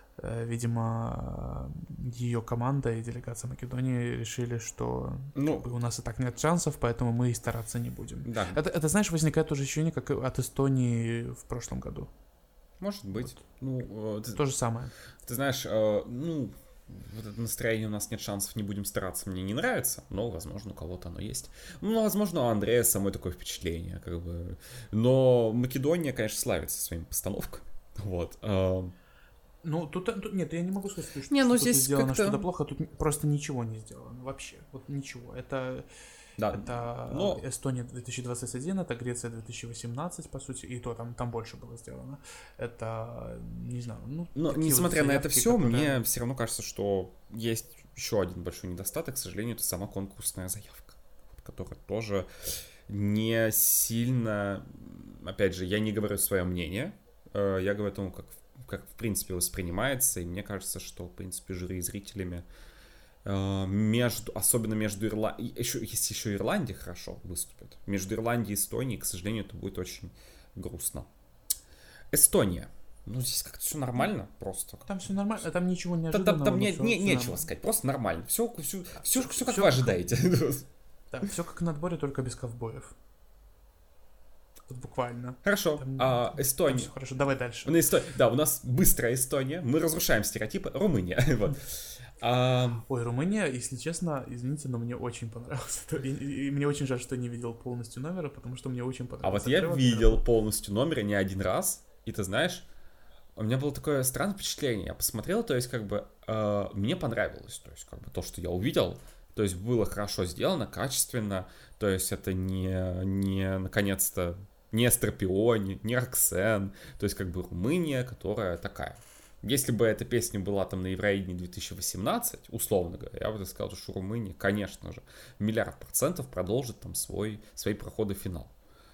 видимо, ее команда и делегация Македонии решили, что у нас и так нет шансов, поэтому мы и стараться не будем. Да. Это, знаешь, возникает тоже ощущение, как от Эстонии в прошлом году. Может быть. То же самое. Ты знаешь, вот это настроение «у нас нет шансов, не будем стараться» мне не нравится, но, возможно, у кого-то оно есть. Возможно, у Андрея самой такое впечатление, как бы. Но Македония, конечно, славится своими постановками. Вот. Тут нет, я не могу сказать, что не, здесь сделано как-то... что-то плохо, тут просто ничего не сделано, вообще, вот ничего. Это Эстония 2021, это Греция 2018, по сути, и то там больше было сделано. Это, не знаю, Но несмотря на это все, мне все равно кажется, что есть еще один большой недостаток, к сожалению, это сама конкурсная заявка, которая тоже не сильно, опять же, я не говорю свое мнение, я говорю о том, как в принципе воспринимается, и мне кажется, что, в принципе, жюри и зрителями особенно между Ирландией, если еще Ирландия хорошо выступит, между Ирландией и Эстонией, к сожалению, это будет очень грустно. Эстония. Здесь как-то все нормально просто. Там все нормально, там ничего неожиданного. Там нечего сказать, просто нормально. Все как вы ожидаете. Да, все как на отборе, только без ковбоев. Вот буквально. Хорошо. Эстония. Все хорошо, давай дальше. Да, у нас быстрая Эстония. Мы разрушаем стереотипы. Румыния. Вот. Ой, Румыния, если честно, извините, но мне очень понравилось. И мне очень жаль, что я не видел полностью номера, потому что мне очень понравилось. А вот я видел полностью номер не один раз, и ты знаешь, у меня было такое странное впечатление. Я посмотрел, то есть как бы мне понравилось, то есть как бы то, что я увидел, то есть было хорошо сделано, качественно, то есть это не наконец-то не Стропиони, не Роксен, то есть как бы Румыния, которая такая. Если бы эта песня была там на Евровидении 2018, условно говоря, я бы сказал, что Румыния, конечно же, 1,000,000% продолжит там свои проходы в финал.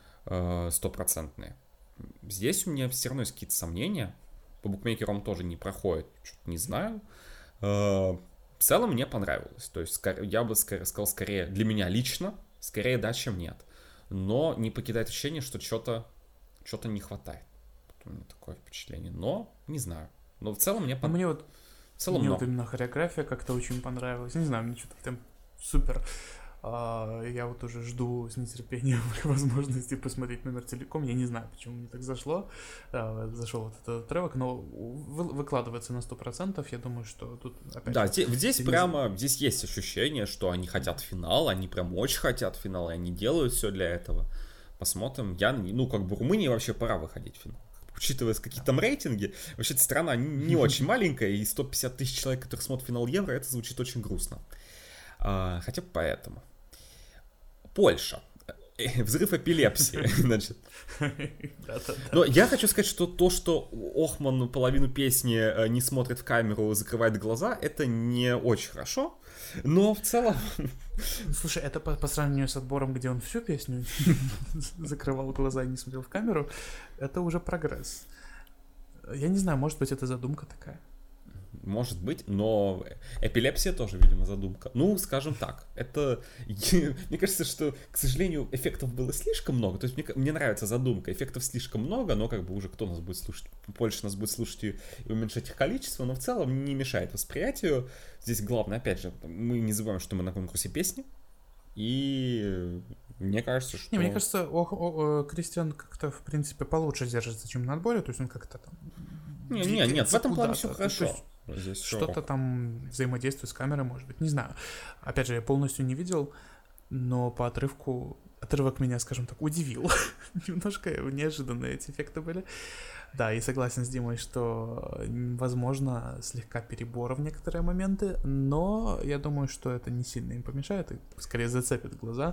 100%. Здесь у меня все равно есть какие-то сомнения. По букмекерам тоже не проходит, что-то не знаю. В целом мне понравилось. То есть я бы сказал скорее, для меня лично, скорее да, чем нет. Но не покидает ощущение, что что-то не хватает. У меня такое впечатление. Но не знаю. Но в целом мне понравилось. Мне вот именно хореография как-то очень понравилась. Не знаю, мне что-то там супер. Я вот уже жду с нетерпением возможности посмотреть номер целиком. Я не знаю, почему мне так зашло. Зашел вот этот трек, но выкладывается на 100%. Я думаю, что тут опять... Да, здесь есть ощущение, что они хотят финал, они прям очень хотят финал, и они делают все для этого. Посмотрим. Румынии вообще пора выходить в финал. Учитывая какие там рейтинги, вообще-то страна не очень маленькая, и 150 тысяч человек, которые смотрят финал Евро, это звучит очень грустно. Хотя бы поэтому. Польша. Взрыв эпилепсии, значит. Но я хочу сказать, что то, что Охман половину песни не смотрит в камеру, закрывает глаза, это не очень хорошо. Но в целом... Слушай, это по сравнению с отбором, где он всю песню закрывал глаза и не смотрел в камеру, это уже прогресс. Я не знаю, может быть, это задумка такая. Может быть, но эпилепсия тоже, видимо, задумка. Ну, скажем так, это... Мне кажется, что, к сожалению, эффектов было слишком много. То есть мне нравится задумка. Эффектов слишком много, но как бы уже кто нас будет слушать? Больше нас будет слушать и уменьшать их количество, но в целом не мешает восприятию. Здесь главное, опять же, мы не забываем, что мы на конкурсе песни. И мне кажется, что... Не, мне кажется, Кристиан как-то, в принципе, получше держится, чем на отборе. То есть он как-то там... Нет, в этом плане все хорошо. Здесь что-то там взаимодействует с камерой, может быть, не знаю. Опять же, я полностью не видел, но по отрывок меня, скажем так, удивил. Немножко неожиданные эти эффекты были. Да, и согласен с Димой, что, возможно, слегка перебор в некоторые моменты, но я думаю, что это не сильно им помешает и скорее зацепит глаза,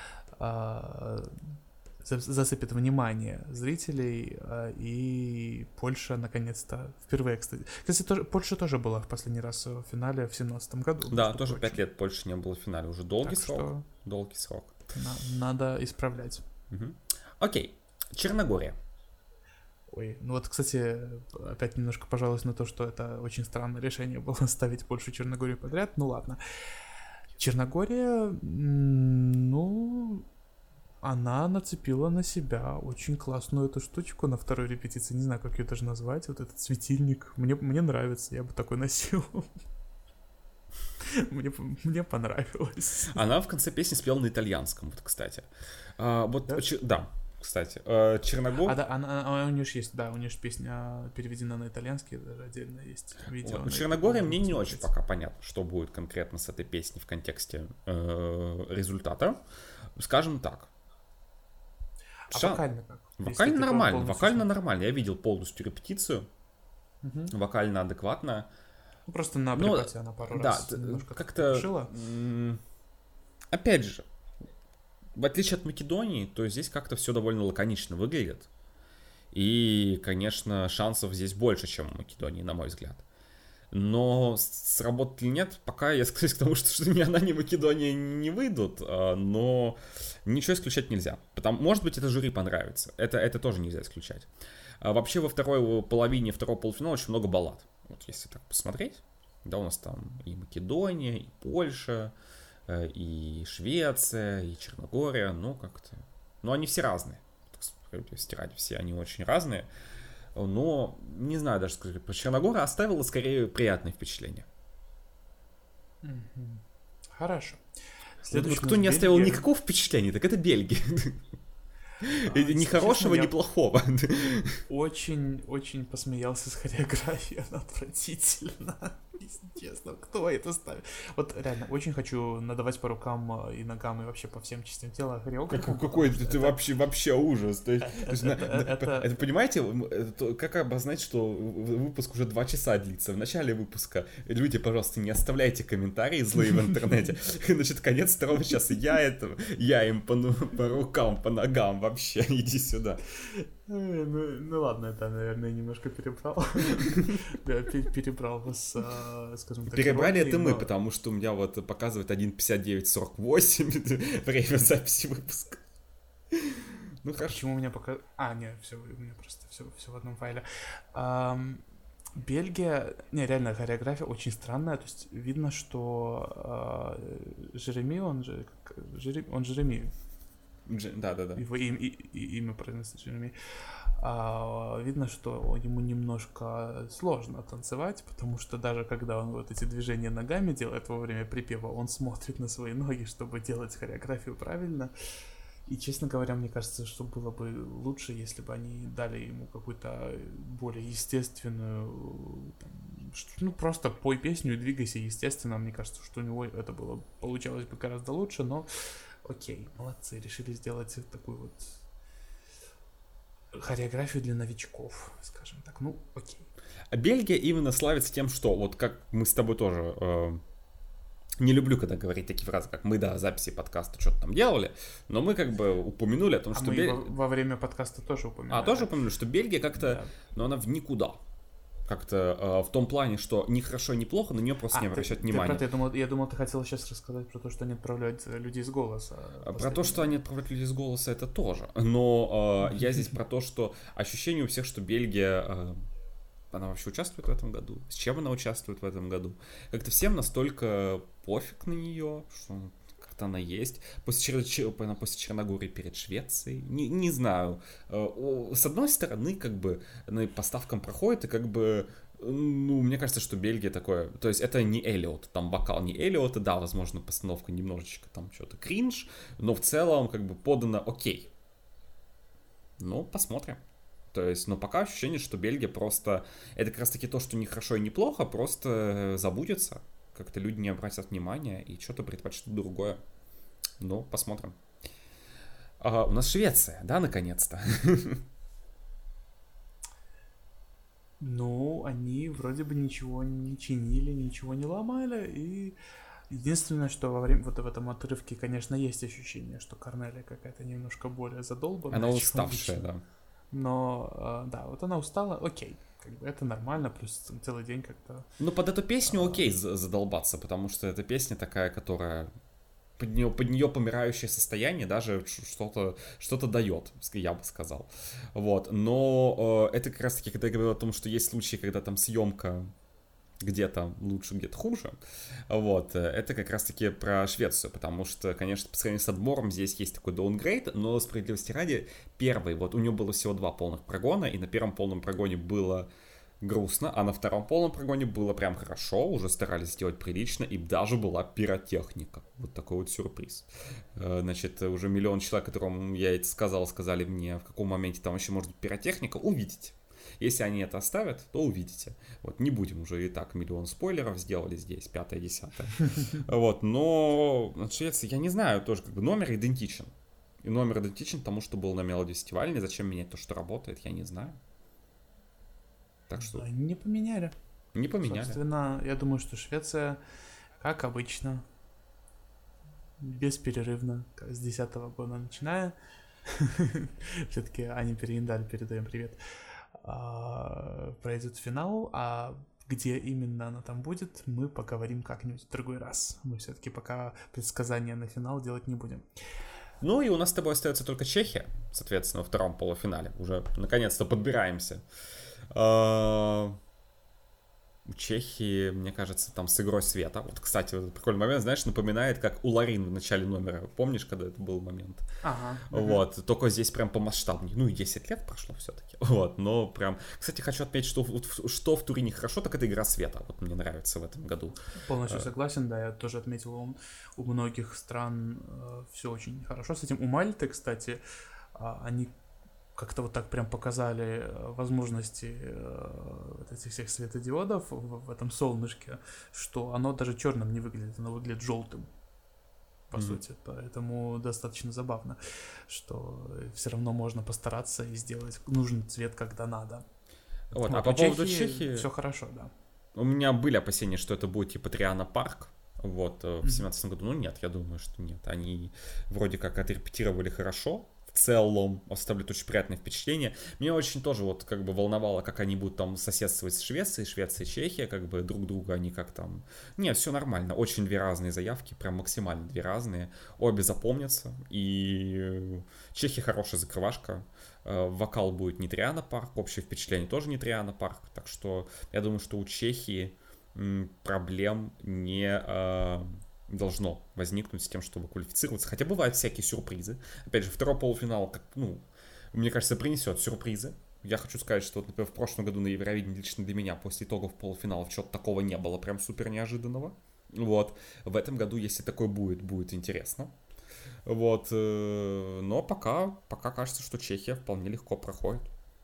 засыпет внимание зрителей, и Польша наконец-то впервые, кстати, Польша тоже была в последний раз в финале в 2017 году. Да, тоже 5 лет Польши не было в финале, уже долгий срок. Долгий срок. Надо исправлять. Окей, Черногория. Ой, ну вот, кстати, опять немножко пожалуюсь на то, что это очень странное решение было ставить Польшу и Черногорию подряд, ну ладно. Черногория, ну... Она нацепила на себя очень классную эту штучку на второй репетиции. Не знаю, как ее даже назвать. Вот этот светильник. Мне нравится, я бы такой носил. Мне понравилось. Она в конце песни спела на итальянском, вот, кстати. Да, кстати. Черногория... У нее же есть, да, у нее же песня переведена на итальянский, даже отдельно есть видео. У Черногории мне не очень пока понятно, что будет конкретно с этой песней в контексте результата. Скажем так. Вокально как? Вокально нормально. Я видел полностью репетицию. Вокально адекватно. Ну, просто на припате она пару раз немножко как-то решила. Опять же, в отличие от Македонии, то здесь как-то все довольно лаконично выглядит. И, конечно, шансов здесь больше, чем в Македонии, на мой взгляд. Но сработает или нет, пока я скажусь к тому, что ни она, ни Македония не выйдут, но ничего исключать нельзя. Может быть, это жюри понравится, это тоже нельзя исключать. Вообще, во второй половине второго полуфинала очень много баллад. Вот если так посмотреть, да, у нас там и Македония, и Польша, и Швеция, и Черногория, ну как-то... Ну, они все разные, стирать все они очень разные. Но, не знаю даже сказать, про Черногорию оставила скорее приятное впечатление. Хорошо. Вот кто не оставил никакого впечатления, так это Бельгия. Ни хорошего, ни плохого. Очень посмеялся с хореографией, она отвратительна. Честно, кто это ставит? Вот реально, очень хочу надавать по рукам и ногам и вообще по всем частям тела хореографа. Какой ты вообще ужас. Это, понимаете, как обозначить, что выпуск уже 2 часа длится? В начале выпуска люди, пожалуйста, не оставляйте комментарии злые в интернете. Значит, конец 2 часа. Я им по рукам, по ногам вообще. Иди сюда. Ну ладно, это, наверное, немножко перебрал. Перебрал вас, скажем так. Перебрали это мы, потому что у меня вот показывает 1:59:48 время записи выпуска. Ну хорошо. Почему у меня пока... нет, все, у меня просто все в одном файле. Бельгия, реально хореография очень странная, то есть видно, что Жереми, он Жереми. Да. Его имя произносит Жереми. Видно, что ему немножко сложно танцевать, потому что даже когда он вот эти движения ногами делает во время припева, он смотрит на свои ноги, чтобы делать хореографию правильно. И, честно говоря, мне кажется, что было бы лучше, если бы они дали ему какую-то более естественную... просто пой песню и двигайся естественно. Мне кажется, что у него это получалось бы гораздо лучше, но... Окей, молодцы, решили сделать такую вот хореографию для новичков, скажем так, окей. А Бельгия именно славится тем, что вот как мы с тобой тоже Не люблю, когда говорить такие фразы, как мы до записи подкаста что-то там делали, но мы как бы упомянули о том, что... мы во время подкаста тоже упомянули. Тоже упомянули, что Бельгия как-то, Да. но она в никуда. Как-то в том плане, что ни хорошо, ни плохо, на нее просто не обращают внимания. Я думал, ты хотел сейчас рассказать про то, что они отправляют людей с голоса. Про то, что они отправляют людей с голоса, это тоже. Но я здесь про то, что ощущение у всех, что Бельгия... Она вообще участвует в этом году? С чем она участвует в этом году? Как-то всем настолько пофиг на нее, что как-то она есть. После Черногории перед Швецией. Не знаю. С одной стороны, как бы, она по ставкам проходит, и как бы... Ну, мне кажется, что Бельгия такое... То есть это не Эллиот, там вокал не Эллиота, да, возможно, постановка немножечко там что-то кринж, но в целом как бы подано окей. Ну, посмотрим. То есть, но пока ощущение, что Бельгия просто... Это как раз таки то, что не хорошо и не плохо, просто забудется. Как-то люди не обратят внимания и что-то предпочтут другое. Ну, посмотрим. У нас Швеция, да, наконец-то? Ну, они вроде бы ничего не чинили, ничего не ломали, и единственное, что во время вот в этом отрывке, конечно, есть ощущение, что Корнелия какая-то немножко более задолбанная. Она уставшая, да. Но, да, вот она устала, окей, как бы это нормально, плюс целый день как-то... Ну, под эту песню окей задолбаться, потому что эта песня такая, которая... Под нее помирающее состояние даже что-то дает, я бы сказал. Вот. Но это как раз таки, когда я говорил о том, что есть случаи, когда там съемка где-то лучше, где-то хуже. Вот. Это как раз-таки про Швецию, потому что, конечно, по сравнению с отбором здесь есть такой даунгрейд, но справедливости ради, первый, вот у него было всего 2 полных прогона, и на первом полном прогоне было грустно, а на втором полном прогоне было прям хорошо, уже старались сделать прилично, и даже была пиротехника. Вот такой вот сюрприз. Значит, уже миллион человек, которым я это сказал, сказали мне, в каком моменте там еще может быть пиротехника, увидите. Если они это оставят, то увидите. Вот, не будем уже и так миллион спойлеров сделали здесь, 5-10. Вот, но от Швеции, я не знаю, тоже как бы номер идентичен. И номер идентичен тому, что был на Мелоди фестивале. Зачем менять то, что работает, я не знаю. Так что... Они не поменяли. Не поменяли. Собственно, я думаю, что Швеция, как обычно, бесперерывно, с 2010 года начиная, все-таки Ане Переиндаль, передаем привет, пройдет финал, а где именно она там будет, мы поговорим как-нибудь в другой раз. Мы все-таки пока предсказания на финал делать не будем. Ну и у нас с тобой остается только Чехия, соответственно, во втором полуфинале. Уже наконец-то подбираемся. У Чехии, мне кажется, там с игрой света. Вот, кстати, вот этот прикольный момент, знаешь, напоминает, как у Ларин в начале номера. Помнишь, когда это был момент? Ага. Вот, только здесь прям помасштабнее. Ну, и 10 лет прошло все-таки. Вот, но прям... Кстати, хочу отметить, что в Турине хорошо, так это игра света. Вот мне нравится в этом году. Полностью согласен, да, я тоже отметил, у многих стран все очень хорошо с этим. У Мальты, кстати, они как-то вот так прям показали возможности вот этих всех светодиодов в этом солнышке, что оно даже черным не выглядит, оно выглядит желтым, по сути. Поэтому достаточно забавно, что все равно можно постараться и сделать нужный цвет, когда надо. Вот, а по поводу Чехии... Все хорошо, да. У меня были опасения, что это будет типа Триана Парк. Вот, в 2017 году. Ну нет, я думаю, что нет. Они вроде как отрепетировали хорошо. В целом оставляют очень приятное впечатление. Меня очень тоже вот как бы волновало, как они будут там соседствовать с Швецией, Швеция и Чехия, как бы друг друга они как там... Нет, все нормально, очень 2 разные заявки, прям максимально 2 разные. Обе запомнятся, и Чехия хорошая закрывашка. Вокал будет не Триана Парк, общее впечатление тоже не Триана Парк, так что я думаю, что у Чехии проблем не... должно возникнуть с тем, чтобы квалифицироваться. Хотя бывают всякие сюрпризы. Опять же, второй полуфинал, как, ну, мне кажется, принесет сюрпризы. Я хочу сказать, что, вот, например, в прошлом году на Евровидении лично для меня после итогов полуфиналов чего-то такого не было, прям супер неожиданного. Вот. В этом году, если такое будет интересно. Вот. Но пока кажется, что Чехия вполне легко проходит.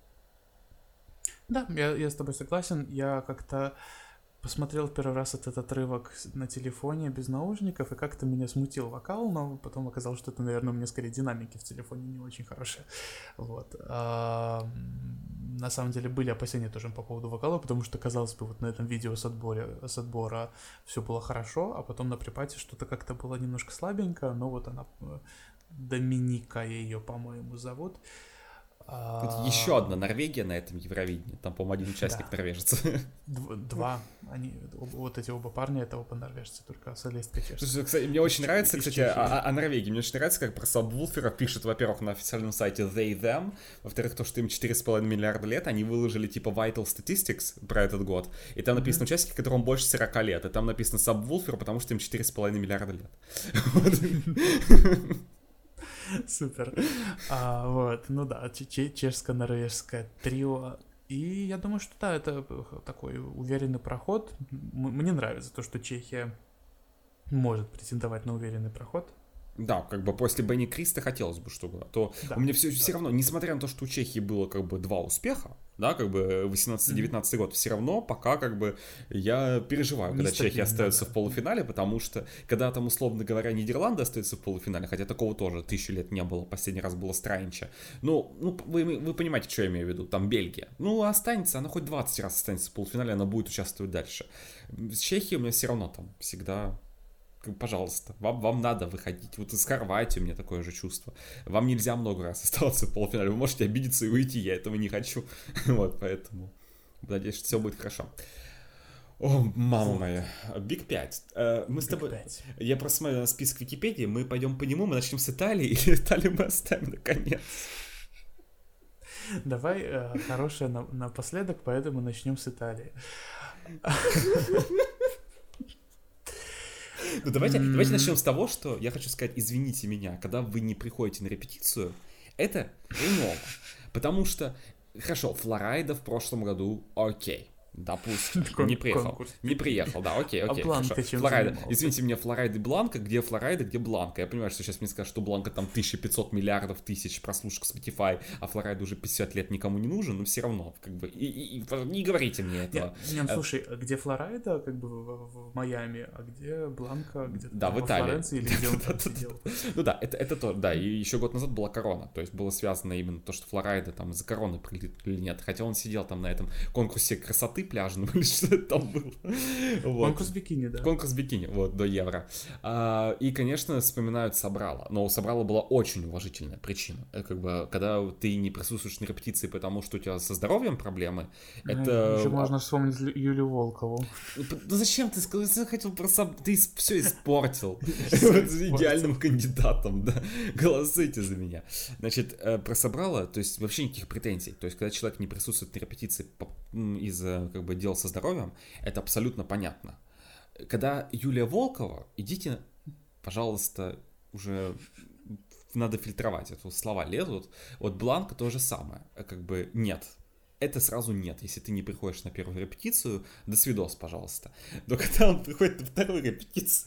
Да, я с тобой согласен. Я как-то посмотрел в первый раз этот отрывок на телефоне без наушников, и как-то меня смутил вокал, но потом оказалось, что это, наверное, у меня скорее динамики в телефоне не очень хорошие. Вот. на самом деле были опасения тоже по поводу вокала, потому что, казалось бы, вот на этом видео с отбора все было хорошо, а потом на припате что-то как-то было немножко слабенько, но вот она, Доминика ее, по-моему, зовут. Тут еще одна Норвегия на этом Евровидении. Там, по-моему, один участник норвежец. Два. Они, вот эти оба парня, это оба норвежцы, только солистка чешская. Слушай, кстати, мне очень нравится, кстати, о Норвегии. Мне очень нравится, как про Сабвулфера пишет, во-первых, на официальном сайте They Them, во-вторых, то, что им 4,5 миллиарда лет, они выложили типа Vital Statistics про этот год, и там написано участники, которым больше 40 лет, и там написано Сабвулфер, потому что им 4,5 миллиарда лет. Супер. Вот, ну да, чешско-норвежское трио. И я думаю, что да, это такой уверенный проход. Мне нравится то, что Чехия может претендовать на уверенный проход. Да, как бы после Бенни Криста хотелось бы, чтобы... То да. У меня все равно, несмотря на то, что у Чехии было как бы 2 успеха, да, как бы 18-19 год, все равно пока как бы я переживаю, когда Чехия остается в полуфинале, потому что когда там, условно говоря, Нидерланды остаются в полуфинале, хотя такого тоже 1000 лет не было, последний раз было Странича. Ну вы понимаете, что я имею в виду, там Бельгия. Ну, останется, она хоть 20 раз останется в полуфинале, она будет участвовать дальше. С Чехией у меня все равно там всегда... Пожалуйста, вам надо выходить. Вот из Хорватии у меня такое же чувство. Вам нельзя много раз оставаться в полуфинале. Вы можете обидеться и уйти, я этого не хочу. Вот, поэтому надеюсь, что все будет хорошо. О, мама моя. Биг 5. Мы с тобой... Я просто смотрю на список Википедии, мы пойдем по нему, мы начнем с Италии, или Италию мы оставим наконец? Давай хорошее напоследок, поэтому начнем с Италии. Ну давайте начнем с того, что я хочу сказать, извините меня, когда вы не приходите на репетицию, это хреново. Потому что, хорошо, Флорайда в прошлом году окей. Допустим, не приехал, да, окей, Бланка хорошо. Флорайда, извините меня, Флорайда и Бланка, где Флорайда, где Бланка? Я понимаю, что сейчас мне скажут, что Бланка там 1500 миллиардов тысяч прослушек Spotify, а Флорайда уже 50 лет никому не нужен, но все равно, как бы, не говорите мне этого. Нет, слушай, где Флорайда, как бы в Майами, а где Бланка, где-то да, в Италии. Флоренции, или где он там сидел? Ну да, это то, да, и еще год назад была корона, то есть было связано именно то, что Флорайда там из-за короны прилетит или нет, хотя он сидел там на этом конкурсе красоты пляжном, или что это там было. Вот. Конкурс бикини, да. Конкурс бикини, вот, до Евро. И, конечно, вспоминают Собрала, но у Собрала была очень уважительная причина. Как бы, когда ты не присутствуешь на репетиции, потому что у тебя со здоровьем проблемы, это... Еще можно вспомнить Юлию Волкову. Ну зачем ты сказал? Ты хотел просто... Ты все испортил. Идеальным кандидатом, да. Голосуйте за меня. Значит, про Собрала, то есть вообще никаких претензий. То есть, когда человек не присутствует на репетиции из-за, как бы, дел со здоровьем, это абсолютно понятно. Когда Юлия Волкова, идите, пожалуйста, уже надо фильтровать, это слова лезут. Вот Бланка то же самое, как бы нет. Это сразу нет, если ты не приходишь на первую репетицию, до свидос, пожалуйста. Но когда он приходит на вторую репетицию...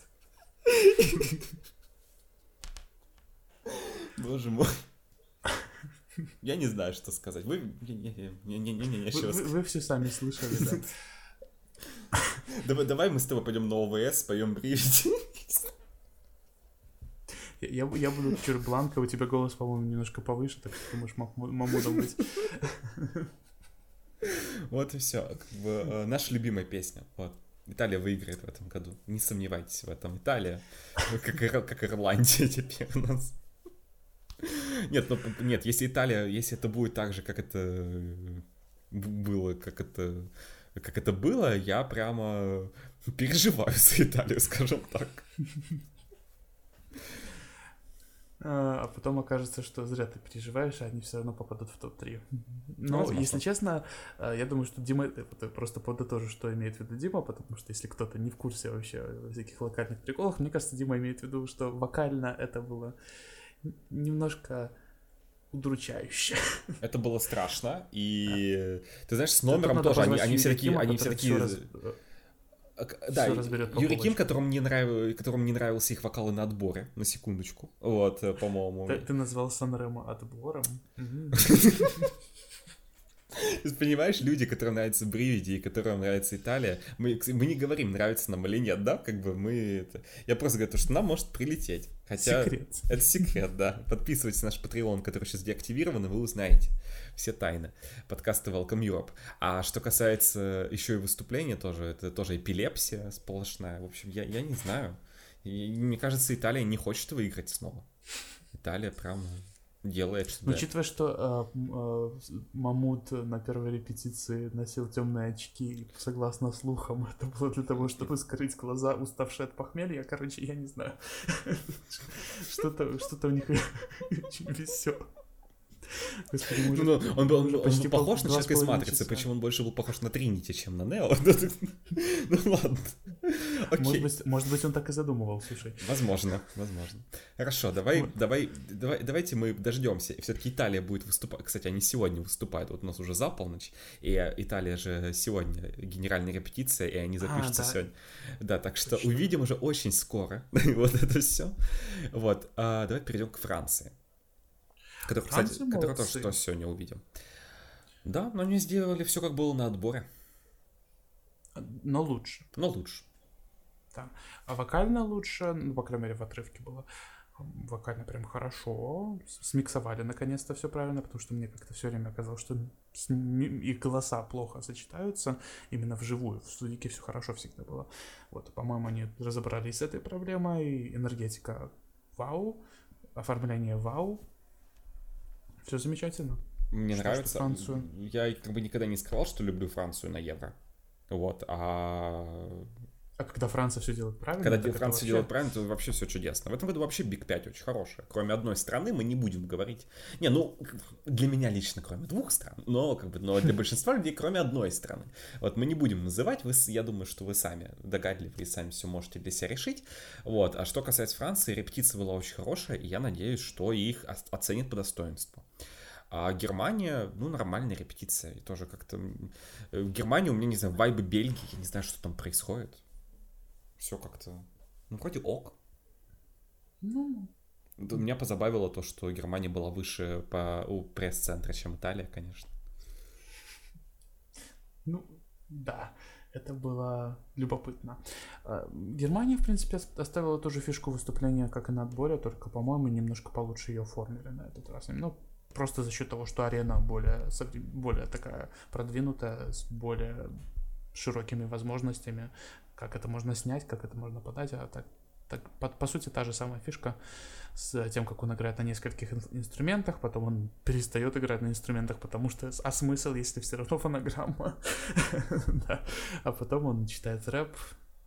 Боже мой. Я не знаю, что сказать. Вы все сами слышали, да. Давай мы с тобой пойдем на ОВС, споем «Привет». Я буду чуть Бланка, у тебя голос, по-моему, немножко повыше, так что ты можешь Мамудом быть. Вот и все. Как бы, наша любимая песня. Вот. Италия выиграет в этом году. Не сомневайтесь в этом. Италия, как Ирландия теперь у нас. Нет, если это будет так же, как это было, как это было, я прямо переживаю за Италию, скажем так. А потом окажется, что зря ты переживаешь, а они все равно попадут в топ-3. Но, если честно, я думаю, что Дима, это просто подытожу, что имеет в виду Дима, потому что если кто-то не в курсе вообще о всяких локальных приколах, мне кажется, Дима имеет в виду, что вокально это было немножко удручающе. Это было страшно, и ты знаешь, с номером тоже, они все такие... Да, Юрий Ким, которому не нравился их вокалы на отборе, на секундочку, вот, по-моему. Ты назвал Сан-Ремо отбором? есть, понимаешь, люди, которым нравится Бривиди и которым нравится Италия, мы не говорим, нравится нам или нет, да, как бы я просто говорю, что нам может прилететь. Хотя секрет. Это секрет, да. Подписывайтесь на наш Patreon, который сейчас деактивирован, и вы узнаете все тайны подкаста Welcome Europe. А что касается еще и выступления тоже, это тоже эпилепсия сплошная. В общем, я не знаю. И, мне кажется, Италия не хочет выиграть снова. Италия прям делает что-то. Учитывая, что Мамут на первой репетиции носил темные очки, согласно слухам, это было для того, чтобы скрыть глаза, уставшие от похмелья. Короче, я не знаю. Что-то у них очень весело. Он был похож на человека из Матрицы, причем он больше был похож на Тринити, чем на Нео. Ну ладно. Может быть, он так и задумывал, слушай. Возможно. Хорошо, давайте мы дождемся. Все-таки Италия будет выступать. Кстати, они сегодня выступают. Вот у нас уже за полночь. И Италия же сегодня генеральная репетиция, и они запишутся сегодня. Да, так что увидим уже очень скоро. Вот это все. Вот. Давай перейдем к Франции. Который тоже сегодня увидим. Да, но они сделали все, как было на отборе. Но лучше. Да. А вокально лучше, по крайней мере, в отрывке было. Вокально прям хорошо. Смиксовали наконец-то все правильно, потому что мне как-то все время казалось, что их голоса плохо сочетаются именно вживую. В студийке все хорошо всегда было. Вот, по-моему, они разобрались с этой проблемой. Энергетика вау, оформление вау. Все замечательно. Мне нравится. Францию. Я как бы никогда не скрывал, что люблю Францию на Евро. Вот, А когда Франция все делает правильно? Когда Франция делает правильно, то вообще все чудесно. В этом году вообще Биг 5 очень хорошая. Кроме одной страны мы не будем говорить. Для меня лично кроме двух стран, но для большинства людей кроме одной страны. Вот мы не будем называть, я думаю, что вы сами догадливы и сами все можете для себя решить. Вот. А что касается Франции, репетиция была очень хорошая, и я надеюсь, что их оценят по достоинству. А Германия, нормальная репетиция. И тоже как-то... В Германии у меня, не знаю, вайбы Бельгии, я не знаю, что там происходит. Все как-то... вроде ок. Меня позабавило то, что Германия была выше у пресс-центра, чем Италия, конечно. Да, это было любопытно. Германия, в принципе, оставила ту же фишку выступления, как и на отборе, только, по-моему, немножко получше ее оформили на этот раз. Просто за счет того, что арена более такая продвинутая, с более широкими возможностями, как это можно снять, как это можно подать, а так по сути та же самая фишка с тем, как он играет на нескольких инструментах, потом он перестает играть на инструментах, потому что смысл, если все равно фонограмма, а потом он читает рэп.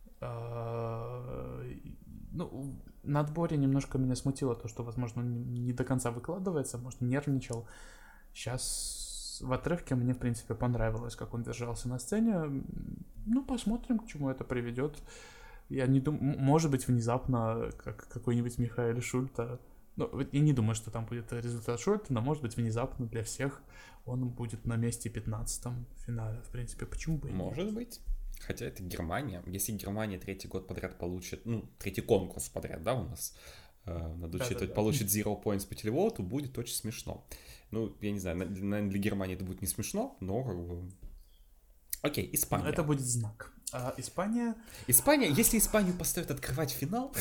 На отборе немножко меня смутило то, что, возможно, он не до конца выкладывается, может, нервничал. Сейчас в отрывке мне, в принципе, понравилось, как он держался на сцене. Посмотрим, к чему это приведет. Я не думаю, может быть, внезапно, как какой-нибудь Михаэль Шульта. Я не думаю, что там будет результат Шульта, но, может быть, внезапно для всех он будет на месте 15-м в финале. В принципе, почему бы и нет? Может быть. Хотя это Германия. Если Германия третий год подряд получит, третий конкурс подряд, да, у нас, надо учитывать, получит Zero Points по телевоту, будет очень смешно. Я не знаю, наверное, для Германии это будет не смешно, но Окей, Испания. Это будет знак. Испания, если Испанию поставят открывать финал,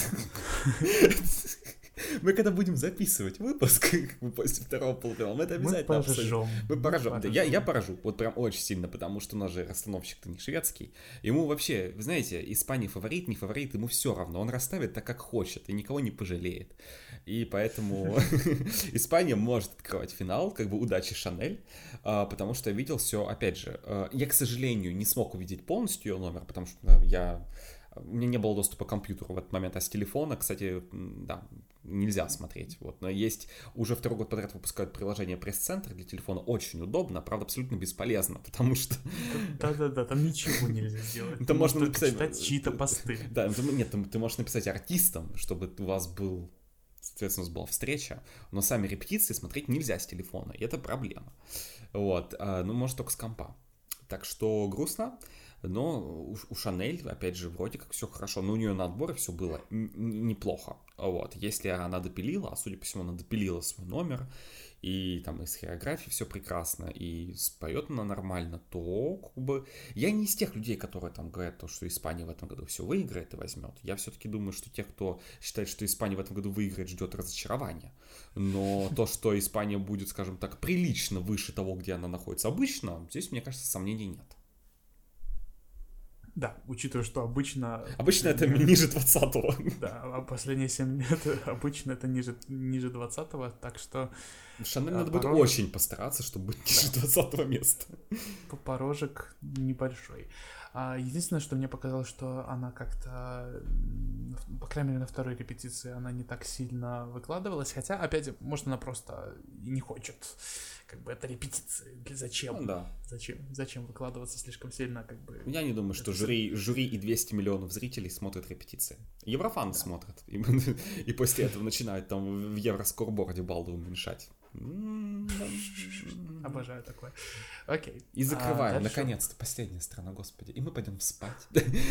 мы когда будем записывать выпуск после второго полуфинала, мы это обязательно обсудим. Мы поражем. Да, я поражу, вот прям очень сильно, потому что у нас же расстановщик-то не шведский. Ему вообще, вы знаете, Испания фаворит, не фаворит, ему все равно. Он расставит так, как хочет, и никого не пожалеет. И поэтому Испания может открывать финал, удачи Шанель, потому что я видел все, опять же, я, к сожалению, не смог увидеть полностью ее номер, потому что у меня не было доступа к компьютеру в этот момент, а с телефона, кстати, да, нельзя смотреть. Вот. Но есть, уже второй год подряд выпускают приложение пресс-центр для телефона, очень удобно, правда, абсолютно бесполезно, потому что... Да-да-да, там ничего нельзя сделать. Там можно написать... читать чьи-то посты. Да, нет, ты можешь написать артистам, чтобы у вас был... Соответственно, у нас была встреча, но сами репетиции смотреть нельзя с телефона, и это проблема. Вот, может только с компа. Так что грустно. Но у Шанель, опять же, вроде как все хорошо. Но у нее на отборе все было неплохо. Вот, если она допилила, а судя по всему, она допилила свой номер, и там и с хореографией все прекрасно, и споет она нормально, то как бы... Я не из тех людей, которые там говорят, что Испания в этом году все выиграет и возьмет. Я все-таки думаю, что тех, кто считает, что Испания в этом году выиграет, ждет разочарование. Но то, что Испания будет, скажем так, прилично выше того, где она находится обычно, здесь, мне кажется, сомнений нет. Да, учитывая, что обычно... Обычно это ниже 20-го. Да, а последние 7 лет обычно это ниже 20-го, так что... Шанель надо будет очень постараться, чтобы быть ниже 20-го места. Порожек небольшой. Единственное, что мне показалось, что она как-то, по крайней мере, на второй репетиции она не так сильно выкладывалась, хотя, опять, может, она просто и не хочет. Как бы это репетиции. Зачем? Ну, да. Зачем выкладываться слишком сильно, как бы... Я не думаю, что жюри и 200 миллионов зрителей смотрят репетиции. Еврофаны смотрят. И после этого начинают там в евроскорборде баллы уменьшать. Обожаю такое. Окей. И закрываем, наконец-то, последняя страна, господи. И мы пойдем спать.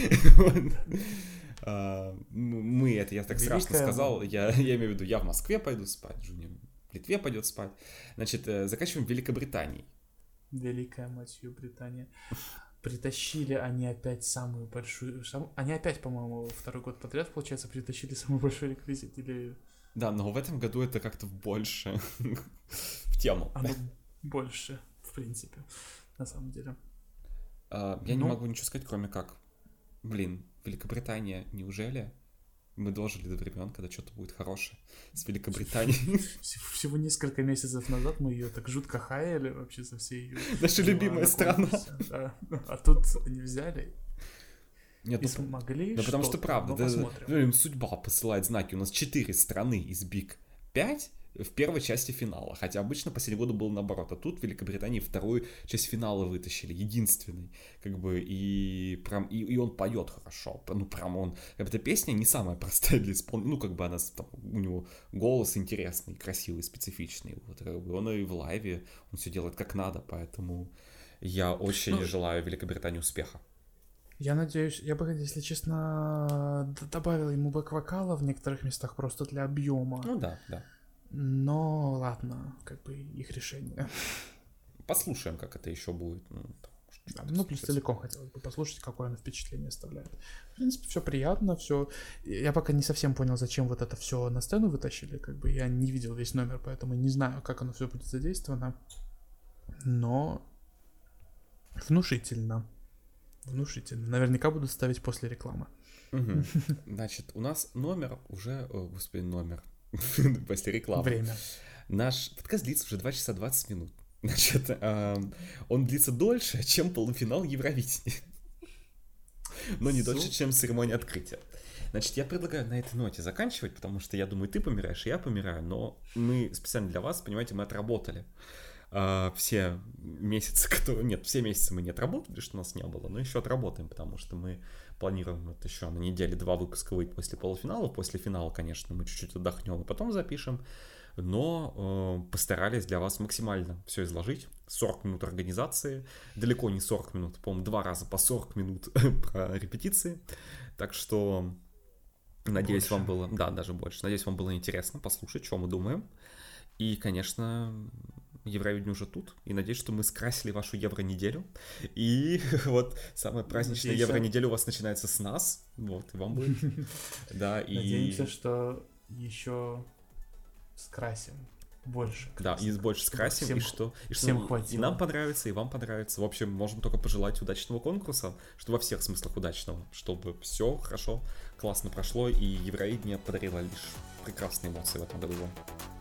Мы, это я так страшно сказал. Я имею в виду, я в Москве пойду спать, Жуня в Литве пойдет спать. Значит, заканчиваем Великобританией. Великая, мать ее, Британия. Притащили они опять самую большую... Они опять, по-моему, второй год подряд, получается, притащили самый большой реквизит, или... Да, но в этом году это как-то больше в тему. Оно больше, в принципе, на самом деле. Я не могу ничего сказать, кроме как, Великобритания, неужели мы дожили до времен, когда что-то будет хорошее с Великобританией? Всего несколько месяцев назад мы ее так жутко хаяли вообще со всей ее... Наша любимая страна. А тут они взяли... Нет, и смогли, да потому что правда, посмотрим. Судьба посылает знаки. У нас 4 страны из Big 5 в первой части финала. Хотя обычно последние годы было наоборот. А тут в Великобритании вторую часть финала вытащили. Единственный. Как бы и он поет хорошо. Ну прям он... Эта песня не самая простая для исполнения. Ну как бы она... Там, у него голос интересный, красивый, специфичный. Вот, как бы он и в лайве, он все делает как надо. Поэтому я очень желаю Великобритании успеха. Я надеюсь, я бы, если честно, добавил ему бэк-вокала в некоторых местах просто для объема. Ну да. Но ладно, как бы их решение. Послушаем, как это еще будет. Плюс целиком хотелось бы послушать, какое оно впечатление оставляет. В принципе, все приятно, все. Я пока не совсем понял, зачем вот это все на сцену вытащили. Как бы я не видел весь номер, поэтому не знаю, как оно все будет задействовано. Но внушительно. Наверняка буду ставить после рекламы. Значит, у нас номер уже... номер. После рекламы. Время. Наш подкаст длится уже 2 часа 20 минут. Значит, он длится дольше, чем полуфинал Евровидения. Но не дольше, чем церемония открытия. Значит, я предлагаю на этой ноте заканчивать, потому что я думаю, ты помираешь, и я помираю. Но мы специально для вас, понимаете, мы отработали все месяцы, все месяцы мы не отработали, что нас не было, но еще отработаем, потому что мы планируем вот еще на неделе 2 выпуска выйти после полуфинала. После финала, конечно, мы чуть-чуть отдохнем и потом запишем, но постарались для вас максимально все изложить. 40 минут организации, далеко не 40 минут, по-моему, 2 раза по 40 минут про репетиции, так что надеюсь, вам было, да, даже больше, надеюсь, вам было интересно послушать, что мы думаем, и, конечно... Евровидение уже тут, и надеюсь, что мы скрасили вашу Евронеделю, и вот самая праздничная Евронеделя у вас начинается с нас, вот, и вам будет, да, и... Надеемся, что еще скрасим больше. Да, и больше скрасим, всем хватило. И нам понравится, и вам понравится, в общем, можем только пожелать удачного конкурса, что во всех смыслах удачного, чтобы все хорошо, классно прошло, и Евровидение подарило лишь прекрасные эмоции в этом году вам.